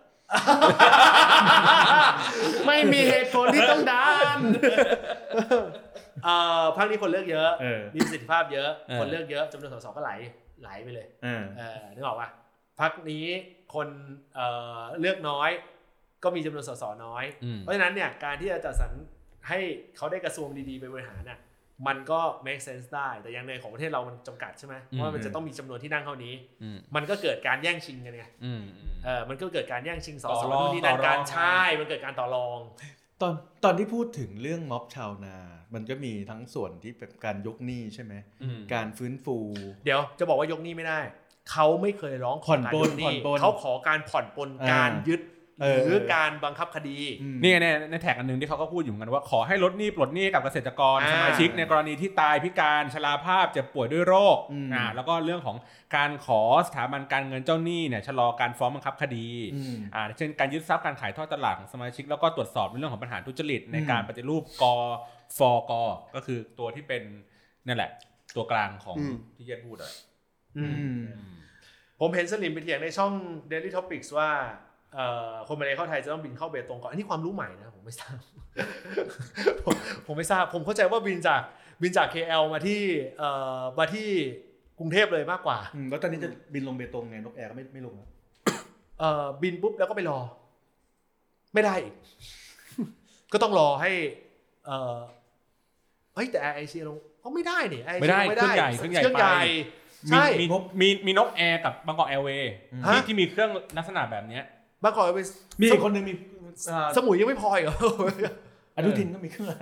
ไม่มีเหตุผลที่ต้องดันเอ่อพรรคนี้คนเลือกเยอะมีประสิทธิภาพเยอะคนเลือกเยอะจำนวนสสก็ไหลไหลไปเลยเออนึกออกป่ะพรรคนี้คนเอ่อเลือกน้อยก็มีจำนวนสสน้อยเพราะฉะนั้นเนี่ยการที่จะจัดสรรให้เขาได้กระทรวงดีๆไปบริหารน่ะมันก็ make sense ได้แต่อย่างในของประเทศเรามันจำกัดใช่ไหมว่ามันจะต้องมีจำนวนที่นั่งเท่านี้มันก็เกิดการแย่งชิงกันไงเออมันก็เกิดการแย่งชิงสสนู่นนี่นั่นการใช่มันเกิดการต่อรองตอนตอนที่พูดถึงเรื่องม็อบชาวนามันก็มีทั้งส่วนที่เป็นการยกหนี้ใช่ไหมการฟื้นฟูเดี๋ยวจะบอกว่ายกหนี้ไม่ได้เขาไม่เคยร้องขอการยกหนี้เขาขอการผ่อนปลนการยึดหรือการบังคับคดีนี่ในในแท็กอันนึงที่เขาก็พูดอยู่เหมือนกันว่าขอให้ลดหนี้ปลดหนี้กับเกษตรกรสมาชิกในกรณีที่ตายพิการชราภาพเจ็บป่วยด้วยโรคอ่าแล้วก็เรื่องของการขอสถาบันการเงินเจ้าหนี้เนี่ยชะลอการฟ้องบังคับคดีอ่าเช่นการยึดทรัพย์การขายทอดตลาดของสมาชิกแล้วก็ตรวจสอบในเรื่องของปัญหาทุจริตในการปฏิรูปกฟกก็คือตัวที่เป็นนั่นแหละตัวกลางของที่เย็นพูดเลยผมเห็นสลิมไปเถียงในช่อง Daily Topics ว่าคนมาเลเข้าไทยจะต้องบินเข้าเบตงก่อนอันนี้ความรู้ใหม่นะผมไม่ทราบ ผม, ผมไม่ทราบผมเข้าใจว่าบินจากบินจาก เค แอล มาที่มาที่กรุงเทพเลยมากกว่าแล้วตอนนี้จะบินลงเบตงไงนกแอร์ก็ไม่ไม่ลงแล้วบินปุ๊บแล้วก็ไปรอไม่ได้อีก ก็ต้องรอให้เฮ้ยแต่ Air Asia ลงเขาไม่ได้นี่ไม่ได้เครื่องใหญ่เครื่องใหญ่ไปใช่มีมีมีนกแอร์กับบางกอกแอร์เวย์ที่ที่มีเครื่องลักษณะแบบนี้บางกอกแอร์เวย์มีคนนึงมีสมุยยังไม่พออีกเหรออนุทินก็มีเครื่อง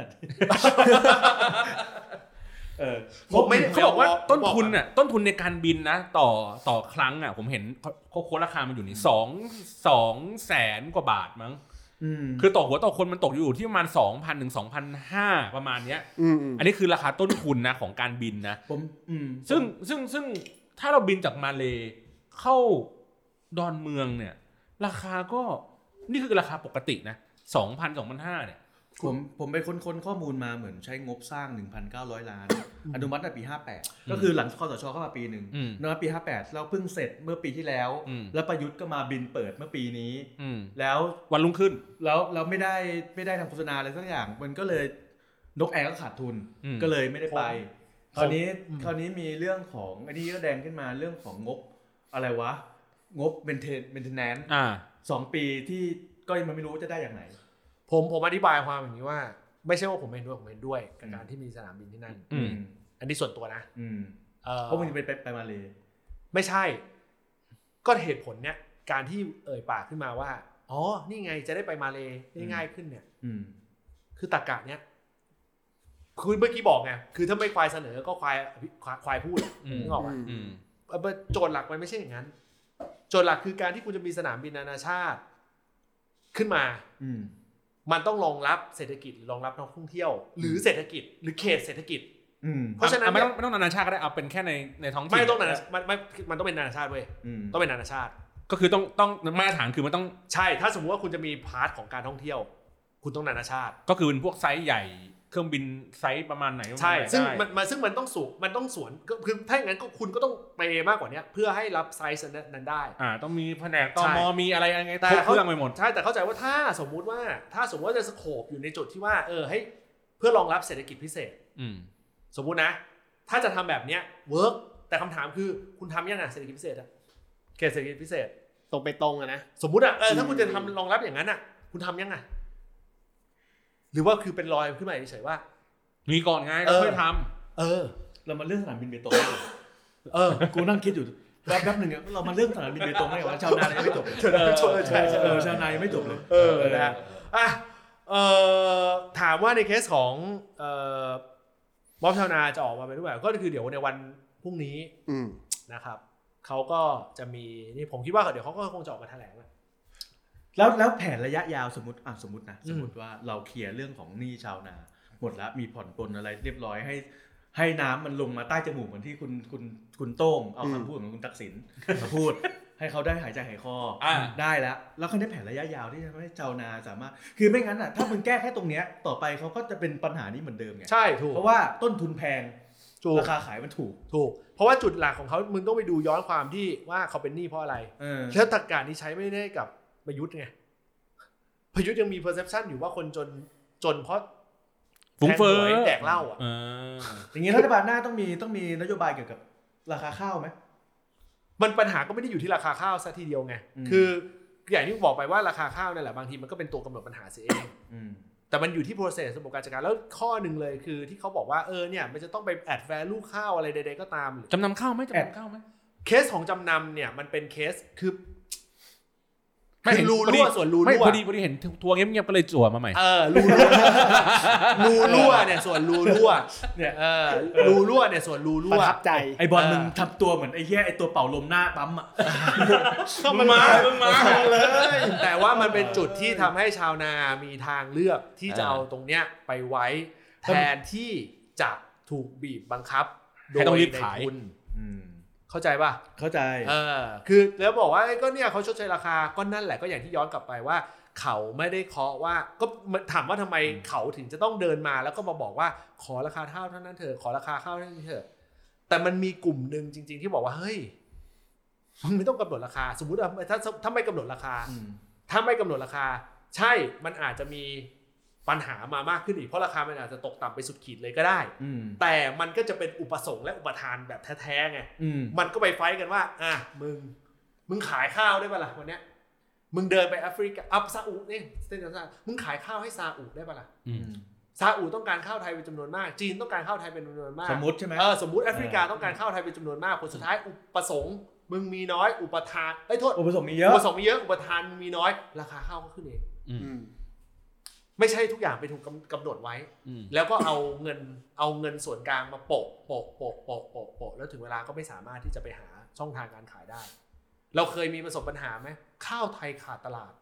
เออผมไม่เขาบอกว่าต้นทุนน่ะต้นทุนในการบินนะต่อต่อครั้งอ่ะผมเห็นเขาโค้ดราคามันอยู่นี่สองสองแสนกว่าบาทมั้งคือต่อหัวต่อคนมันตกอยู่ที่ประมาณ สองพัน ถึง สองพันห้าร้อย ประมาณเนี้ยอันนี้คือราคาต้นทุนนะของการบินนะผมซึ่งซึ่งซึ่งถ้าเราบินจากมาเลเข้าดอนเมืองเนี่ยราคาก็นี่คือราคาปกตินะ สองพัน สองพันห้าร้อย เนี่ยผมผมไปค้นๆข้อมูลมาเหมือนใช้งบสร้าง หนึ่งพันเก้าร้อย ล้านอนุมัติในปีห้าแปดก็คือหลังคสชเข้ามาปีนึงอนุมัติปีห้าแปดแล้วเพิ่งเสร็จเมื่อปีที่แล้วแล้วประยุทธ์ก็มาบินเปิดเมื่อปีนี้แล้ววันรุ่งขึ้นแล้วเราไม่ได้ไม่ได้ทำโฆษณาอะไรสักอย่างมันก็เลยนกแอร์ก็ขาดทุนก็เลยไม่ได้ไปคราวนี้คราวนี้มีเรื่องของไอ้นี่ก็แดงขึ้นมาเรื่องของงบอะไรวะงบ maintenance อ่าสองปีที่ก็ยังไม่รู้จะได้อย่างไหนผมผมอธิบายความอย่างนี้ว่าไม่ใช่ว่าผมเห็นด้วยผมเห็นด้วยกับการที่มีสนามบินที่นั่นอันนี้ส่วนตัวนะเพราะมันจะไปไปมาเลยไม่ใช่ก็เหตุผลเนี้ยการที่เอ่ยปากขึ้นมาว่าอ๋อนี่ไงจะได้ไปมาเลได้ง่ายขึ้นเนี่ยคือตรรกะเนี้ยคือเมื่อกี้บอกไงคือถ้าไม่ควายเสนอก็ควายควายพูดนึกออกป่ะโจทย์หลักมันไม่ใช่อย่างนั้นโจทย์หลักคือการที่คุณจะมีสนามบินนานาชาติขึ้นมามันต้องรองรับเศรษฐกิจหรือรองรับนักท่องเที่ยวหรือเศรษฐกิจหรือเขตเศรษฐกิจเพราะฉะนั้นไม่ต้องไม่ต้องนานาชาติก็ได้เอาเป็นแค่ในในท้องถิ่นไม่ต้องนานามันไม่มันต้องเป็นนานาชาติเว้ยต้องเป็นนานาชาติก็คือต้องต้องมาตรฐานคือมันต้องใช่ถ้าสมมติว่าคุณจะมีพาร์ทของการท่องเที่ยวคุณต้องนานาชาติก็คือเป็นพวกไซส์ใหญ่เครื่องบินไซส์ประมาณไหนใช่ซึ่งมันซึ่งมันต้องสูงมันต้องสวนคือถ้าอย่างนั้นก็คุณก็ต้องไปมากกว่านี้เพื่อให้รับไซส์นั้นได้อ่าต้องมีแผนกตมมีอะไรอะไรแต่เครื่องไปหมดใช่แต่เข้าใจว่าถ้าสมมุติว่าถ้าสมมติว่าจะสโคปอยู่ในจุดที่ว่าเออให้เพื่อรองรับเศรษฐกิจพิเศษสมมุตินะถ้าจะทำแบบเนี้ยเวิร์กแต่คำถามคือคุณทำยังไงเศรษฐกิจพิเศษอะเขตเศรษฐกิจพิเศษตรงไปตรงอะนะสมมุติอะเออถ้าคุณจะทำรองรับอย่างนั้นอะคุณทำยังไงหรือว่าคือเป็นรอยขึ้นมาเฉยๆว่ามีก่อนไงเราค่อยทำเออเรามาเรื่องสนามบินเบตงเออกูนั่งคิดอยู่แป๊บๆหนึ่งเรามาเรื่องสนามบินเบตงได้ว่าชาวนายังไม่จบเลยใช่ใช่ชาวนายังไม่จบเลยเออนะอ่ะเอ่อถามว่าในเคสของเอ่อม็อบชาวนาจะออกมาเป็นรูปแบบก็คือเดี๋ยวในวันพรุ่งนี้นะครับเขาก็จะมีนี่ผมคิดว่าเดี๋ยวเขาก็คงจะออกมาแถลงแล้วแล้วแผนระยะยาวสมมติอ่ะสมมตินะสมมติว่าเราเคลียร์เรื่องของหนี้ชาวนาหมดแล้วมีผ่อนปลนอะไรเรียบร้อยให้ให้น้ำมันลงมาใต้จมูกเหมือนที่คุณคุณคุณโต้งเอาคำพูดของคุณทักษิณมาพูดให้เขาได้หายใจหายคอได้แล้วแล้วเขาได้แผนระยะยาวที่จะให้ชาวนาสามารถคือไม่งั้นอ่ะถ้ามึงแก้แค่ตรงเนี้ยต่อไปเขาก็จะเป็นปัญหานี้เหมือนเดิมไงใช่ถูกเพราะว่าต้นทุนแพงราคาขายมันถูกถูกเพราะว่าจุดหลักของเขามึงต้องไปดูย้อนความที่ว่าเขาเป็นหนี้เพราะอะไรแล้วตรรกะนี้ใช้ไม่ได้กับประยุทธ์ไงประยุทธ์ยังมี perception อยู่ว่าคนจนจนเพราะฟุ้งเฟ้อแดกเหล้าอ่ะอย่างนี้รัฐบาลหน้าต้องมีต้องมีนโยบายเกี่ยวกับราคาข้าวไหมมันปัญหาก็ไม่ได้อยู่ที่ราคาข้าวซะทีเดียวไงคืออย่างที่บอกไปว่าราคาข้าวนั่นแหละบางทีมันก็เป็นตัวกำหนดปัญหาเสียเองแต่มันอยู่ที่ process ระบบการจัดการแล้วข้อหนึ่งเลยคือที่เขาบอกว่าเออเนี่ยมันจะต้องไป add value ข้าวอะไรใดๆก็ตามจำนำข้าวไหมจำนำข้าวไหมเคสของจำนำเนี่ยมันเป็นเคสคือไม่รูรั่วส่วนรูรั่วไม่พอดีพอดีเห็นทัวร์เงียบๆก็เลยจั่วมาใหม่เออรูรั่วรูรั่วเนี่ยส่วนรูรั่วเนี่ยเออรูรั่วเนี่ยส่วนรูรั่วประทับใจไอ้บอลมึงทำตัวเหมือนไอ้เหี้ยไอ้ตัวเป่าลมหน้าปั๊มอ่ะมันมามันมาเลยแต่ว่ามันเป็นจุดที่ทำให้ชาวนามีทางเลือกที่จะเอาตรงเนี้ยไปไว้แทนที่จะถูกบีบบังคับโดยในทุนเข้าใจป่ะเข้าใจเออคือแล้วบอกว่าก็เนี่ยเขาชดเชยราคาก็นั่นแหละก็อย่างที่ย้อนกลับไปว่าเขาไม่ได้เคาะว่าก็ถามว่าทำไมเขาถึงจะต้องเดินมาแล้วก็มาบอกว่าขอราคาเท่าเท่านั้นเถอะขอราคาเท่านั้นเถอะแต่มันมีกลุ่มนึงจริงๆที่บอกว่าเฮ้ยมึงไม่ต้องกำหนดราคาสมมุติว่าถ้าถ้าไม่กำหนดราคาถ้าไม่กำหนดราคาใช่มันอาจจะมีปัญหามามากขึ้นอีกเพราะราคามันอาจจะตกต่ำไปสุดขีดเลยก็ได้แต่มันก็จะเป็นอุปสงค์และอุปทานแบบแท้ๆไงมันก็ไปไฟท์กันว่าอ่ะมึงมึงขายข้าวได้ป่ะล่ะวันเนี้ยมึงเดินไปแอฟริกาอัฟซาอุนี่เส้นซามึงขายข้าวให้ซาอุได้ป่ะล่ะซาอุต้องการข้าวไทยเป็นจำนวนมากจีนต้องการข้าวไทยเป็นจำนวนมากสมมติใช่ไหมเออสมมติแอฟริกาต้องการข้าวไทยเป็นจำนวนมากผลสุดท้ายอุปสงค์มึงมีน้อยอุปทานเอ้ยโทษอุปสงค์มีเยอะอุปสงค์มีเยอะอุปทานมึงมีน้อยราคาข้าวก็ขึ้นเองไม่ใช่ทุกอย่างไปถูกกำหนดไว้แล้วก็เอาเงินเอาเงินส่วนกลางมาโปะโปะโปะโปะโปะโปะแล้วถึงเวลาก็ไม่สามารถที่จะไปหาช่องทางการขายได้เราเคยมีประสบปัญหาไหมข้าวไทยขาดตลาด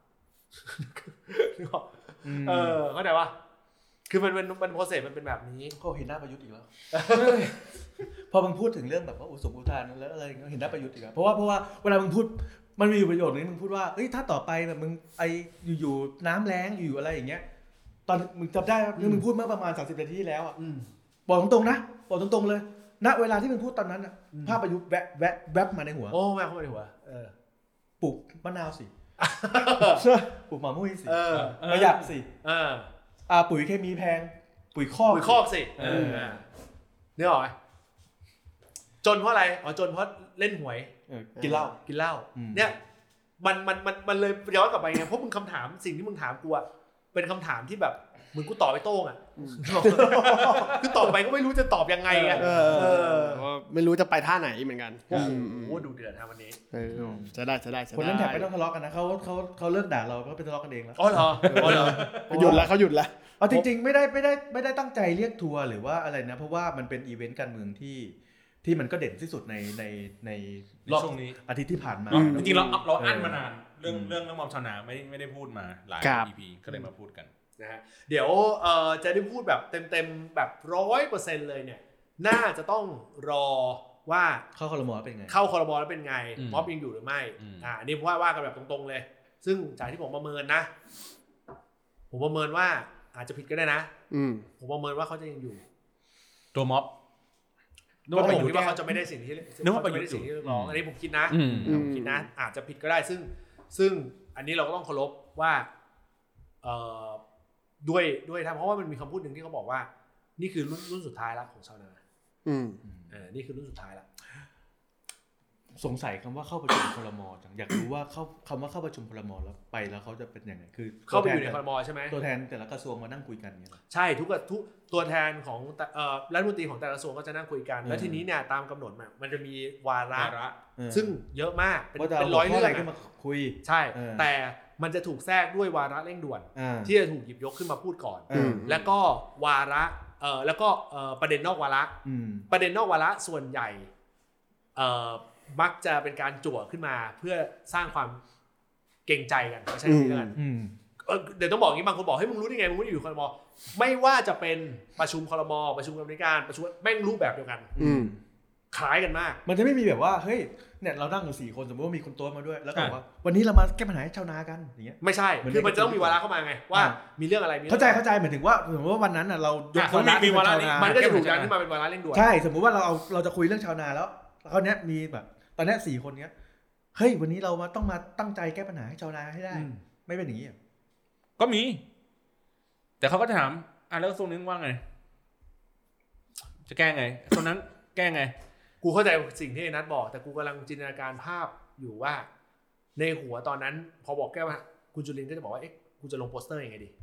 เออเข้าใจป่ะคือมันเป็นมันโปรเซสมันเป็นแบบนี้ก็เห็นหน้าประยุทธ์อีกแล้วพอมึงพูดถึงเรื่องแบบว่าอุสมอุทานแล้วอะไรเห็นหน้าประยุทธ์อีกแล้วเพราะว่าเพราะว่าเวลามึงพูดมันมีอยู่ประโยชน์นึงมึงพูดว่าเอ้ยถ้าต่อไปแบบมึงไออยู่ๆน้ำแล้งอยู่อะไรอย่างเงี้ยตอนมึงจำได้ว่ามึงพูดเมื่อประมาณสามสิบนาทีที่แล้วอ่ะบอกตรงๆนะบอกตรงๆเลยณเวลาที่มึงพูดตอนนั้นอ่ะภาพประยุทธ์แวบแวบแวบมาในหัวโอ้แวบเข้ามาในหัวเออปลูกมะนาวสิปลูกมะม่วงสิประหยัดสิอ่าปุ๋ยเคมีแพงปุ๋ยคอกปุ๋ยคอกสิเออนึกออกไหมจนเพราะอะไรอ๋อจนเพราะเล่นหวยกินเหล้ากินเหล้าเนี่ยมันมันมันมันเลยย้อนกลับไปไงเพราะมึงคำถามสิ่งที่มึงถามกูอะเป็นคำถามที่แบบมึงกูตอบไปโต้งอ่ะคือตอบไปก็ไม่รู้จะตอบยังไงอ่ะไม่รู้จะไปท่าไหนเหมือนกันโอ้โหดูเดือดนะวันนี้จะได้จะได้คนเล่นแท็บไม่ต้องทะเลาะกันนะเขาเขาเขาเลิกด่าเราก็ไปทะเลาะกันเองแล้วอ๋อเหรออ๋อเหรอหยุดแล้วเขาหยุดแล้วเอาจริงๆไม่ได้ไม่ได้ไม่ได้ตั้งใจเรียกทัวร์หรือว่าอะไรนะเพราะว่ามันเป็นอีเวนต์การเมืองที่ที่มันก็เด่นที่สุดในในในช่วงนี้อาทิตย์ที่ผ่านมาจริงๆเราเราอั้นมานานเรื่องเรื่องเรื่องมอมชาวนาไม่ไม่ได้พูดมาหลาย อี พี ก็เลยมาพูดกันนะฮะเดี๋ยวเอ่อจะได้พูดแบบเต็มๆแบบ ร้อยเปอร์เซ็นต์ เลยเนี่ยน่าจะต้องรอว่าเข้าครม.เป็นไงเข้าครม.แล้วเป็นไงม็อบยังอยู่หรือไม่อ่าอันนี้ว่าว่ากันแบบตรงๆเลยซึ่งจากที่ผมประเมินนะผมประเมินว่าอาจจะผิดก็ได้นะผมประเมินว่าเขาจะยังอยู่ตัวม็อบก็ผมคิดว่าเขาจะไม่ได้สิ่งที่นึกว่าไม่ได้สิ่งที่ร้องอันนี้ผมคิดนะผมคิดนะอาจจะผิดก็ได้ซึ่งซึ่งอันนี้เราก็ต้องเคารพว่าเอ่อด้วยด้วยเพราะว่ามันมีคำพูดหนึ่งที่เขาบอกว่านี่คือรุ่นรุ่นสุดท้ายละของชาวนาอืมอ่านี่คือรุ่นสุดท้ายละสงสัยคำว่าเข้าประชุมครม.จังอยากรู้ว่าเข้าคำว่าเข้าประชุมครม.แล้วไปแล้วเขาจะเป็นยังไงคือเข้าไปอยู่ในครม.ใช่ไหมตัวแทนแต่ละกระทรวงมานั่งคุยกันเนี่ยใช่ทุกทุกตัวแทนของเอ่อรัฐมนตรีของแต่ละกระทรวงก็จะนั่งคุยกันแล้วทีนี้เนี่ยตามกำหนดมามันจะมีวาระซึ่งเยอะมากเป็นเป็นร้อยเรื่องขึ้นมาคุยใช่แต่มันจะถูกแทรกด้วยวาระเร่งด่วนที่จะถูกหยิบยกขึ้นมาพูดก่อนแล้วก็วาระเอ่อแล้วก็เอ่อประเด็นนอกวาระประเด็นนอกวาระส่วนใหญ่เอ่อมักจะเป็นการจั่วขึ้นมาเพื่อสร้างความเกรงใจกันไม่ใช่เรื่องกันเดี๋ยวต้องบอกอย่างนี้บางคนบอกให้มึงรู้ได้ไงมึงไม่ได้อยู่ครม.ไม่ว่าจะเป็นประชุมครม.ประชุมกรรมการประชุมแม่งรูปแบบเดียวกันคล้ายกันมากมันจะไม่มีแบบว่าเฮ้ยเนี่ยเรานั่งอยู่สี่คนสมมติว่ามีคนโต๊ะมาด้วยแล้วก็บอกว่าวันนี้เรามาแก้ปัญหาให้ชาวนากันอย่างเงี้ยไม่ใช่คือมันจะต้องมีวาระเข้ามาไงว่ามีเรื่องอะไรเข้าใจเข้าใจหมายถึงว่าสมมติว่าวันนั้นน่ะเรายกวาระมีวาระนี้มันก็จะถูกดันขึ้นมาเป็นวาระเร่งด่วนใช่สมมติว่าเราเอาเราจะคุยเรื่องชาวนาแล้วคราวนี้มีแบบตอนนี้สี่คนเนี้ยเฮ้ยวันนี้เรามาต้องมาตั้งใจแก้ปัญหาให้ชาวนาให้ได้ไม่เป็นอย่างนี้ก็มีแต่เขาก็จะถามอ่ะแล้วโซนนี้ว่าไงจะแก้ไงโซนนั้นแก้ไงกูเข้าใจสิ่งที่นัทบอกแต่กูกำลังจินตนาการภาพอยู่ว่าในหัวตอนนั้นพอบอกแก้ว่าคุณจุลินก็จะบอกว่าเอ๊ะกูจะลงโปสเตอร์ยังไงดี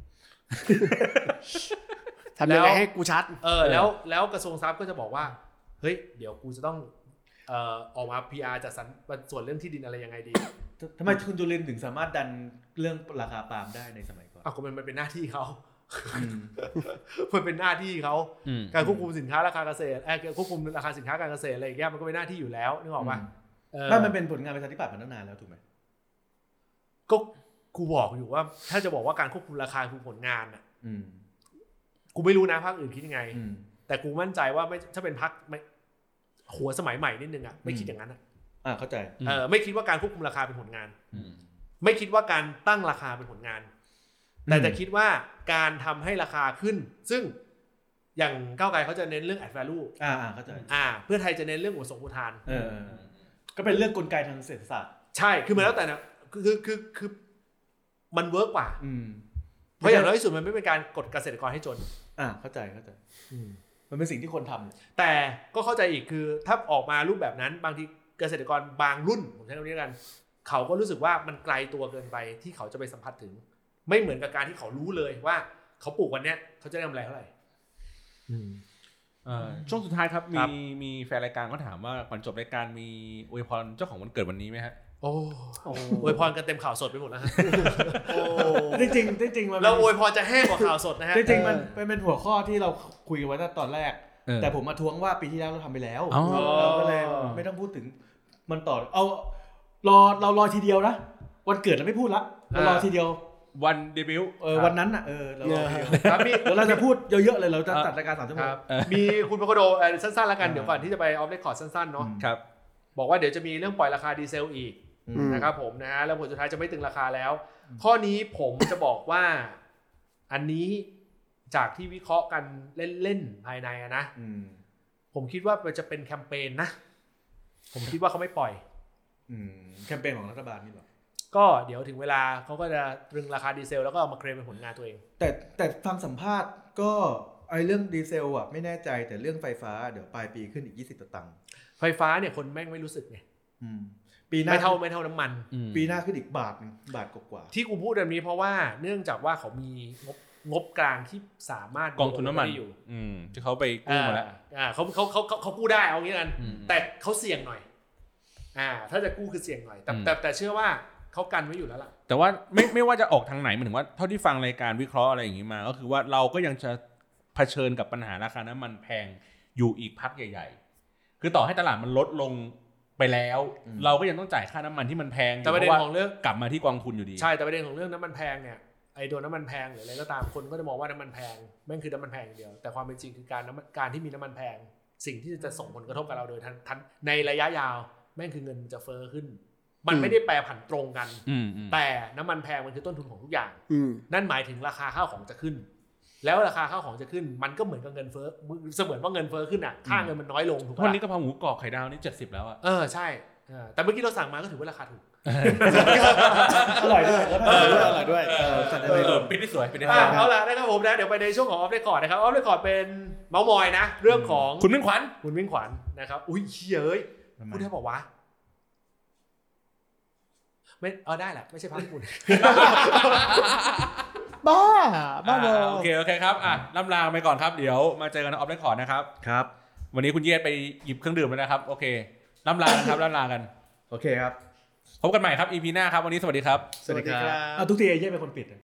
ทำยังไงให้กูชัดเออแล้วแล้วกระทรวงทรัพย์ก็จะบอกว่าเฮ้ยเดี๋ยวกูจะต้องเอ่อออกมา พี อาร์ จัดสรรส่วนเรื่องที่ดินอะไรยังไงดีทำไมคุณจุลินถึงสามารถดันเรื่องราคาปาล์มได้ในสมัยก่อนอ้าวก็มันเป็นหน้าที่เขามันเป็นหน้าที่เขาการควบคุมสินค้าราคาเกษตรเอ่อควบคุมราคาสินค้าการเกษตรอะไรอย่างเงี้ยมันก็เป็นหน้าที่อยู่แล้วนึกออกป่ะถ้ามันเป็นผลงานประชาธิปัตย์มาตั้งนานแล้วถูกไหมก็กูบอกอยู่ว่าถ้าจะบอกว่าการควบคุมราคาคือผลงานอ่ะกูไม่รู้นะพรรคอื่นคิดยังไงแต่กูมั่นใจว่าไม่ถ้าเป็นพรรคหัวสมัยใหม่นิดนึงอ่ะไม่คิดอย่างนั้นอ่ะอ่าเข้าใจเออไม่คิดว่าการควบคุมราคาเป็นผลงานไม่คิดว่าการตั้งราคาเป็นผลงานแต่จะคิดว่าการทำให้ราคาขึ้นซึ่งอย่างก้าวไกลเขาจะเน้นเรื่อง add value อ่าเข้าใจอ่าเพื่อไทยจะเน้นเรื่องอุปสงค์อุทานเออก็เป็นเรื่องกลไกทางเศรษฐศาสตร์ใช่คือมันแล้วแต่นะคือคือคือมันเวิร์กกว่าเพราะอย่างน้อยที่สุดมันไม่เป็นการกดเกษตรกรให้จนอ่าเข้าใจเข้าใจมันเป็นสิ่งที่คนทำแต่ก็เข้าใจอีกคือถ้าออกมารูปแบบนั้นบางทีเกษตรกรบางรุ่นผมใช้คำนี้กันเขาก็รู้สึกว่ามันไกลตัวเกินไปที่เขาจะไปสัมผัสถึงไม่เหมือนกับการที่เขารู้เลยว่าเขาปลูกวันเนี้ยเขาจะได้กำไรเท่าไหร่ช่วงสุดท้ายครับมีมีแฟนรายการก็ถามว่าก่อนจบรายการมีอวยพรเจ้าของวันเกิดวันนี้ไหมฮะโอ้อวยพรกันเต็มข่าวสดไปหมดแล้วฮะจริงจริงจริงมันเราอวยพรจะแห้งกว่าข่าวสดนะฮะจริงๆมันเป็นหัวข้อที่เราคุยกันไว้ตอนแรกแต่ผมมาทวงว่าปีที่แล้วเราทำไปแล้วเราก็เลยไม่ต้องพูดถึงมันต่อเอารอเรารอทีเดียวนะวันเกิดเราไม่พูดละเรารอทีเดียววันเดบิวต์เออวันนั้นอ่ะเออเราครับมีเราจะพูดเยอะๆเลยเราจะจัดรายการสามชั่วโมงมีคุณพโคโดสั้นๆแล้วกันเดี๋ยวก่อนที่จะไปออฟเรคคอร์ดสั้นๆเนาะครับบอกว่าเดี๋ยวจะมีเรื่องปล่อยราคาดีเซลอีกนะครับผมนะฮะแล้วผลสุดท้ายจะไม่ตึงราคาแล้วข้อนี้ผมจะบอกว่าอันนี้จากที่วิเคราะห์กันเล่นๆภายในนะผมคิดว่ามันจะเป็นแคมเปญนะผมคิดว่าเขาไม่ปล่อยแคมเปญของรัฐบาลนี่หรอก็เดี๋ยวถึงเวลาเขาก็จะตรึงราคาดีเซลแล้วก็เอามาเคลมเป็นผลงานตัวเองแต่แต่ฟังสัมภาษณ์ก็ไอเรื่องดีเซลอ่ะไม่แน่ใจแต่เรื่องไฟฟ้าเดี๋ยวปลายปีขึ้นอีกยี่สิบสตางค์ไฟฟ้าเนี่ยคนแม่งไม่รู้สึกไงปีหน้าไม่เท่าไม่เท่าน้ำมันปีหน้าขึ้นอีกบาทนึงบาทกว่าที่กูพูดแบบนี้เพราะว่าเนื่องจากว่าเขามีงบงบกลางที่สามารถกองทุนน้ำมันอยู่ที่เขาไปกู้มาแล้วอ่าเขาเขาเขาเขากู้ได้เอางี้กันแต่เขาเสี่ยงหน่อยอ่าถ้าจะกู้คือเสี่ยงหน่อยแต่แต่แต่เชื่อว่าเขากันไว้อยู่แล้วล่ะแต่ว่าไม่ไม่ว่าจะออกทางไหนหมายถึงว่าเท่าที่ฟังรายการวิเคราะห์อะไรอย่างนี้มาก็คือว่าเราก็ยังจะเผชิญกับปัญหาราคาน้ำมันแพงอยู่อีกพักใหญ่ๆคือต่อให้ตลาดมันลดลงไปแล้วเราก็ยังต้องจ่ายค่าน้ำมันที่มันแพงแต่ประเด็นของเรื่องกลับมาที่กองทุนอยู่ดีใช่แต่ประเด็นของเรื่องน้ำมันแพงเนี่ยไอ้โดนน้ำมันแพงหรืออะไรก็ตามคนก็จะมองว่าน้ำมันแพงแม่งคือน้ำมันแพงอย่างเดียวแต่ความเป็นจริงคือการน้ำการที่มีน้ำมันแพงสิ่งที่จะส่งผลกระทบกับเราโดยทันในระยะยาวแม่งคือเงินจะเฟ้อขึ้นมันไม่ได้แปรผันตรงกันแต่น้ำมันแพงมันคือต้นทุนของทุกอย่างนั่นหมายถึงราคาข้าวของจะขึ้นแล้วราคาข้าวของจะขึ้นมันก็เหมือนกับเงินเฟ้อเสมือนว่าเงินเฟ้อขึ้นอ่ะค่าเงินมันน้อยลงถูกป่ะวันนี้กะเพราหมูกรอบไข่ดาวนี่เจ็ดสิบแล้วอ่ะเออใช่แต่เมื่อกี้เราสั่งมาก็ถือว่าราคาถูกอร่อยด้วยอร่อยด้วยอร่อยด้วยเออจัดได้เลยปิดได้สวยปิดได้สวยเอาล่ะนะครับผมนะเดี๋ยวไปในช่วงของออฟเรคคอร์ดนะครับออฟเรคคอร์ดเป็นเมาส์มอยนะเรื่องของคุณมิ่งขวัญคุณมิ่งขวัญนะครับอุ้ยเฮ้ยพูดได้บอกว่าไม่เออได้แหละไม่ใช่พักคุณบ้าบ้าบอโอเคโอเคครับอ่ะล่ำลาไปก่อนครับเดี๋ยวมาเจอกันในออฟเรคคอร์ดนะครับครับวันนี้คุณเยศไปหยิบเครื่องดื่มแล้วนะครับโอเคล่ำลาครับล่ำลากันโอเคครับพบกันใหม่ครับ อี พี หน้าครับวันนี้สวัสดีครับสวัสดีครับเอาทุกทีเยศเป็นคนปิด